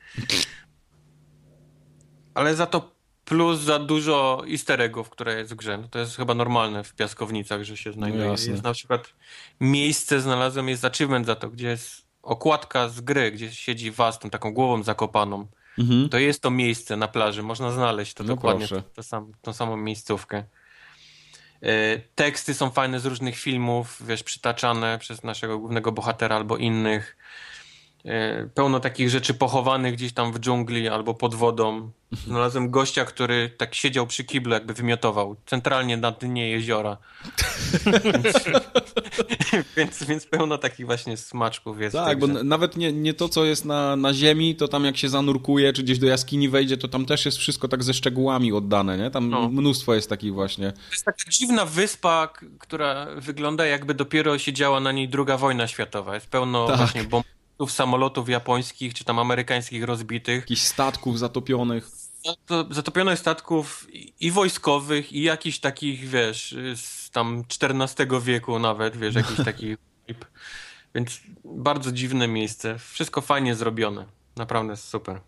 S2: Ale za to plus za dużo easter eggów, które jest w grze. No to jest chyba normalne w piaskownicach, że się znajduje.
S3: No jasne.
S2: Jest na przykład miejsce, znalazłem, jest achievement za to, gdzie jest okładka z gry, gdzie siedzi was tą taką głową zakopaną.
S3: Mhm.
S2: To jest to miejsce na plaży, można znaleźć to
S3: No
S2: dokładnie,
S3: proszę.
S2: to, to sam, tą samą miejscówkę. E, teksty są fajne z różnych filmów, wiesz, przytaczane przez naszego głównego bohatera albo innych. E, pełno takich rzeczy pochowanych gdzieś tam w dżungli albo pod wodą. Znalazłem gościa, który tak siedział przy kiblu, jakby wymiotował, centralnie na dnie jeziora. więc, więc, więc pełno takich właśnie smaczków jest.
S3: Tak, bo
S2: także.
S3: n- nawet nie, nie to, co jest na, na ziemi, to tam jak się zanurkuje, czy gdzieś do jaskini wejdzie, to tam też jest wszystko tak ze szczegółami oddane, nie? Tam
S2: No.
S3: mnóstwo jest takich właśnie.
S2: To jest taka dziwna wyspa, k- która wygląda jakby dopiero się działa na niej druga wojna światowa. Jest pełno
S3: Tak.
S2: właśnie bombów, samolotów japońskich, czy tam amerykańskich rozbitych.
S3: Jakichś statków zatopionych.
S2: To zatopionych statków i, i wojskowych, i jakichś takich, wiesz, z tam czternastego wieku nawet, wiesz, jakiś taki... Więc bardzo dziwne miejsce. Wszystko fajnie zrobione. naprawdę jest super.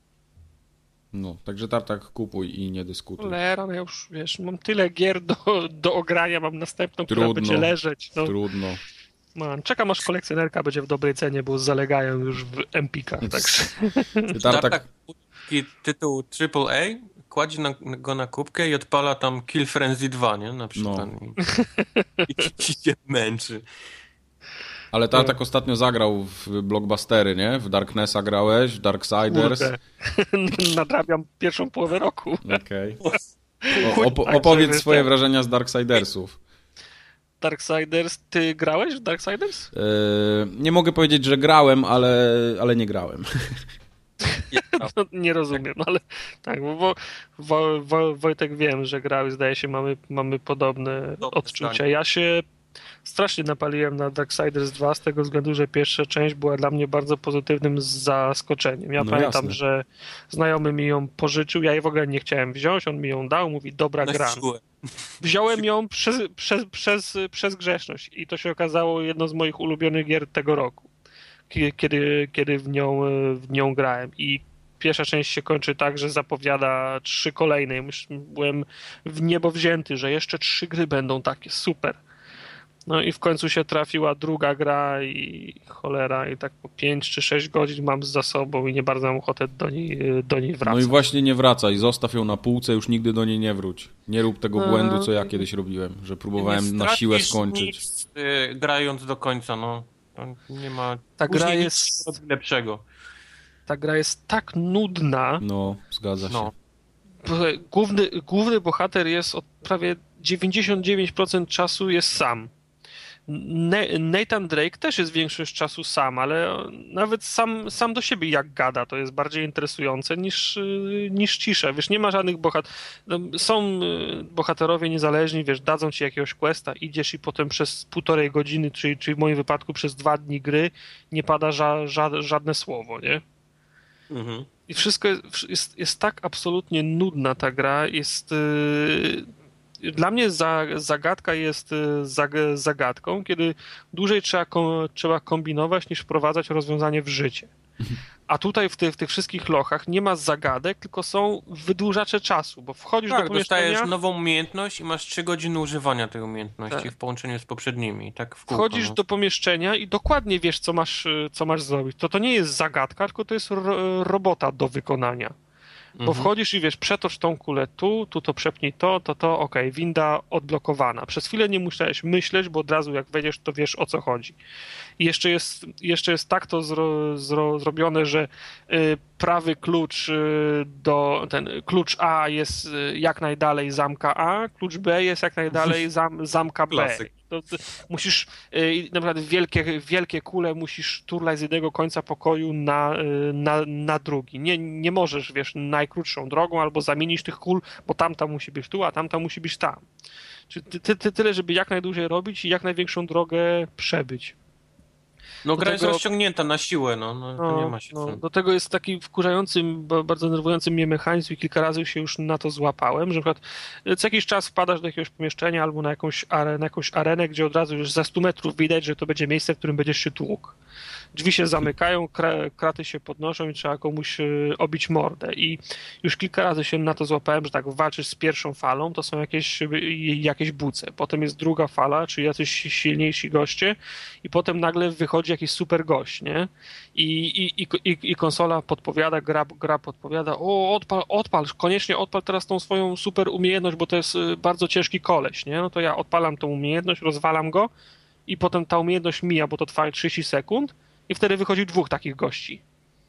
S3: No, także Tartak kupuj i nie dyskutuj.
S1: Cholera, no ja już, wiesz, mam tyle gier do, do ogrania, mam następną,
S3: Trudno,
S1: która będzie leżeć. No.
S3: Trudno.
S1: Man, czekam aż kolekcjonerka będzie w dobrej cenie, bo zalegają już w Empikach, także...
S3: Tartak...
S2: Tartak taki tytuł triple A, kładzie na, go na kubkę i odpala tam Kill Frenzy dwa, nie? Na przykład. No. I, i się męczy.
S3: Ale Tartak ostatnio zagrał w blockbustery, nie? W Darknessa grałeś, w Darksiders.
S1: Nadrabiam pierwszą połowę roku.
S3: Okej. Okay. Op- opowiedz swoje wrażenia z Darksidersów.
S1: Darksiders, ty grałeś w Darksiders?
S3: Yy, nie mogę powiedzieć, że grałem, ale, ale nie grałem.
S1: No, nie rozumiem, ale tak, bo Wo, Wo, Wojtek wiem, że grał i zdaje się mamy, mamy podobne Dobre odczucia. Zdanie. Ja się strasznie napaliłem na Darksiders dwa z tego względu, że pierwsza część była dla mnie bardzo pozytywnym zaskoczeniem. Ja no pamiętam, jasne. że znajomy mi ją pożyczył, ja jej w ogóle nie chciałem wziąć, on mi ją dał, mówi dobra no gra. Wziąłem ją przez, przez, przez, przez grzeszność i to się okazało jedno z moich ulubionych gier tego roku, kiedy, kiedy w, nią, w nią grałem. I pierwsza część się kończy tak, że zapowiada trzy kolejne. Byłem w niebo wzięty, że jeszcze trzy gry będą takie, super. No i w końcu się trafiła druga gra i cholera, i tak po pięć czy sześć godzin mam za sobą i nie bardzo mam ochotę do niej, do niej wracać.
S3: No i właśnie nie wracaj, zostaw ją na półce, już nigdy do niej nie wróć. Nie rób tego błędu, co ja kiedyś robiłem, że próbowałem na siłę skończyć.
S2: Nic, yy, grając do końca, no. Nie ma
S1: ta gra jest
S2: lepszego.
S1: Ta gra jest tak nudna.
S3: No, zgadza się. No.
S1: Główny, główny bohater jest od prawie dziewięćdziesiąt dziewięć procent czasu jest sam. Nathan Drake też jest większość czasu sam, ale nawet sam, sam do siebie jak gada, to jest bardziej interesujące niż, niż cisza. Wiesz, nie ma żadnych bohaterów. Są bohaterowie niezależni, wiesz, dadzą ci jakiegoś questa, idziesz i potem przez półtorej godziny, czyli, czyli w moim wypadku przez dwa dni gry nie pada ża, ża, żadne słowo, nie? Mhm. I wszystko jest, jest, jest tak absolutnie nudna ta gra, jest... Yy, Dla mnie za, zagadka jest zag, zagadką, kiedy dłużej trzeba, kom, trzeba kombinować niż wprowadzać rozwiązanie w życie. A tutaj w, ty, w tych wszystkich lochach nie ma zagadek, tylko są wydłużacze czasu, bo wchodzisz
S2: tak,
S1: do pomieszczenia...
S2: Tak, dostajesz nową umiejętność i masz trzy godziny używania tej umiejętności tak. w połączeniu z poprzednimi. Tak w kółko,
S1: Wchodzisz
S2: no.
S1: do pomieszczenia i dokładnie wiesz, co masz, co masz zrobić. To to nie jest zagadka, tylko to jest ro, robota do wykonania. Bo mhm. wchodzisz i wiesz, przetocz tą kulę tu, tu to przepnij to, to to, okej, okay, winda odblokowana. Przez chwilę nie musiałeś myśleć, bo od razu jak wejdziesz, to wiesz, o co chodzi. I jeszcze jest, jeszcze jest tak to zro, zro, zrobione, że y, prawy klucz y, do, ten klucz A jest y, jak najdalej zamka A, klucz B jest jak najdalej zam, zamka B.
S2: Klasyk.
S1: To, to musisz, y, naprawdę wielkie, wielkie kule musisz turlać z jednego końca pokoju na, y, na, na drugi. Nie, nie możesz, wiesz, najkrótszą drogą albo zamienić tych kul, bo tamta musi być tu, a tamta musi być tam. Czyli ty, ty, ty, tyle, żeby jak najdłużej robić i jak największą drogę przebyć.
S2: No gra tego, jest rozciągnięta na siłę, no, no, no nie ma się
S1: no, do tego jest taki wkurzający, bardzo denerwujący mnie mechanizm i kilka razy się już na to złapałem, że na przykład co jakiś czas wpadasz do jakiegoś pomieszczenia albo na jakąś, are, na jakąś arenę, gdzie od razu już za stu metrów widać, że to będzie miejsce, w którym będziesz się tłukł. Drzwi się zamykają, kraty się podnoszą i trzeba komuś obić mordę. I już kilka razy się na to złapałem, że tak walczysz z pierwszą falą, to są jakieś, jakieś buce. Potem jest druga fala, czyli jacyś silniejsi goście i potem nagle wychodzi jakiś super gość, nie? I, i, i, i, i konsola podpowiada, gra, gra podpowiada, o odpal, odpal, koniecznie odpal teraz tą swoją super umiejętność, bo to jest bardzo ciężki koleś, nie? No to ja odpalam tą umiejętność, rozwalam go i potem ta umiejętność mija, bo to trwa trzydzieści sekund i wtedy wychodzi dwóch takich gości.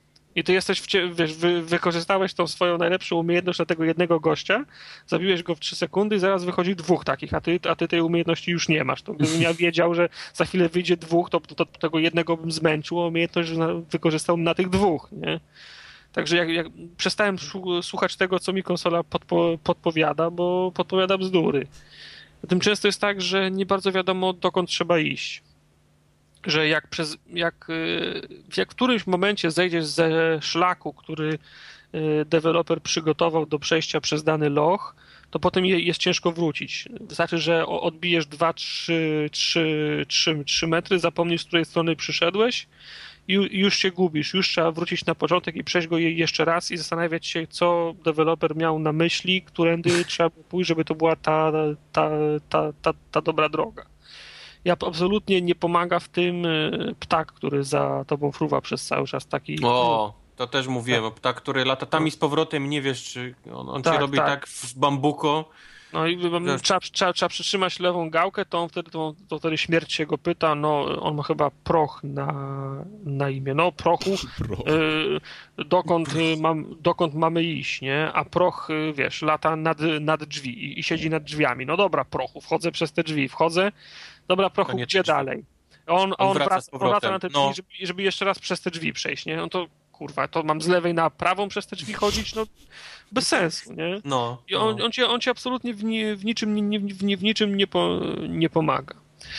S1: I ty jesteś, w cie, wiesz, wy, wykorzystałeś tą swoją najlepszą umiejętność na tego jednego gościa, zabiłeś go w trzy sekundy i zaraz wychodzi dwóch takich, a ty, a ty tej umiejętności już nie masz. To gdybym ja wiedział, że za chwilę wyjdzie dwóch, to, to, to tego jednego bym zmęczył, a umiejętność wykorzystał na tych dwóch, nie? Także jak, jak przestałem słuchać tego, co mi konsola podpo, podpowiada, bo podpowiada bzdury. Tym często jest tak, że nie bardzo wiadomo, dokąd trzeba iść. Że jak, przez, jak, jak w którymś momencie zejdziesz ze szlaku, który deweloper przygotował do przejścia przez dany loch, to potem jest ciężko wrócić. Wystarczy, że odbijesz dwa trzy metry, zapomnisz, z której strony przyszedłeś ju, już się gubisz, już trzeba wrócić na początek i przejść go jeszcze raz i zastanawiać się, co deweloper miał na myśli, którędy trzeba pójść, żeby to była ta, ta, ta, ta, ta dobra droga. Ja absolutnie nie pomaga w tym ptak, który za tobą fruwa przez cały czas. Taki.
S2: O, to też mówiłem, tak. Ptak, który lata tam i z powrotem, nie wiesz, czy on, on
S1: tak,
S2: cię robi tak. tak w bambuko.
S1: No i trzeba, trzeba, trzeba przytrzymać lewą gałkę, to on wtedy, to, to wtedy śmierć się go pyta, no on ma chyba Proch na, na imię. No Prochu, y, dokąd, y, mam, dokąd mamy iść, nie? A Proch, y, wiesz, lata nad, nad drzwi i, i siedzi nad drzwiami. No dobra, Prochu, wchodzę przez te drzwi, wchodzę. Dobra, Prochu, gdzie dalej? On, on, on, wraca, wraca, on wraca na te drzwi, no. żeby, żeby jeszcze raz przez te drzwi przejść, nie? No to kurwa, to mam z lewej na prawą przez te drzwi chodzić? No bez sensu, nie?
S2: No,
S1: I on,
S2: no.
S1: on, ci, on ci absolutnie w, ni, w niczym, nie, w, w niczym nie, po, nie pomaga.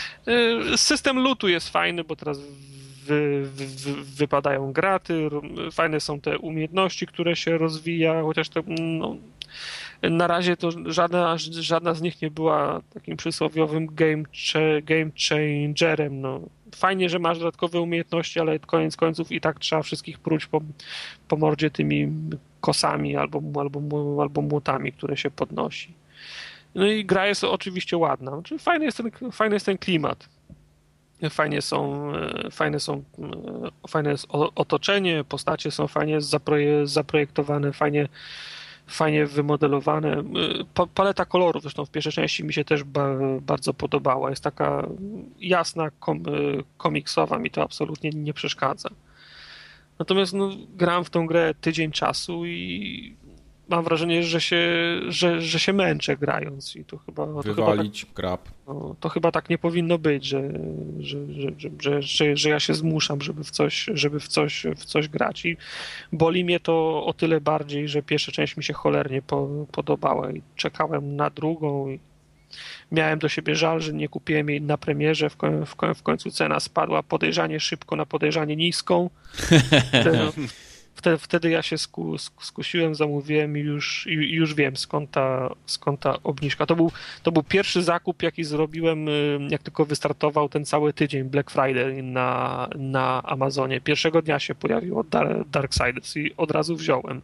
S1: System lootu jest fajny, bo teraz wy, wy, wypadają graty, fajne są te umiejętności, które się rozwija, chociaż to no, na razie to żadna, żadna z nich nie była takim przysłowiowym game, game changerem. No. Fajnie, że masz dodatkowe umiejętności, ale koniec końców i tak trzeba wszystkich pruć po, po mordzie tymi kosami albo, albo, albo młotami, które się podnosi. No i gra jest oczywiście ładna. Czyli fajny jest ten, fajny jest ten klimat. Fajnie są, fajne są, fajne jest otoczenie, postacie są fajnie zaproje, zaprojektowane, fajnie fajnie wymodelowane. Paleta kolorów zresztą w pierwszej części mi się też ba, bardzo podobała. Jest taka jasna, kom, komiksowa, mi to absolutnie nie przeszkadza. Natomiast no, grałem w tą grę tydzień czasu i mam wrażenie, że się, że, że się męczę grając. I to chyba, to
S3: Wywalić
S1: chyba tak,
S3: krab.
S1: no, to chyba tak nie powinno być, że, że, że, że, że, że ja się zmuszam, żeby w coś, żeby w coś, w coś grać. I boli mnie to o tyle bardziej, że pierwsza część mi się cholernie po, podobała i czekałem na drugą i miałem do siebie żal, że nie kupiłem jej na premierze, w, koń, w, koń, w końcu cena spadła podejrzanie szybko na podejrzanie niską. Wtedy, wtedy, wtedy ja się sku, skusiłem, zamówiłem i już, i już wiem skąd ta, skąd ta obniżka. To był, to był pierwszy zakup, jaki zrobiłem, jak tylko wystartował ten cały tydzień Black Friday na, na Amazonie. Pierwszego dnia się pojawiło Darksiders i od razu wziąłem.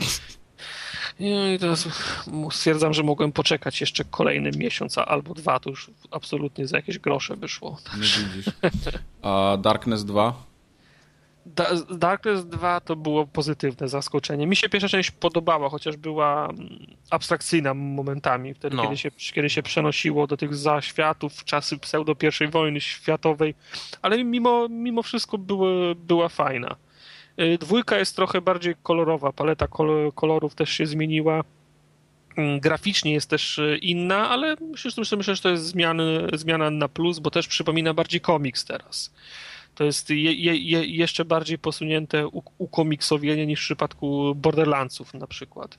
S1: I teraz stwierdzam, że mogłem poczekać jeszcze kolejny miesiąc albo dwa, to już absolutnie za jakieś grosze by szło.
S3: Nie widzisz. A Darkness dwa?
S1: Da- Darkness dwa to było pozytywne zaskoczenie. Mi się pierwsza część podobała, chociaż była abstrakcyjna momentami, wtedy
S2: no.
S1: kiedy, się, kiedy się przenosiło do tych zaświatów w czasy pseudo pierwszej wojny światowej, ale mimo, mimo wszystko było, była fajna. Dwójka jest trochę bardziej kolorowa, paleta kolorów też się zmieniła. Graficznie jest też inna, ale myślę, że, myślę, że to jest zmiany, zmiana na plus, bo też przypomina bardziej komiks teraz. To jest je, je, jeszcze bardziej posunięte ukomiksowienie niż w przypadku Borderlandsów na przykład.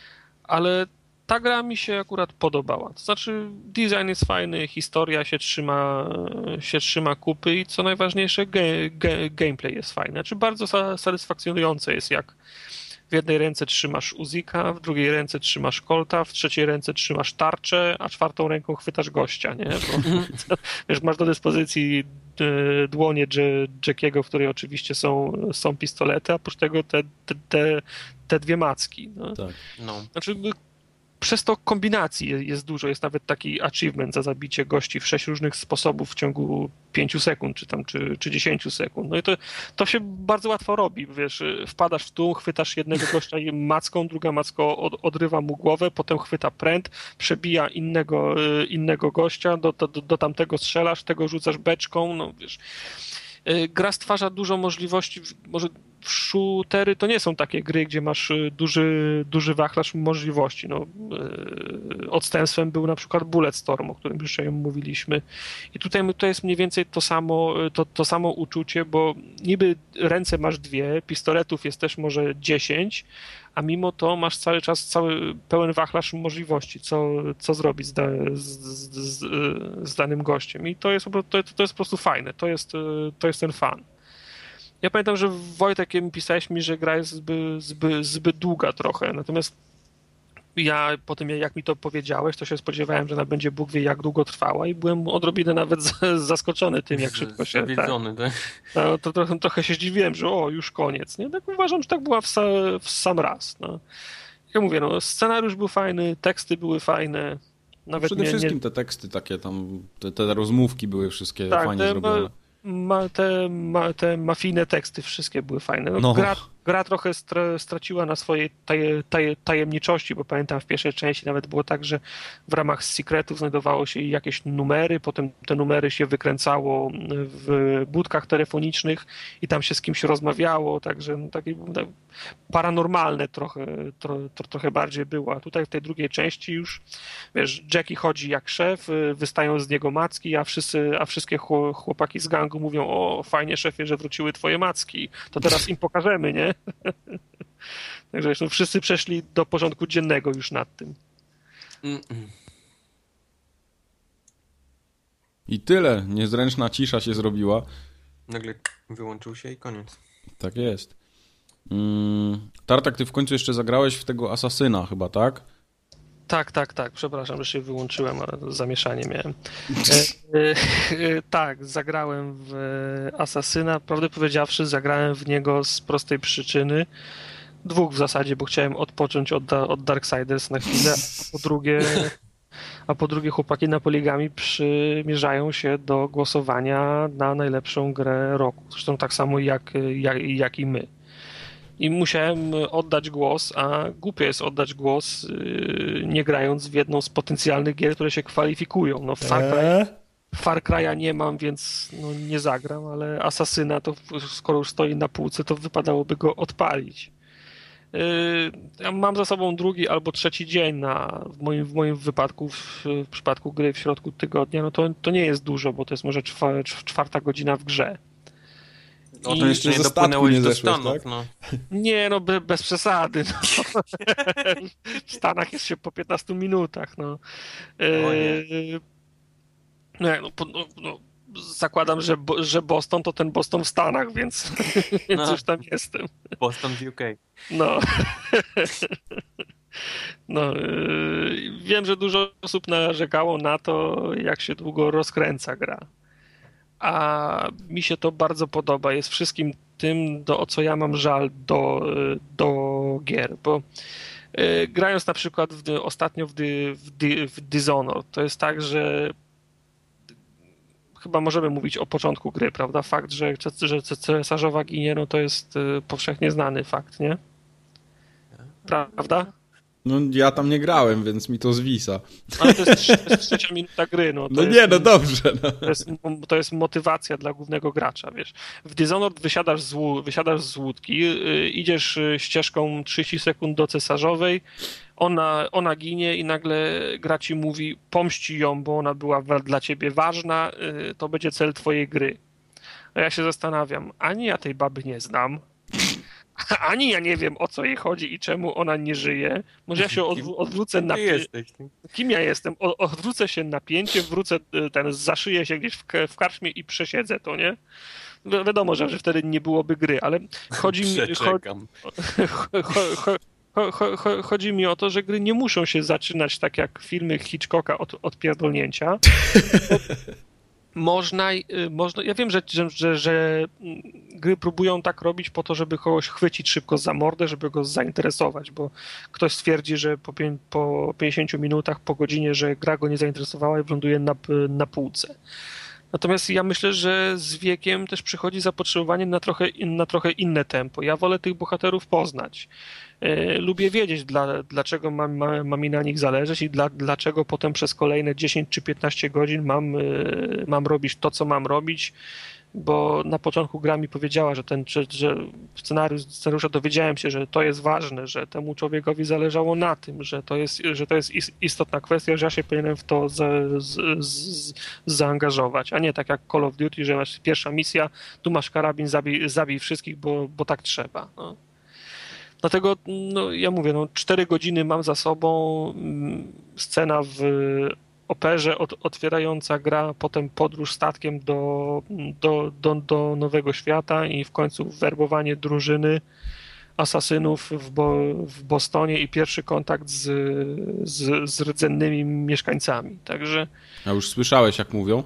S1: Ale ta gra mi się akurat podobała. To znaczy design jest fajny, historia się trzyma, się trzyma kupy i co najważniejsze ge, ge, gameplay jest fajny. Znaczy bardzo satysfakcjonujące jest, jak w jednej ręce trzymasz Uzika, w drugiej ręce trzymasz Colta, w trzeciej ręce trzymasz tarczę, a czwartą ręką chwytasz gościa, nie? Bo, wiesz, masz do dyspozycji dłonie Jackiego, w której oczywiście są, są pistolety, a oprócz tego te, te, te, te dwie macki. No.
S3: Tak.
S2: No.
S1: Znaczy przez to kombinacji jest dużo, jest nawet taki achievement za zabicie gości w sześć różnych sposobów w ciągu pięciu sekund, czy tam, czy, czy dziesięciu sekund. No i to, to się bardzo łatwo robi, wiesz, wpadasz w tłum, chwytasz jednego gościa macką, druga macko od, odrywa mu głowę, potem chwyta pręt, przebija innego, innego gościa, do, do, do tamtego strzelasz, tego rzucasz beczką, no wiesz. Gra stwarza dużo możliwości, może shootery to nie są takie gry, gdzie masz duży, duży wachlarz możliwości. No, odstępstwem był na przykład Bulletstorm, o którym już mówiliśmy. I tutaj to jest mniej więcej to samo, to, to samo uczucie, bo niby ręce masz dwie, pistoletów jest też może dziesięć, a mimo to masz cały czas cały pełen wachlarz możliwości, co, co zrobić z, da, z, z, z danym gościem. I to jest, to, to jest po prostu fajne. To jest, to jest ten fan. Ja pamiętam, że Wojtek mi pisałeś mi, że gra jest zbyt, zbyt, zbyt długa trochę, natomiast ja po tym, jak mi to powiedziałeś, to się spodziewałem, że ona będzie Bóg wie jak długo trwała i byłem odrobinę nawet zaskoczony tym, jak szybko się...
S2: Zawiedziony, tak?
S1: No, to trochę, trochę się zdziwiłem, że o, już koniec. Nie? Tak uważam, że tak była w, sa, w sam raz. No. Jak mówię, no, scenariusz był fajny, teksty były fajne. Nawet
S3: Przede
S1: nie,
S3: wszystkim
S1: nie...
S3: te teksty takie tam, te, te rozmówki były wszystkie
S1: tak,
S3: fajnie
S1: te,
S3: zrobione.
S1: Ma, te, ma, te mafijne teksty wszystkie były fajne. No,
S3: No.
S1: Gra, gra trochę stra, straciła na swojej taj, taj, tajemniczości, bo pamiętam w pierwszej części nawet było tak, że w ramach secretów znajdowało się jakieś numery, potem te numery się wykręcało w budkach telefonicznych i tam się z kimś rozmawiało, także no, takie no, paranormalne trochę, tro, tro, trochę bardziej było. A tutaj w tej drugiej części już, wiesz, Jackie chodzi jak szef, wystają z niego macki, a wszyscy, a wszystkie chłopaki z gangu mówią, o fajnie szefie, że wróciły twoje macki, to teraz im pokażemy, nie? Także no, wszyscy przeszli do porządku dziennego już nad tym.
S3: I tyle. Niezręczna cisza się zrobiła.
S2: Nagle wyłączył się i koniec.
S3: Tak jest. Mm, Tartak, ty w końcu jeszcze zagrałeś w tego Asasyna chyba, tak?
S1: Tak, tak, tak. Przepraszam, że się wyłączyłem, ale zamieszanie miałem. E, e, e, tak, zagrałem w Asasyna. Prawdę powiedziawszy, zagrałem w niego z prostej przyczyny. Dwóch w zasadzie, bo chciałem odpocząć od, od Darksiders na chwilę, a po drugie, a po drugie chłopaki na Poligami przymierzają się do głosowania na najlepszą grę roku. Zresztą tak samo jak, jak, jak i my. I musiałem oddać głos, a głupio jest oddać głos yy, nie grając w jedną z potencjalnych gier, które się kwalifikują. No Far, Cry, Far Cry'a nie mam, więc no, nie zagram, ale Asasyna to skoro już stoi na półce, to wypadałoby go odpalić. Yy, ja mam za sobą drugi albo trzeci dzień na, w, moim, w moim wypadku, w, w przypadku gry w środku tygodnia, no to, to nie jest dużo, bo to jest może czwa, czwarta godzina w grze.
S2: No to jeszcze nie dopłynęłeś do Stanów, tak? No.
S1: Nie, no be, bez przesady. No. W Stanach jest się po piętnastu minutach. No. Yy, no, no, no, no, zakładam, że, że Boston to ten Boston w Stanach, więc, więc
S2: no.
S1: już tam jestem.
S2: Boston w U K.
S1: No. No, yy, wiem, że dużo osób narzekało na to, jak się długo rozkręca gra. A mi się to bardzo podoba. Jest wszystkim tym, do, o co ja mam żal do, do gier, bo y, grając na przykład w, ostatnio w, w, w Dishonored, to jest tak, że chyba możemy mówić o początku gry, prawda? Fakt, że, że cesarzowa ginie, no to jest y, powszechnie znany fakt, nie? Prawda?
S3: No ja tam nie grałem, więc mi to zwisa.
S1: Ale to jest, to jest trzecia minuta gry. No, to
S3: no
S1: jest,
S3: nie, no dobrze. No.
S1: To, jest, to jest motywacja dla głównego gracza, wiesz. W Dishonored wysiadasz z, wysiadasz z łódki, yy, idziesz ścieżką trzydzieści sekund do cesarzowej, ona, ona ginie i nagle gra ci mówi, pomści ją, bo ona była dla ciebie ważna, yy, to będzie cel twojej gry. A ja się zastanawiam, ani ja tej baby nie znam, ani ja nie wiem, o co jej chodzi i czemu ona nie żyje. Może ja się odw- odwrócę na... Kim ja jestem? O- odwrócę się na pięcie, wrócę, ten, zaszyję się gdzieś w, k- w karczmie i przesiedzę to, nie? Wi- wiadomo, że, że wtedy nie byłoby gry, ale chodzi mi...
S2: Przeczekam.
S1: Cho- cho- cho- cho- cho- cho- chodzi mi o to, że gry nie muszą się zaczynać tak jak filmy Hitchcocka od, od pierdolnięcia. Można, można, ja wiem, że, że, że, że gry próbują tak robić po to, żeby kogoś chwycić szybko za mordę, żeby go zainteresować, bo ktoś stwierdzi, że po, pię, po pięćdziesięciu minutach, po godzinie, że gra go nie zainteresowała i ląduje na, na półce. Natomiast ja myślę, że z wiekiem też przychodzi zapotrzebowanie na trochę, na trochę inne tempo. Ja wolę tych bohaterów poznać. Lubię wiedzieć, dla, dlaczego mam, ma, ma mi na nich zależeć i dla, dlaczego potem przez kolejne dziesięć czy piętnaście godzin mam, mam robić to, co mam robić, bo na początku gra mi powiedziała, że ten że, że w scenariusz, scenariusza dowiedziałem się, że to jest ważne, że temu człowiekowi zależało na tym, że to jest, że to jest istotna kwestia, że ja się powinienem w to z, z, z, zaangażować, a nie tak jak Call of Duty, że masz pierwsza misja, tu masz karabin, zabij, zabij wszystkich, bo, bo tak trzeba. No. Dlatego, no, ja mówię, no, cztery godziny mam za sobą, scena w operze od, otwierająca gra, potem podróż statkiem do, do, do, do nowego świata i w końcu werbowanie drużyny, asasynów w, Bo, w Bostonie i pierwszy kontakt z, z, z rdzennymi mieszkańcami. Także...
S3: A już słyszałeś, jak mówią?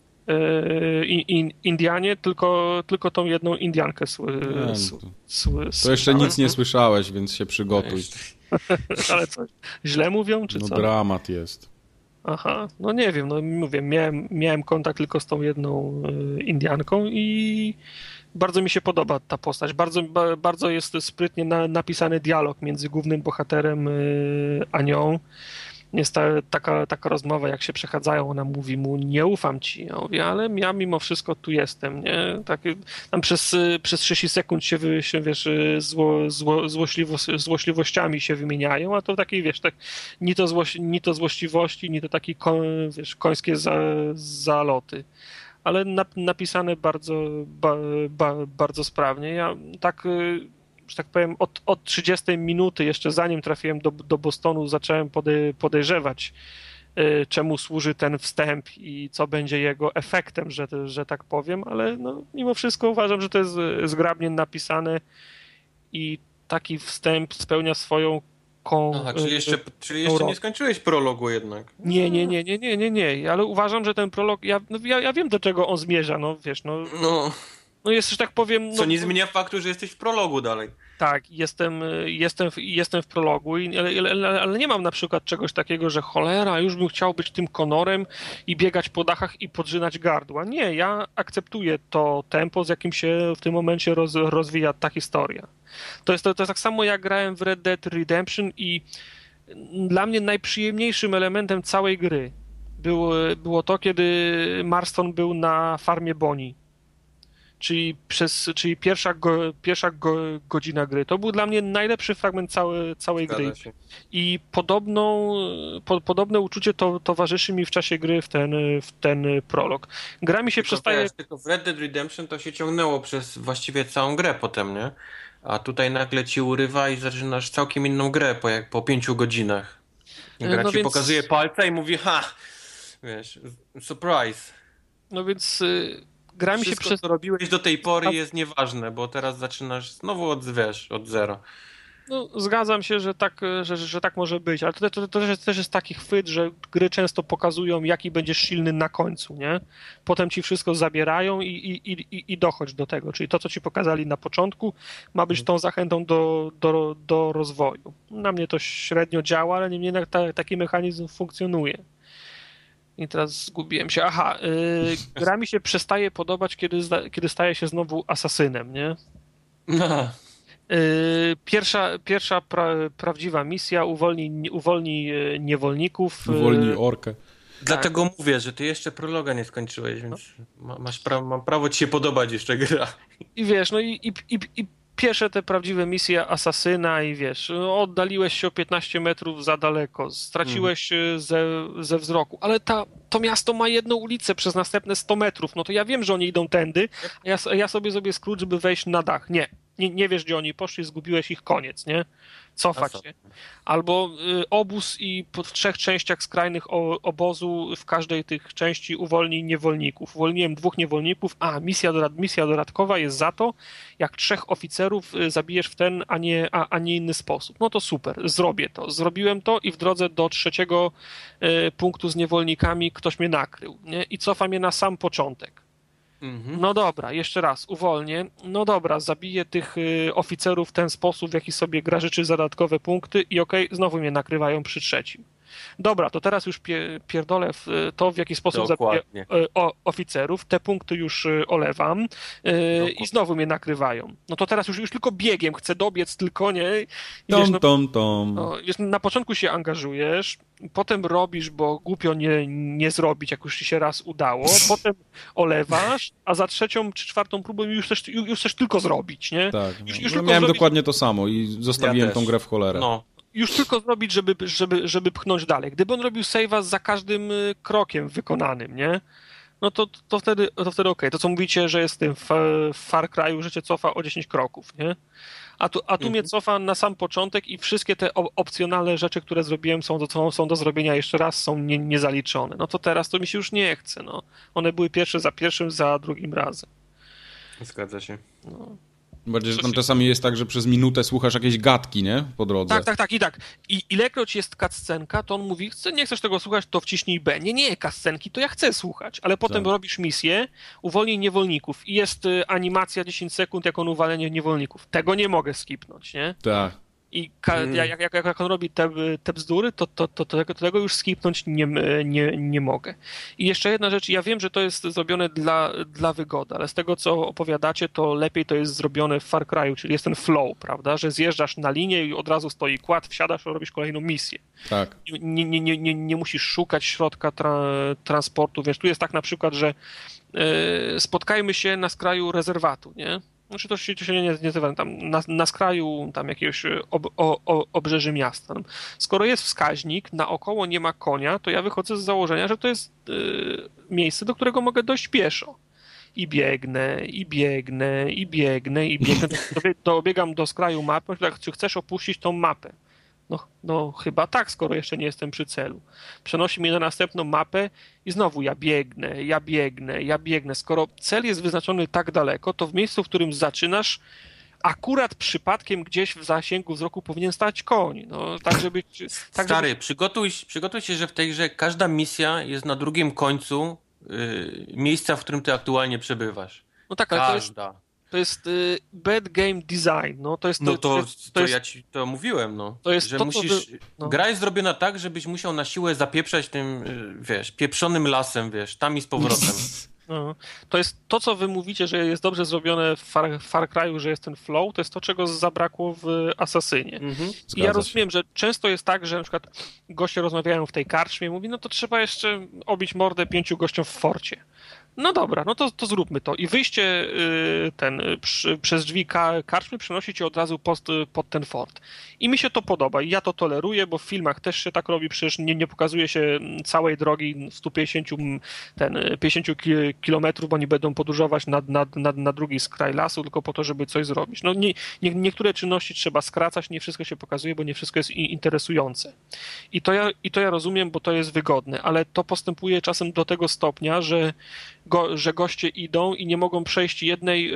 S1: In, in, Indianie, tylko, tylko tą jedną Indiankę sły,
S3: nie,
S1: sły,
S3: to,
S1: sły,
S3: to jeszcze nic nie słyszałeś, więc się przygotuj.
S1: Ale co, źle mówią, czy
S3: no,
S1: co?
S3: No dramat jest.
S1: Aha, no nie wiem, no mówię, miałem, miałem kontakt tylko z tą jedną y, Indianką i bardzo mi się podoba ta postać. Bardzo, ba, bardzo jest sprytnie na, napisany dialog między głównym bohaterem y, a nią. Jest ta, taka, taka rozmowa, jak się przechadzają, ona mówi mu, nie ufam ci. Ja mówię, ale ja mimo wszystko tu jestem, nie? Tak, tam przez, przez trzydzieści sekund się, wy, się wiesz, zło, zło, złośliwo, złośliwościami się wymieniają, a to takie, wiesz, tak, ni to, złoś, ni to złośliwości, ni to takie, wiesz, końskie za, zaloty. Ale nap, napisane bardzo, ba, ba, bardzo sprawnie. Ja tak... że tak powiem, od, od trzydziestej minuty, jeszcze zanim trafiłem do, do Bostonu, zacząłem podej, podejrzewać, y, czemu służy ten wstęp i co będzie jego efektem, że, że tak powiem, ale no, mimo wszystko uważam, że to jest zgrabnie napisane i taki wstęp spełnia swoją kon...
S2: Aha, czyli jeszcze, czyli jeszcze nie skończyłeś prologu jednak.
S1: Nie, nie, nie, nie, nie, nie, nie, ale uważam, że ten prolog, ja, no, ja, ja wiem, do czego on zmierza, no wiesz, no...
S2: No...
S1: No jest, że tak powiem... No,
S2: co nie zmienia faktu, że jesteś w prologu dalej.
S1: Tak, jestem, jestem, w, jestem w prologu, i, ale, ale, ale nie mam na przykład czegoś takiego, że cholera, już bym chciał być tym Connorem i biegać po dachach i podrzynać gardła. Nie, ja akceptuję to tempo, z jakim się w tym momencie roz, rozwija ta historia. To jest, to, to jest tak samo, jak grałem w Red Dead Redemption i dla mnie najprzyjemniejszym elementem całej gry było, było to, kiedy Marston był na farmie Bonnie. Czyli, przez, czyli pierwsza, go, pierwsza go, godzina gry. To był dla mnie najlepszy fragment całe, całej
S2: Zgadza
S1: gry.
S2: się.
S1: I podobną, po, podobne uczucie to towarzyszy mi w czasie gry w ten, w ten prolog. Gra mi się
S2: Tylko
S1: przestaje...
S2: Wiesz, tylko w Red Dead Redemption to się ciągnęło przez właściwie całą grę potem, nie? A tutaj nagle ci urywa i zaczynasz całkiem inną grę po, jak, po pięciu godzinach. Gra
S1: No
S2: ci
S1: więc...
S2: pokazuje palca i mówi, ha! Wiesz, surprise.
S1: No więc... Gra mi się
S2: Wszystko,
S1: przez...
S2: co robiłeś do tej pory jest nieważne, bo teraz zaczynasz znowu od, wiesz, od zera.
S1: No, zgadzam się, że tak, że, że tak może być, ale to, to, to też, jest, też jest taki chwyt, że gry często pokazują, jaki będziesz silny na końcu, nie? Potem ci wszystko zabierają i, i, i, i dochodź do tego, czyli to, co ci pokazali na początku, ma być tą zachętą do, do, do rozwoju. Na mnie to średnio działa, ale niemniej jednak ta, taki mechanizm funkcjonuje. I teraz zgubiłem się. Aha, yy, gra mi się przestaje podobać, kiedy, zda, kiedy staje się znowu asasynem, nie?
S2: No.
S1: Pierwsza, pierwsza pra, prawdziwa misja, uwolnij, uwolnij niewolników.
S3: Uwolnij orkę.
S2: Dlatego tak. mówię, że ty jeszcze prologa nie skończyłeś, więc no. masz pra mam prawo ci się podobać jeszcze gra.
S1: I wiesz, no i, i, i, i pierwsze te prawdziwe misje asasyna i wiesz, oddaliłeś się o piętnaście metrów za daleko, straciłeś mm. ze, ze wzroku, ale ta, to miasto ma jedną ulicę przez następne sto metrów, no to ja wiem, że oni idą tędy, a ja, ja sobie zrobię skrót, żeby wejść na dach. Nie. Nie, nie wiesz, gdzie oni poszli, zgubiłeś ich, koniec, nie? Cofać się. Albo y, obóz i po, w trzech częściach skrajnych o, obozu w każdej tych części uwolnij niewolników. Uwolniłem dwóch niewolników, a misja, dorad, misja dodatkowa jest za to, jak trzech oficerów y, zabijesz w ten, a nie, a, a nie inny sposób. No to super, zrobię to. Zrobiłem to i w drodze do trzeciego y, punktu z niewolnikami ktoś mnie nakrył, nie? I cofa mnie na sam początek. No dobra, jeszcze raz, uwolnię. No dobra, zabiję tych y, oficerów w ten sposób, w jaki sobie gra życzy za dodatkowe punkty i okej, okay, znowu mnie nakrywają przy trzecim. Dobra, to teraz już pie, pierdolę w to, w jaki sposób
S2: Dokładnie.
S1: zabiję y, o, oficerów. Te punkty już y, olewam y, i znowu mnie nakrywają. No to teraz już, już tylko biegiem chcę dobiec, tylko nie. I
S3: tom,
S1: wiesz, no,
S3: tom, tom.
S1: No, wiesz, na początku się angażujesz, potem robisz, bo głupio nie, nie zrobić, jak już ci się raz udało, potem olewasz, a za trzecią czy czwartą próbą już chcesz, już chcesz tylko zrobić, nie?
S3: Tak,
S1: już,
S3: no.
S1: już
S3: no,
S1: tylko
S3: miałem
S1: zrobić...
S3: dokładnie to samo i zostawiłem
S2: ja
S3: tą grę w cholerę.
S2: No.
S1: Już tylko zrobić, żeby, żeby, żeby pchnąć dalej. Gdyby on robił save'a za każdym krokiem wykonanym, nie? No to, to wtedy, to wtedy okej. Okay. To, co mówicie, że jest w tym w, w Far Cry'u, że cię cofa o dziesięć kroków, nie? A tu, a tu mhm. mnie cofa na sam początek i wszystkie te opcjonalne rzeczy, które zrobiłem, są do, są do zrobienia jeszcze raz, są nie, niezaliczone. No to teraz to mi się już nie chce, no. One były pierwsze za pierwszym, za drugim razem.
S2: Zgadza się.
S1: No.
S3: Bardziej, że tam czasami jest tak, że przez minutę słuchasz jakieś gadki, nie? Po drodze.
S1: Tak, tak, tak. I tak. I ilekroć jest cutscenka, to on mówi, nie chcesz tego słuchać, to wciśnij B. Nie, nie, cutscenki to ja chcę słuchać, ale potem tak. robisz misję, uwolnij niewolników i jest y, animacja dziesięć sekund, jak on uwalenie niewolników. Tego nie mogę skipnąć, nie?
S3: Tak.
S1: I ka- hmm. jak, jak, jak on robi te, te bzdury, to, to, to, to, to tego już skipnąć nie, nie, nie mogę. I jeszcze jedna rzecz, ja wiem, że to jest zrobione dla, dla wygody, ale z tego, co opowiadacie, to lepiej to jest zrobione w Far Cry'u, czyli jest ten flow, prawda, że zjeżdżasz na linię i od razu stoi kład, wsiadasz, robisz kolejną misję.
S3: Tak.
S1: Nie, nie, nie, nie, nie musisz szukać środka tra- transportu, wiesz, tu jest tak na przykład, że yy, spotkajmy się na skraju rezerwatu, nie? Znaczy to się, to się nie, nie nazywa tam na, na skraju tam jakiegoś ob, o, o, obrzeży miasta. Skoro jest wskaźnik, naokoło nie ma konia, to ja wychodzę z założenia, że to jest y, miejsce, do którego mogę dojść pieszo. I biegnę, i biegnę, i biegnę, i biegnę. Dobiegam do skraju mapy, tak, czy chcesz opuścić tą mapę? No, no chyba tak, skoro jeszcze nie jestem przy celu. Przenosi mnie na następną mapę i znowu ja biegnę, ja biegnę, ja biegnę. Skoro cel jest wyznaczony tak daleko, to w miejscu, w którym zaczynasz, akurat przypadkiem gdzieś w zasięgu wzroku powinien stać koń. No, tak, żeby, tak,
S2: Stary,
S1: żeby...
S2: przygotuj, przygotuj się, że w tej grze każda misja jest na drugim końcu yy, miejsca, w którym ty aktualnie przebywasz.
S1: No tak, ale
S2: każda.
S1: To jest... To jest y, bad game design, no to jest... To,
S2: no to,
S1: to,
S2: to,
S1: to jest,
S2: ja ci to mówiłem, no.
S1: To jest
S2: że
S1: to,
S2: musisz...
S1: Wy... No.
S2: Gra jest zrobiona tak, żebyś musiał na siłę zapieprzać tym, wiesz, pieprzonym lasem, wiesz, tam i z powrotem.
S1: No. To jest to, co wy mówicie, że jest dobrze zrobione w Far, Far Cry'u, że jest ten flow, to jest to, czego zabrakło w Asasynie. Mhm. I ja rozumiem, że często jest tak, że na przykład goście rozmawiają w tej karczmie i mówi, no to trzeba jeszcze obić mordę pięciu gościom w forcie. No dobra, no to, to zróbmy to. I wyjście yy, ten przy, przez drzwi ka- karczmy przenosi cię od razu pod, pod ten fort. I mi się to podoba. I ja to toleruję, bo w filmach też się tak robi. Przecież nie, nie pokazuje się całej drogi sto pięćdziesiąt, ten, pięćdziesiąt kilometrów, bo oni będą podróżować na, na, na, na drugi skraj lasu, tylko po to, żeby coś zrobić. No nie, nie, niektóre czynności trzeba skracać, nie wszystko się pokazuje, bo nie wszystko jest interesujące. I to ja, i to ja rozumiem, bo to jest wygodne, ale to postępuje czasem do tego stopnia, że Go, że goście idą i nie mogą przejść jednej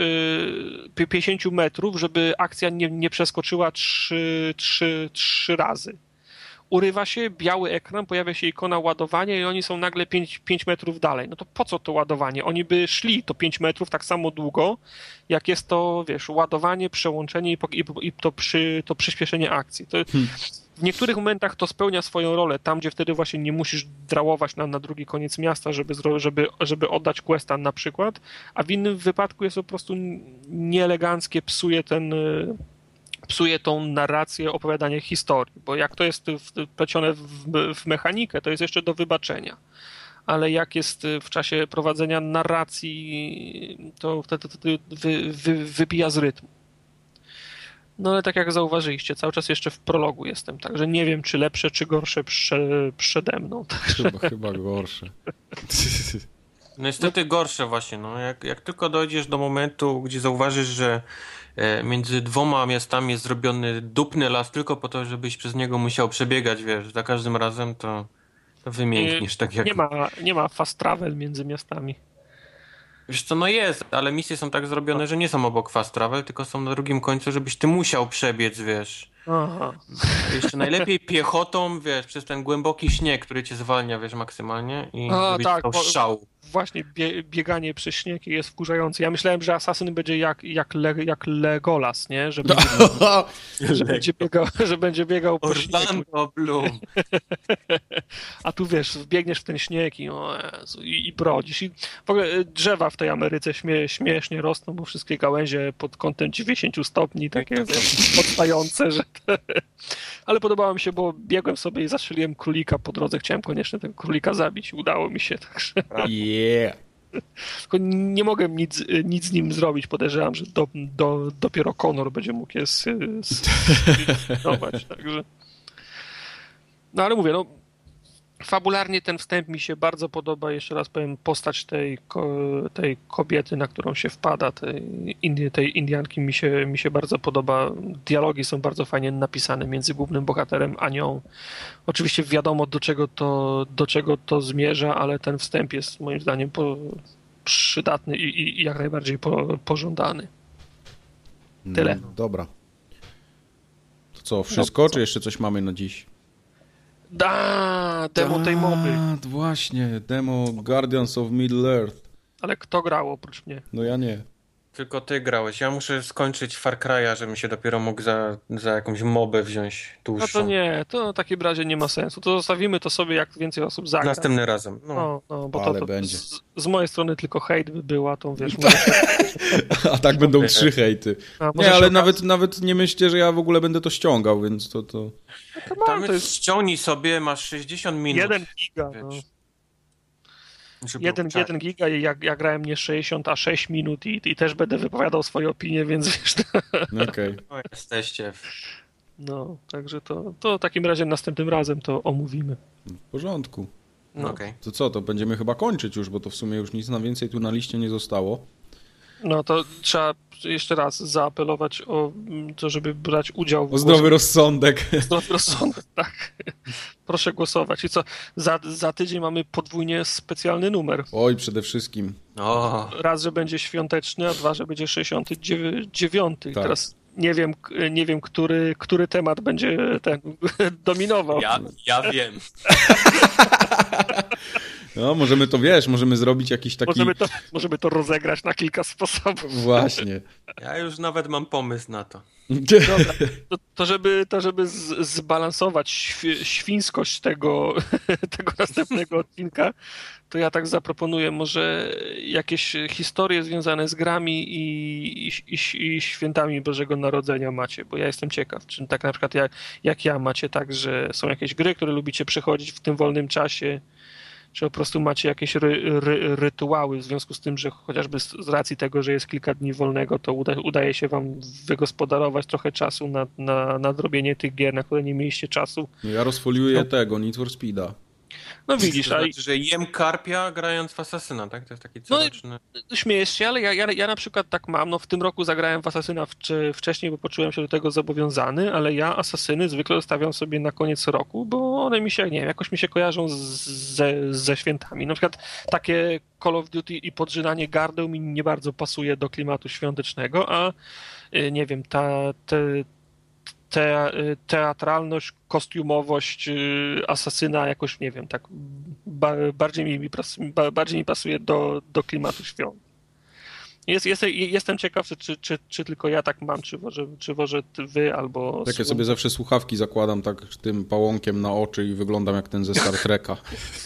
S1: y, pięćdziesiąt metrów, żeby akcja nie, nie przeskoczyła trzy, trzy, trzy razy. Urywa się, biały ekran, pojawia się ikona ładowania i oni są nagle pięć metrów dalej. No to po co to ładowanie? Oni by szli to pięć metrów tak samo długo, jak jest to, wiesz, ładowanie, przełączenie i, i, i to, przy, to przyspieszenie akcji. To, hmm. W niektórych momentach to spełnia swoją rolę, tam gdzie wtedy właśnie nie musisz drałować na, na drugi koniec miasta, żeby, żeby, żeby oddać questa na przykład, a w innym wypadku jest po prostu nieeleganckie, psuje ten... psuje tą narrację, opowiadanie historii, bo jak to jest wplecione w, w mechanikę, to jest jeszcze do wybaczenia. Ale jak jest w czasie prowadzenia narracji, to wtedy wy, wy, wybija z rytmu. No ale tak jak zauważyliście, cały czas jeszcze w prologu jestem, także nie wiem, czy lepsze, czy gorsze prze, przede mną.
S3: Chyba, chyba gorsze.
S2: No niestety gorsze właśnie. No. Jak, jak tylko dojdziesz do momentu, gdzie zauważysz, że między dwoma miastami jest zrobiony dupny las tylko po to, żebyś przez niego musiał przebiegać, wiesz, za każdym razem, to, to wymiękniesz. Tak jak...
S1: nie, ma, nie ma fast travel między miastami.
S2: Wiesz co, no jest, ale misje są tak zrobione, że nie są obok fast travel, tylko są na drugim końcu, żebyś ty musiał przebiec, wiesz.
S1: Aha.
S2: Jeszcze najlepiej piechotą, wiesz, przez ten głęboki śnieg, który cię zwalnia, wiesz, maksymalnie i
S1: A,
S2: żebyś
S1: tak,
S2: stał szału.
S1: Właśnie bie, bieganie przez śnieg jest wkurzające. Ja myślałem, że Assassin będzie jak, jak, Le, jak Legolas, nie? Że będzie, że będzie biegał, że będzie biegał po
S2: Orlando Bloom.
S1: A tu wiesz, wbiegniesz w ten śnieg i, o Jezu, i, i brodzisz. I w ogóle drzewa w tej Ameryce śmie, śmiesznie rosną, bo wszystkie gałęzie pod kątem dziewięćdziesiąt stopni takie odstające, że te... Ale podobało mi się, bo biegłem sobie i zastrzeliłem królika po drodze. Chciałem koniecznie tego królika zabić. Udało mi się, także...
S3: Yeah.
S1: Tylko nie mogę nic, nic z nim zrobić. Podejrzewam, że do, do, dopiero Connor będzie mógł je zdobyć. Także... No ale mówię, no fabularnie ten wstęp mi się bardzo podoba. Jeszcze raz powiem, postać tej, tej kobiety, na którą się wpada, tej, Indii, tej Indianki mi się, mi się bardzo podoba. Dialogi są bardzo fajnie napisane między głównym bohaterem a nią. Oczywiście wiadomo, do czego to, do czego to zmierza, ale ten wstęp jest moim zdaniem po, przydatny i, i jak najbardziej po, pożądany. Tyle.
S3: No, dobra. To co, wszystko, no, co? Czy jeszcze coś mamy na dziś?
S1: Da, demo tej moby.
S3: Właśnie, demo Guardians of Middle Earth.
S1: Ale kto grał oprócz mnie?
S3: No ja nie.
S2: Tylko ty grałeś. Ja muszę skończyć Far Cry'a, żebym się dopiero mógł za, za jakąś mobę wziąć dłuższą.
S1: No to nie, to w takim razie nie ma sensu. To zostawimy to sobie, jak więcej osób zagra.
S2: Następnym razem. No,
S1: no, no bo
S3: ale
S1: to, to
S3: będzie.
S1: Z, z mojej strony tylko hejt by była, to wiesz...
S3: A tak będą trzy hejty. A, nie, ale nawet, nawet nie myślcie, że ja w ogóle będę to ściągał, więc to... to...
S2: No to Tam to jest... ściągnij sobie, masz sześćdziesiąt minut.
S1: Jeden giga, no. Jeden, jeden giga i ja, ja grałem nie sześćdziesiąt, a sześć minut i, i też będę wypowiadał swoje opinie, więc wiesz...
S3: Okej. Okay.
S2: No, jesteście.
S1: No, także to, to w takim razie następnym razem to omówimy.
S3: W porządku.
S2: No. Okay.
S3: To co, to będziemy chyba kończyć już, bo to w sumie już nic na więcej tu na liście nie zostało.
S1: No to trzeba jeszcze raz zaapelować o to, żeby brać udział w
S3: O zdrowy rozsądek.
S1: Zdrowy rozsądek, tak. Proszę głosować. I co, za, za tydzień mamy podwójnie specjalny numer.
S3: Oj, przede wszystkim.
S2: O.
S1: Raz, że będzie świąteczny, a dwa, że będzie sześćdziesiąty dziewiąty.
S3: Tak.
S1: Teraz nie wiem, nie wiem który, który temat będzie ten dominował.
S2: Ja, ja wiem.
S3: No, możemy to, wiesz, możemy zrobić jakiś taki...
S1: Możemy to, możemy to rozegrać na kilka sposobów.
S3: Właśnie.
S2: Ja już nawet mam pomysł na to.
S1: Dobra, to, to żeby, to żeby z, zbalansować świ, świńskość tego, tego następnego odcinka, to ja tak zaproponuję może jakieś historie związane z grami i, i, i, i świętami Bożego Narodzenia macie, bo ja jestem ciekaw, czy tak na przykład jak, jak ja macie tak, że są jakieś gry, które lubicie przechodzić w tym wolnym czasie, czy po prostu macie jakieś ry, ry, rytuały w związku z tym, że chociażby z racji tego, że jest kilka dni wolnego, to uda, udaje się wam wygospodarować trochę czasu na, na, na zrobienie tych gier, na które nie mieliście czasu.
S3: Ja rozfoliuję no. tego, Need for Speed'a.
S1: No widzisz,
S2: to znaczy, że jem karpia grając w Asasyna, tak? To jest taki coroczny...
S1: No, śmiejesz się, ale ja, ja, ja na przykład tak mam, no w tym roku zagrałem w Asasyna wcześniej, bo poczułem się do tego zobowiązany, ale ja Asasyny zwykle zostawiam sobie na koniec roku, bo one mi się, nie wiem, jakoś mi się kojarzą z, ze, ze świętami. Na przykład takie Call of Duty i podrzynanie gardeł mi nie bardzo pasuje do klimatu świątecznego, a nie wiem, ta... Te, Te, teatralność, kostiumowość Asasyna jakoś, nie wiem, tak ba, bardziej, mi, ba, bardziej mi pasuje do, do klimatu świąt. Jest, jest, jestem ciekaw, czy, czy, czy tylko ja tak mam, czy może, czy może wy albo...
S3: Tak, ja sobie zawsze słuchawki zakładam tak tym pałąkiem na oczy i wyglądam jak ten ze Star Treka.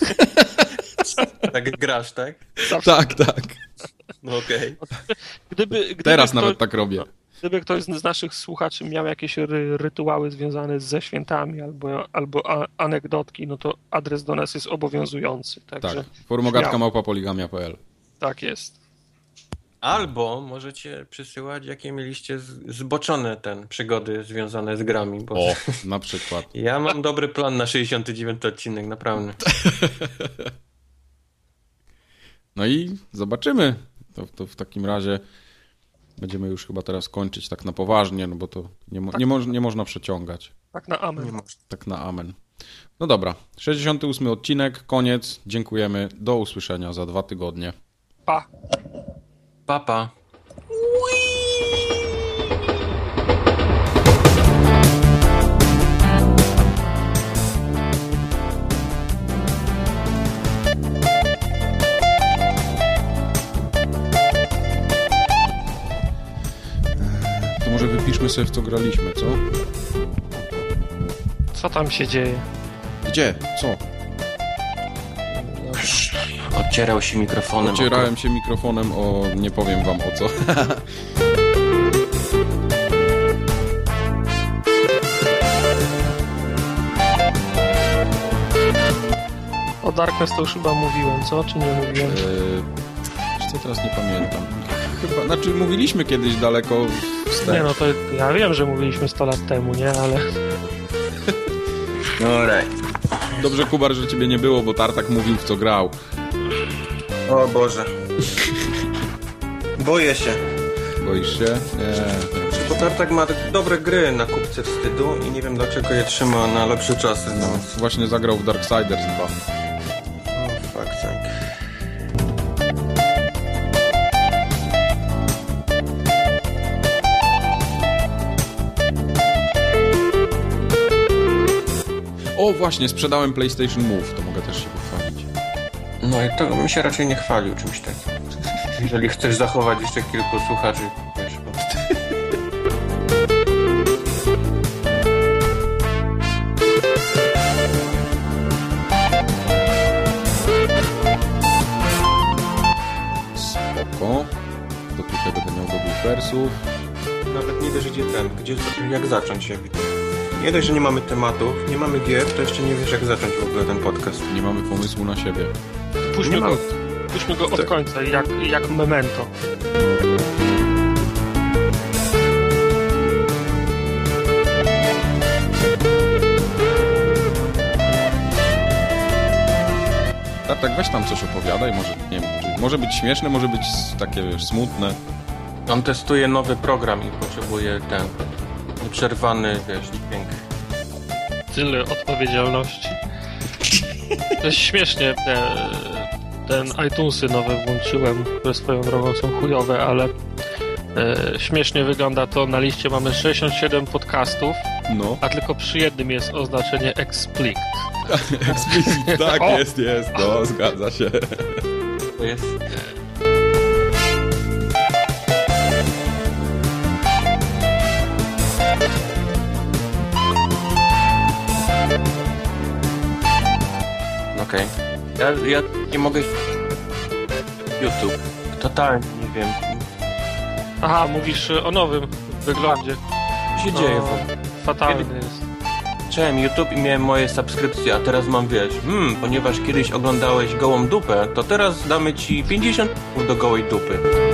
S2: Tak grasz, tak?
S3: Zawsze. Tak, tak.
S2: No okej.
S1: Okay. Gdyby, gdyby
S3: Teraz
S1: ktoś,
S3: nawet tak robię.
S1: Gdyby ktoś z naszych słuchaczy miał jakieś ry, rytuały związane ze świętami albo, albo a, anegdotki, no to adres do nas jest obowiązujący. Także
S3: tak, forumogatka małpa poligamia kropka p l.
S1: Tak jest.
S2: Albo możecie przysyłać, jakie mieliście zboczone ten przygody związane z grami. Bo
S3: o, na przykład.
S2: Ja mam dobry plan na sześćdziesiąty dziewiąty odcinek, naprawdę.
S3: No i zobaczymy. To, to w takim razie będziemy już chyba teraz kończyć tak na poważnie, no bo to nie, mo- tak, nie, mo- nie można przeciągać.
S1: Tak na amen. Nie
S3: tak na amen. No dobra, sześćdziesiąty ósmy odcinek, koniec. Dziękujemy. Do usłyszenia za dwa tygodnie.
S1: Pa.
S2: Pa, pa.
S3: To może wypiszmy sobie, w co graliśmy, co?
S1: Co tam się dzieje?
S3: Gdzie? Co?
S2: Odcierał się mikrofonem.
S3: Ocierałem się mikrofonem o... nie powiem wam o co.
S1: O Darkness to już chyba mówiłem, co? Czy nie mówiłem?
S3: Eee, co teraz nie pamiętam. Chyba, znaczy mówiliśmy kiedyś daleko wstecz.
S1: Nie no, to ja wiem, że mówiliśmy sto lat temu, nie? Ale...
S2: No right.
S3: Dobrze, Kubar, że ciebie nie było, bo Tartak mówił, w co grał.
S2: O Boże. Boję się.
S3: Boisz się? Nie.
S2: Bo Tartak ma dobre gry na kupce wstydu i nie wiem, dlaczego je trzyma na lepsze czasy.
S3: No, właśnie zagrał w Darksiders dwa.
S2: O, fuck, tak.
S3: O, właśnie, sprzedałem PlayStation Move, to mogę też się pochwalić.
S2: No i to bym się raczej nie chwalił czymś takim. Jeżeli chcesz zachować jeszcze kilku słuchaczy, wiesz, bo...
S3: Spoko. To tutaj będę miał do buffersów.
S2: Nawet nie wiesz, gdzie ten, gdzie, jak zacząć. Nie dość, że nie mamy tematów, nie mamy gier, to jeszcze nie wiesz, jak zacząć w ogóle ten podcast.
S3: Nie mamy pomysłu na siebie.
S1: Puśćmy go, puśćmy go od tak. końca, jak, jak memento.
S3: Tak, weź tam coś opowiadaj, może, nie wiem, może być śmieszne, może być takie, wiesz, smutne.
S2: On testuje nowy program i potrzebuje ten nieprzerwany, wiesz, dźwięk.
S1: Tyle odpowiedzialności. To jest śmiesznie, te, ten iTunesy nowe włączyłem, które swoją drogą są chujowe, ale e, śmiesznie wygląda to. Na liście mamy sześćdziesiąt siedem podcastów, no. A tylko przy jednym jest oznaczenie explicit.
S3: Explicit, tak, o! jest, jest, no, zgadza się.
S2: To jest... Okej. Okay. Ja, ja nie mogę... YouTube. Totalnie nie wiem.
S1: Aha, mówisz o nowym wyglądzie.
S2: Co się dzieje? O,
S1: fatalny Kiedy... jest.
S2: Zacząłem YouTube i miałem moje subskrypcje, a teraz mam, wiesz, hmm, ponieważ kiedyś oglądałeś gołą dupę, to teraz damy ci pięćdziesiąt do gołej dupy.